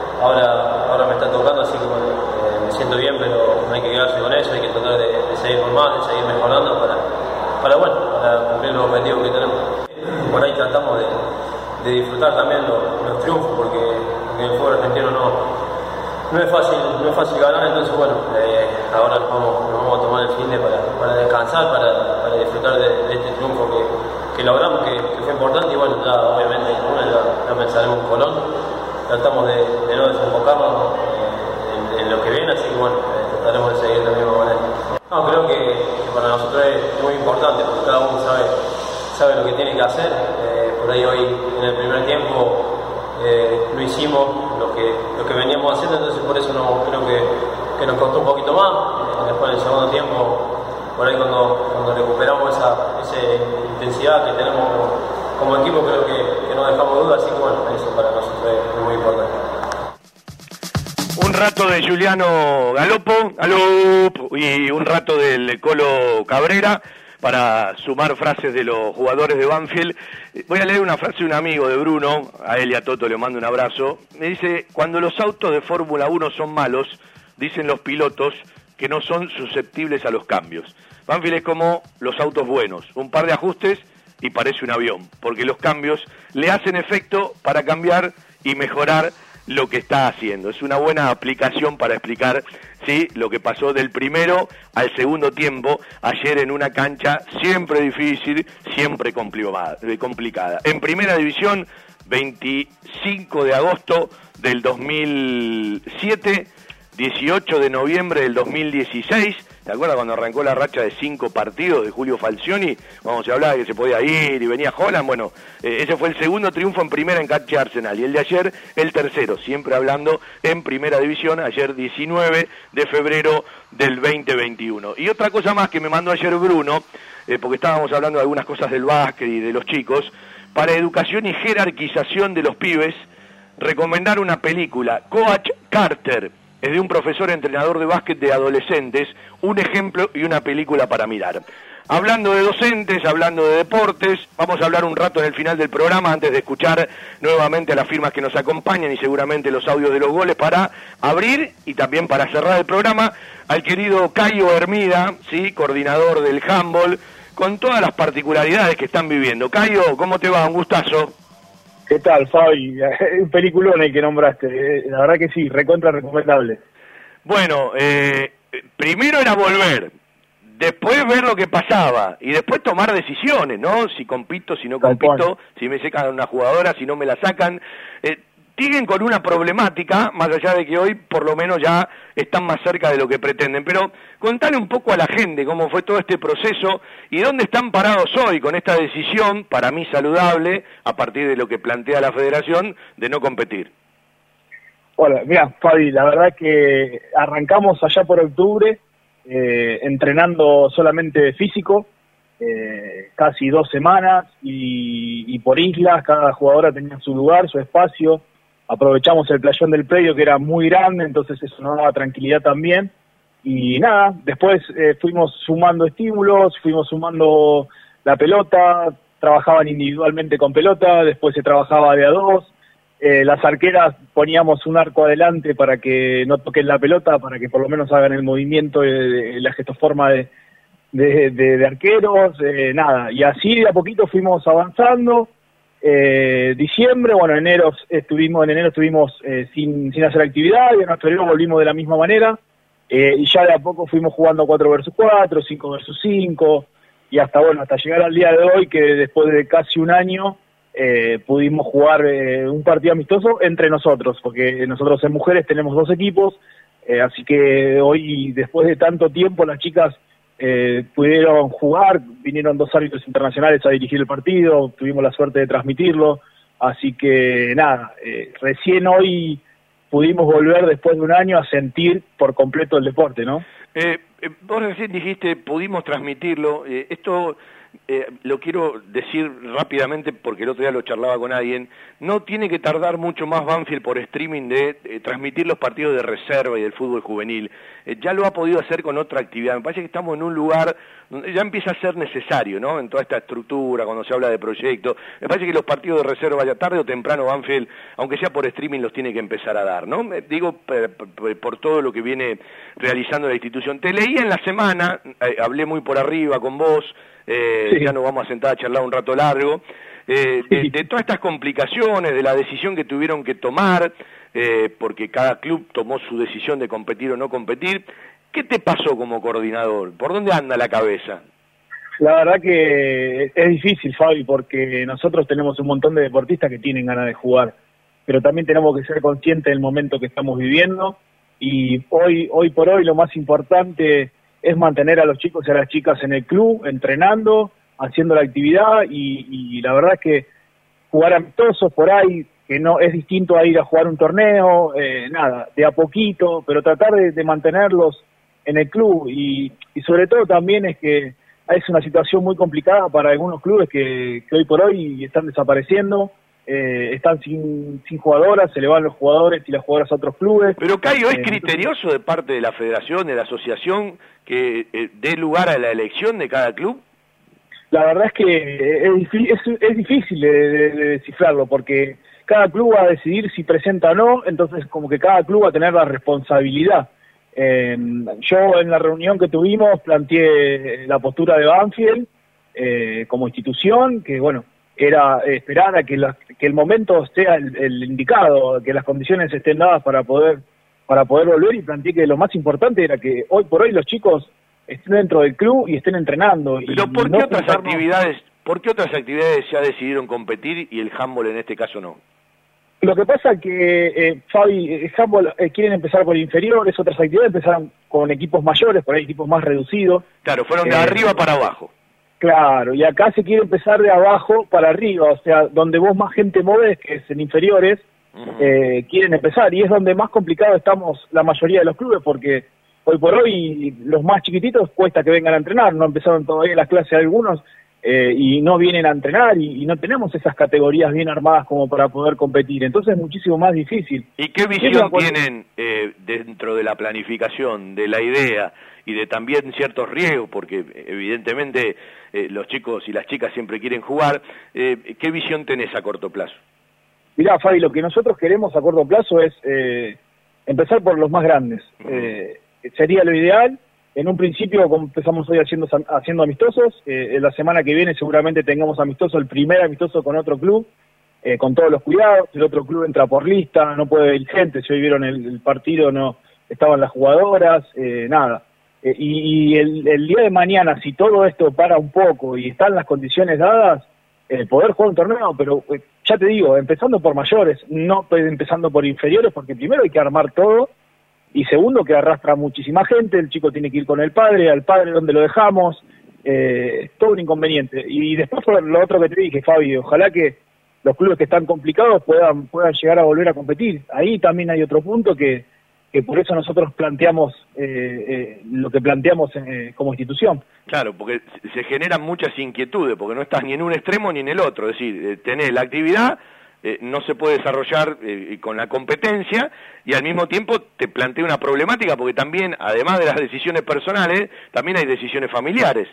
ahora, ahora me está tocando, así que bueno, eh, me siento bien, pero no hay que quedarse con eso, hay que tratar de, de seguir por más, de seguir mejorando para, para, bueno, para cumplir los objetivos que tenemos. Por ahí tratamos de, de disfrutar también los, los triunfos, porque, porque en el fútbol argentino no, no es fácil, no es fácil ganar, entonces bueno, eh, ahora nos vamos, nos vamos a tomar el fin de para, para descansar, para, para disfrutar de, de este triunfo que, que logramos, que, que fue importante y bueno, ya obviamente ya, ya pensaremos en Colón. Tratamos de, de no desenfocarnos en, en lo que viene, así que bueno, eh, trataremos de seguir de la misma manera. No, creo que, que para nosotros es muy importante, porque cada uno sabe, sabe lo que tiene que hacer. Eh, por ahí hoy, en el primer tiempo, eh, no hicimos lo que, lo que veníamos haciendo, entonces por eso no, creo que, que nos costó un poquito más. Después en el segundo tiempo por ahí cuando, cuando recuperamos esa, esa intensidad que tenemos como, como equipo, creo que, que no dejamos dudas, así que bueno, eso para nosotros es muy importante. Un rato de Giuliano Galopo, Galopo, y un rato del Colo Cabrera para sumar frases de los jugadores de Banfield. Voy a leer una frase de un amigo de Bruno, a él y a Toto le mando un abrazo. Me dice, cuando los autos de Fórmula uno son malos, dicen los pilotos que no son susceptibles a los cambios. Banfield es como los autos buenos, un par de ajustes y parece un avión, porque los cambios le hacen efecto para cambiar y mejorar lo que está haciendo. Es una buena aplicación para explicar, sí, lo que pasó del primero al segundo tiempo ayer en una cancha siempre difícil, siempre complicada. En primera división, veinticinco de agosto del dos mil siete, dieciocho de noviembre del dos mil dieciséis. ¿Te acuerdas cuando arrancó la racha de cinco partidos de Julio Falcioni? Vamos a hablar de que se podía ir y venía Holland. Bueno, eh, ese fue el segundo triunfo en primera en cancha de Arsenal. Y el de ayer, el tercero, siempre hablando en primera división, ayer diecinueve de febrero del veinte veintiuno. Y otra cosa más que me mandó ayer Bruno, eh, porque estábamos hablando de algunas cosas del básquet y de los chicos, para educación y jerarquización de los pibes, recomendar una película, Coach Carter, es de un profesor entrenador de básquet de adolescentes, un ejemplo y una película para mirar. Hablando de docentes, hablando de deportes, vamos a hablar un rato en el final del programa antes de escuchar nuevamente a las firmas que nos acompañan y seguramente los audios de los goles para abrir y también para cerrar el programa al querido Caio Hermida, sí, coordinador del handball, con todas las particularidades que están viviendo. Caio, ¿cómo te va? Un gustazo. ¿Qué tal, Fabi? Un peliculón el que nombraste. La verdad que sí, recontra recomendable. Bueno, eh, primero era volver, después ver lo que pasaba y después tomar decisiones, ¿no? Si compito, si no compito, si me sacan una jugadora, si no me la sacan. Eh, siguen con una problemática, más allá de que hoy por lo menos ya están más cerca de lo que pretenden. Pero contale un poco a la gente cómo fue todo este proceso y dónde están parados hoy con esta decisión, para mí saludable, a partir de lo que plantea la federación, de no competir. Hola, mira, Fabi, la verdad que arrancamos allá por octubre, eh, entrenando solamente físico, eh, casi dos semanas, y, y por islas, cada jugadora tenía su lugar, su espacio. Aprovechamos el playón del predio que era muy grande, entonces eso nos daba tranquilidad también. Y nada, después eh, fuimos sumando estímulos, fuimos sumando la pelota, trabajaban individualmente con pelota, después se trabajaba de a dos. Eh, las arqueras poníamos un arco adelante para que no toquen la pelota, para que por lo menos hagan el movimiento, de, de, la gestoforma de, de, de, de arqueros, eh, nada. Y así de a poquito fuimos avanzando. Eh, diciembre, bueno, enero estuvimos, en enero estuvimos eh, sin, sin hacer actividad, y en febrero volvimos de la misma manera, eh, y ya de a poco fuimos jugando cuatro versus cuatro, cinco versus cinco, y hasta bueno, hasta llegar al día de hoy, que después de casi un año eh, pudimos jugar eh, un partido amistoso entre nosotros, porque nosotros en mujeres tenemos dos equipos, eh, así que hoy, después de tanto tiempo, las chicas Eh, pudieron jugar, vinieron dos árbitros internacionales a dirigir el partido, tuvimos la suerte de transmitirlo, así que nada, eh, recién hoy pudimos volver después de un año a sentir por completo el deporte, ¿no? Eh, eh, vos recién dijiste, pudimos transmitirlo, eh, esto eh, lo quiero decir rápidamente porque el otro día lo charlaba con alguien, no tiene que tardar mucho más Banfield por streaming de eh, transmitir los partidos de reserva y del fútbol juvenil. Eh, ya lo ha podido hacer con otra actividad. Me parece que estamos en un lugar donde ya empieza a ser necesario, ¿no? En toda esta estructura, cuando se habla de proyectos. Me parece que los partidos de reserva ya tarde o temprano Banfield, aunque sea por streaming, los tiene que empezar a dar, ¿no? Me, digo, por, por, por todo lo que viene realizando la institución. Te leía en la semana, eh, hablé muy por arriba con vos, eh, sí. Ya nos vamos a sentar a charlar un rato largo, eh, sí. de, de todas estas complicaciones, de la decisión que tuvieron que tomar, eh, porque cada club tomó su decisión de competir o no competir. ¿Qué te pasó como coordinador? ¿Por dónde anda la cabeza? La verdad que es difícil, Fabi, porque nosotros tenemos un montón de deportistas que tienen ganas de jugar, pero también tenemos que ser conscientes del momento que estamos viviendo, y hoy, hoy por hoy lo más importante es mantener a los chicos y a las chicas en el club, entrenando, haciendo la actividad, y, y la verdad es que jugar amistosos por ahí, que no es distinto a ir a jugar un torneo, eh, nada, de a poquito, pero tratar de, de mantenerlos en el club y, y sobre todo también es que es una situación muy complicada para algunos clubes que, que hoy por hoy están desapareciendo, eh, están sin, sin jugadoras, se le van los jugadores y las jugadoras a otros clubes. Pero Cayo, ¿es Eh, criterioso de parte de la federación, de la asociación, que eh, dé lugar a la elección de cada club? La verdad es que es, difí- es, es difícil de, de- de descifrarlo porque cada club va a decidir si presenta o no, entonces como que cada club va a tener la responsabilidad. Eh, yo en la reunión que tuvimos planteé la postura de Banfield eh, como institución, que bueno, era esperar a que, la- que el momento sea el, el indicado, que las condiciones estén dadas para poder, para poder volver, y planteé que lo más importante era que hoy por hoy los chicos estén dentro del club y estén entrenando. Y, Pero ¿por y qué no otras juntarnos- actividades, por qué otras actividades ya decidieron competir y el handball en este caso no? Lo que pasa es que, eh, Fabi, eh, handball eh, quieren empezar por inferiores, otras actividades empezaron con equipos mayores, por ahí equipos más reducidos. Claro, fueron de Eh, arriba para abajo. Claro, y acá se quiere empezar de abajo para arriba, o sea, donde vos más gente movés, que es en inferiores, eh, quieren empezar, y es donde más complicado estamos la mayoría de los clubes, porque hoy por hoy los más chiquititos cuesta que vengan a entrenar, no empezaron todavía las clases algunos, eh, y no vienen a entrenar, y, y no tenemos esas categorías bien armadas como para poder competir, entonces es muchísimo más difícil. ¿Y qué Eso visión cuando- tienen eh, dentro de la planificación, de la idea y de también ciertos riesgos? Porque evidentemente eh, los chicos y las chicas siempre quieren jugar. Eh, ¿Qué visión tenés a corto plazo? Mirá, Fabi, lo que nosotros queremos a corto plazo es eh, empezar por los más grandes. Eh, sería lo ideal. En un principio, como empezamos hoy haciendo, haciendo amistosos, eh, en la semana que viene seguramente tengamos amistoso, el primer amistoso con otro club, eh, con todos los cuidados. El otro club entra por lista, no puede ir gente. Si hoy vieron el, el partido, no estaban las jugadoras, eh, nada. Eh, y y el, el día de mañana, si todo esto para un poco y están las condiciones dadas, eh, poder jugar un torneo, pero eh, ya te digo, empezando por mayores, no pe- empezando por inferiores, porque primero hay que armar todo, y segundo que arrastra muchísima gente, el chico tiene que ir con el padre, al padre donde lo dejamos, eh, es todo un inconveniente. Y después por lo otro que te dije, Fabi, ojalá que los clubes que están complicados puedan, puedan llegar a volver a competir. Ahí también hay otro punto que, que por eso nosotros planteamos eh, eh, lo que planteamos eh, como institución. Claro, porque se- se generan muchas inquietudes, porque no estás ni en un extremo ni en el otro. Es decir, eh, tenés la actividad, eh, no se puede desarrollar eh, con la competencia, y al mismo tiempo te plantea una problemática, porque también, además de las decisiones personales, también hay decisiones familiares.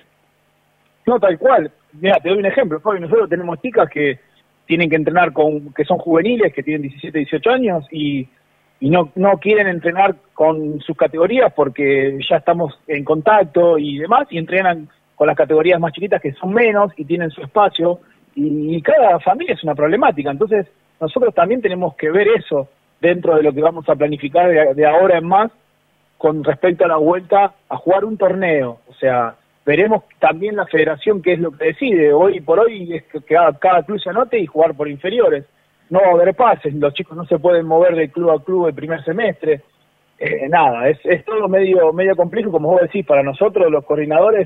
No, tal cual. Mira, te doy un ejemplo, Fabi. Nosotros tenemos chicas que tienen que entrenar con, que son juveniles, que tienen diecisiete, dieciocho años, y, y no, no quieren entrenar con sus categorías porque ya estamos en contacto y demás, y entrenan con las categorías más chiquitas que son menos y tienen su espacio, y, y cada familia es una problemática. Entonces, nosotros también tenemos que ver eso dentro de lo que vamos a planificar de, de ahora en más con respecto a la vuelta a jugar un torneo. O sea, veremos también la federación qué es lo que decide. Hoy por hoy es que cada, cada club se anote y jugar por inferiores. No va a haber pases, los chicos no se pueden mover de club a club el primer semestre. Eh, nada, es, es todo medio medio complejo, como vos decís, para nosotros los coordinadores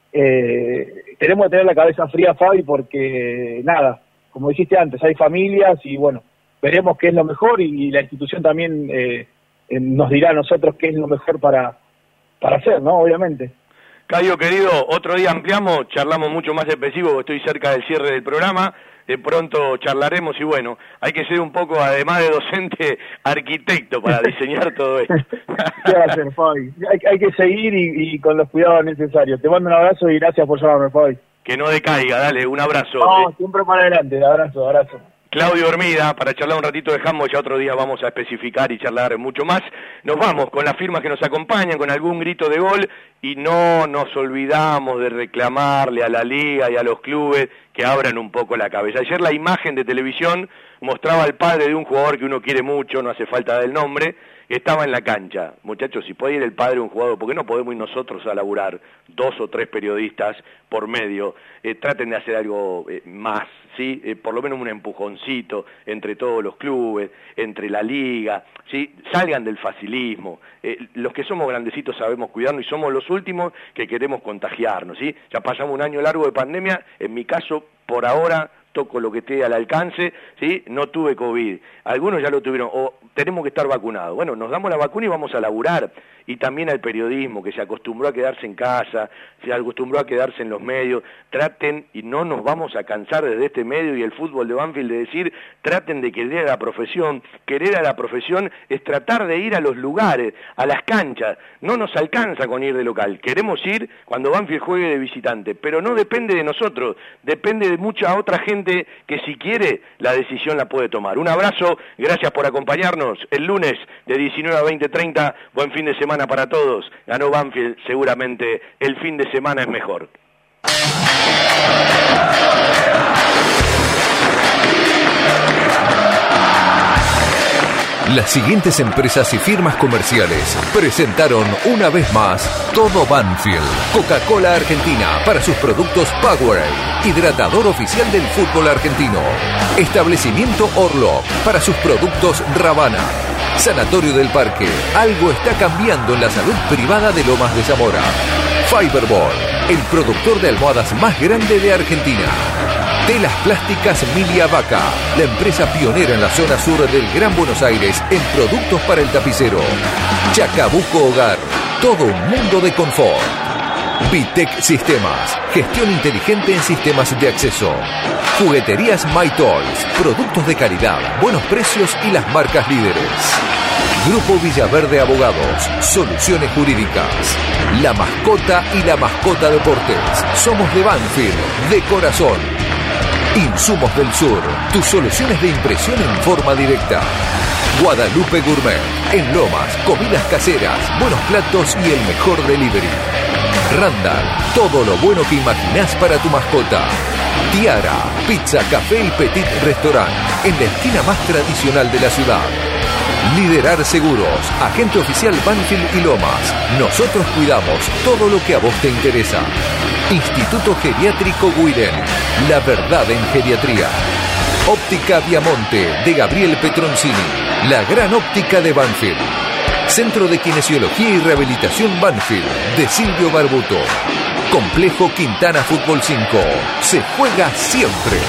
eh, tenemos que tener la cabeza fría, Fabi, porque nada, como dijiste antes, hay familias y bueno, veremos qué es lo mejor, y la institución también eh, eh, nos dirá a nosotros qué es lo mejor para, para hacer, ¿no? Obviamente. Cayo, querido, otro día ampliamos, charlamos mucho más específico, porque estoy cerca del cierre del programa, de pronto charlaremos, y bueno, hay que ser un poco, además de docente, arquitecto para diseñar todo esto. ¿Qué va a hacer, Fabi? Hay, hay que seguir y, y con los cuidados necesarios. Te mando un abrazo y gracias por llamarme, Fabi. Que no decaiga, dale, un abrazo. No, siempre para adelante, abrazo, abrazo. Claudio Hermida, para charlar un ratito de handball, ya otro día vamos a especificar y charlar mucho más. Nos vamos con las firmas que nos acompañan, con algún grito de gol, y no nos olvidamos de reclamarle a la liga y a los clubes que abran un poco la cabeza. Ayer la imagen de televisión mostraba al padre de un jugador que uno quiere mucho, no hace falta dar el nombre, que estaba en la cancha. Muchachos, si puede ir el padre de un jugador, ¿por qué no podemos ir nosotros a laburar, dos o tres periodistas por medio? Eh, traten de hacer algo eh, más, ¿sí? Eh, por lo menos un empujoncito entre todos los clubes, entre la liga, ¿sí? Salgan del facilismo. Eh, los que somos grandecitos sabemos cuidarnos y somos los últimos que queremos contagiarnos, ¿sí? Ya pasamos un año largo de pandemia, en mi caso, por ahora, toco lo que esté al alcance, ¿sí? No tuve COVID. Algunos ya lo tuvieron, o tenemos que estar vacunados. Bueno, nos damos la vacuna y vamos a laburar. Y también al periodismo, que se acostumbró a quedarse en casa, se acostumbró a quedarse en los medios. Traten, y no nos vamos a cansar desde este medio y el fútbol de Banfield de decir, traten de querer a la profesión. Querer a la profesión es tratar de ir a los lugares, a las canchas. No nos alcanza con ir de local. Queremos ir cuando Banfield juegue de visitante, pero no depende de nosotros, depende de mucha otra gente que si quiere, la decisión la puede tomar. Un abrazo, gracias por acompañarnos el lunes de diecinueve a veinte treinta, buen fin de semana para todos. Ganó Banfield, seguramente el fin de semana es mejor. Las siguientes empresas y firmas comerciales presentaron una vez más Todo Banfield. Coca-Cola Argentina para sus productos Powerade, hidratador oficial del fútbol argentino. Establecimiento Orlo para sus productos Ravana. Sanatorio del Parque, algo está cambiando en la salud privada de Lomas de Zamora. Fiberboard, el productor de almohadas más grande de Argentina. Telas Plásticas Milia Vaca, la empresa pionera en la zona sur del Gran Buenos Aires en productos para el tapicero. Chacabuco Hogar, todo un mundo de confort. Vitec Sistemas, gestión inteligente en sistemas de acceso. Jugueterías My Toys, productos de calidad, buenos precios y las marcas líderes. Grupo Villaverde Abogados, soluciones jurídicas. La Mascota y la Mascota Deportes, somos de Banfield, de corazón. Insumos del Sur, tus soluciones de impresión en forma directa. Guadalupe Gourmet, en Lomas, comidas caseras, buenos platos y el mejor delivery. Randall, todo lo bueno que imaginás para tu mascota. Tiara, pizza, café y petit restaurant, en la esquina más tradicional de la ciudad. Liderar Seguros, agente oficial Banfield y Lomas. Nosotros cuidamos todo lo que a vos te interesa. Instituto Geriátrico Guilén, la verdad en geriatría. Óptica Viamonte, de Gabriel Petroncini, la gran óptica de Banfield. Centro de Kinesiología y Rehabilitación Banfield, de Silvio Barbuto. Complejo Quintana Fútbol cinco, se juega siempre.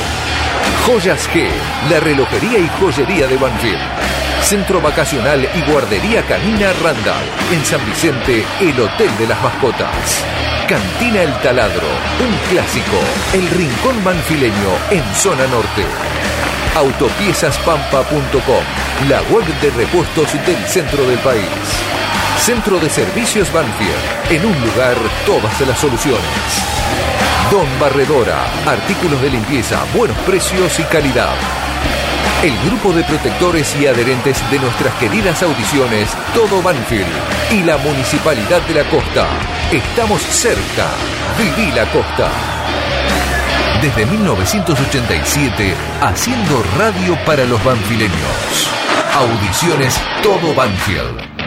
Joyas G, la relojería y joyería de Banfield. Centro Vacacional y Guardería Canina Randall, en San Vicente, el Hotel de las Mascotas. Cantina El Taladro, un clásico, el rincón banfileño en zona norte. autopiezas pampa punto com, la web de repuestos del centro del país. Centro de Servicios Banfield, en un lugar todas las soluciones. Don Barredora, artículos de limpieza, buenos precios y calidad. El grupo de protectores y adherentes de nuestras queridas audiciones Todo Banfield y la Municipalidad de la Costa. Estamos cerca. Viví la Costa. Desde mil novecientos ochenta y siete, haciendo radio para los banfileños. Audiciones Todo Banfield.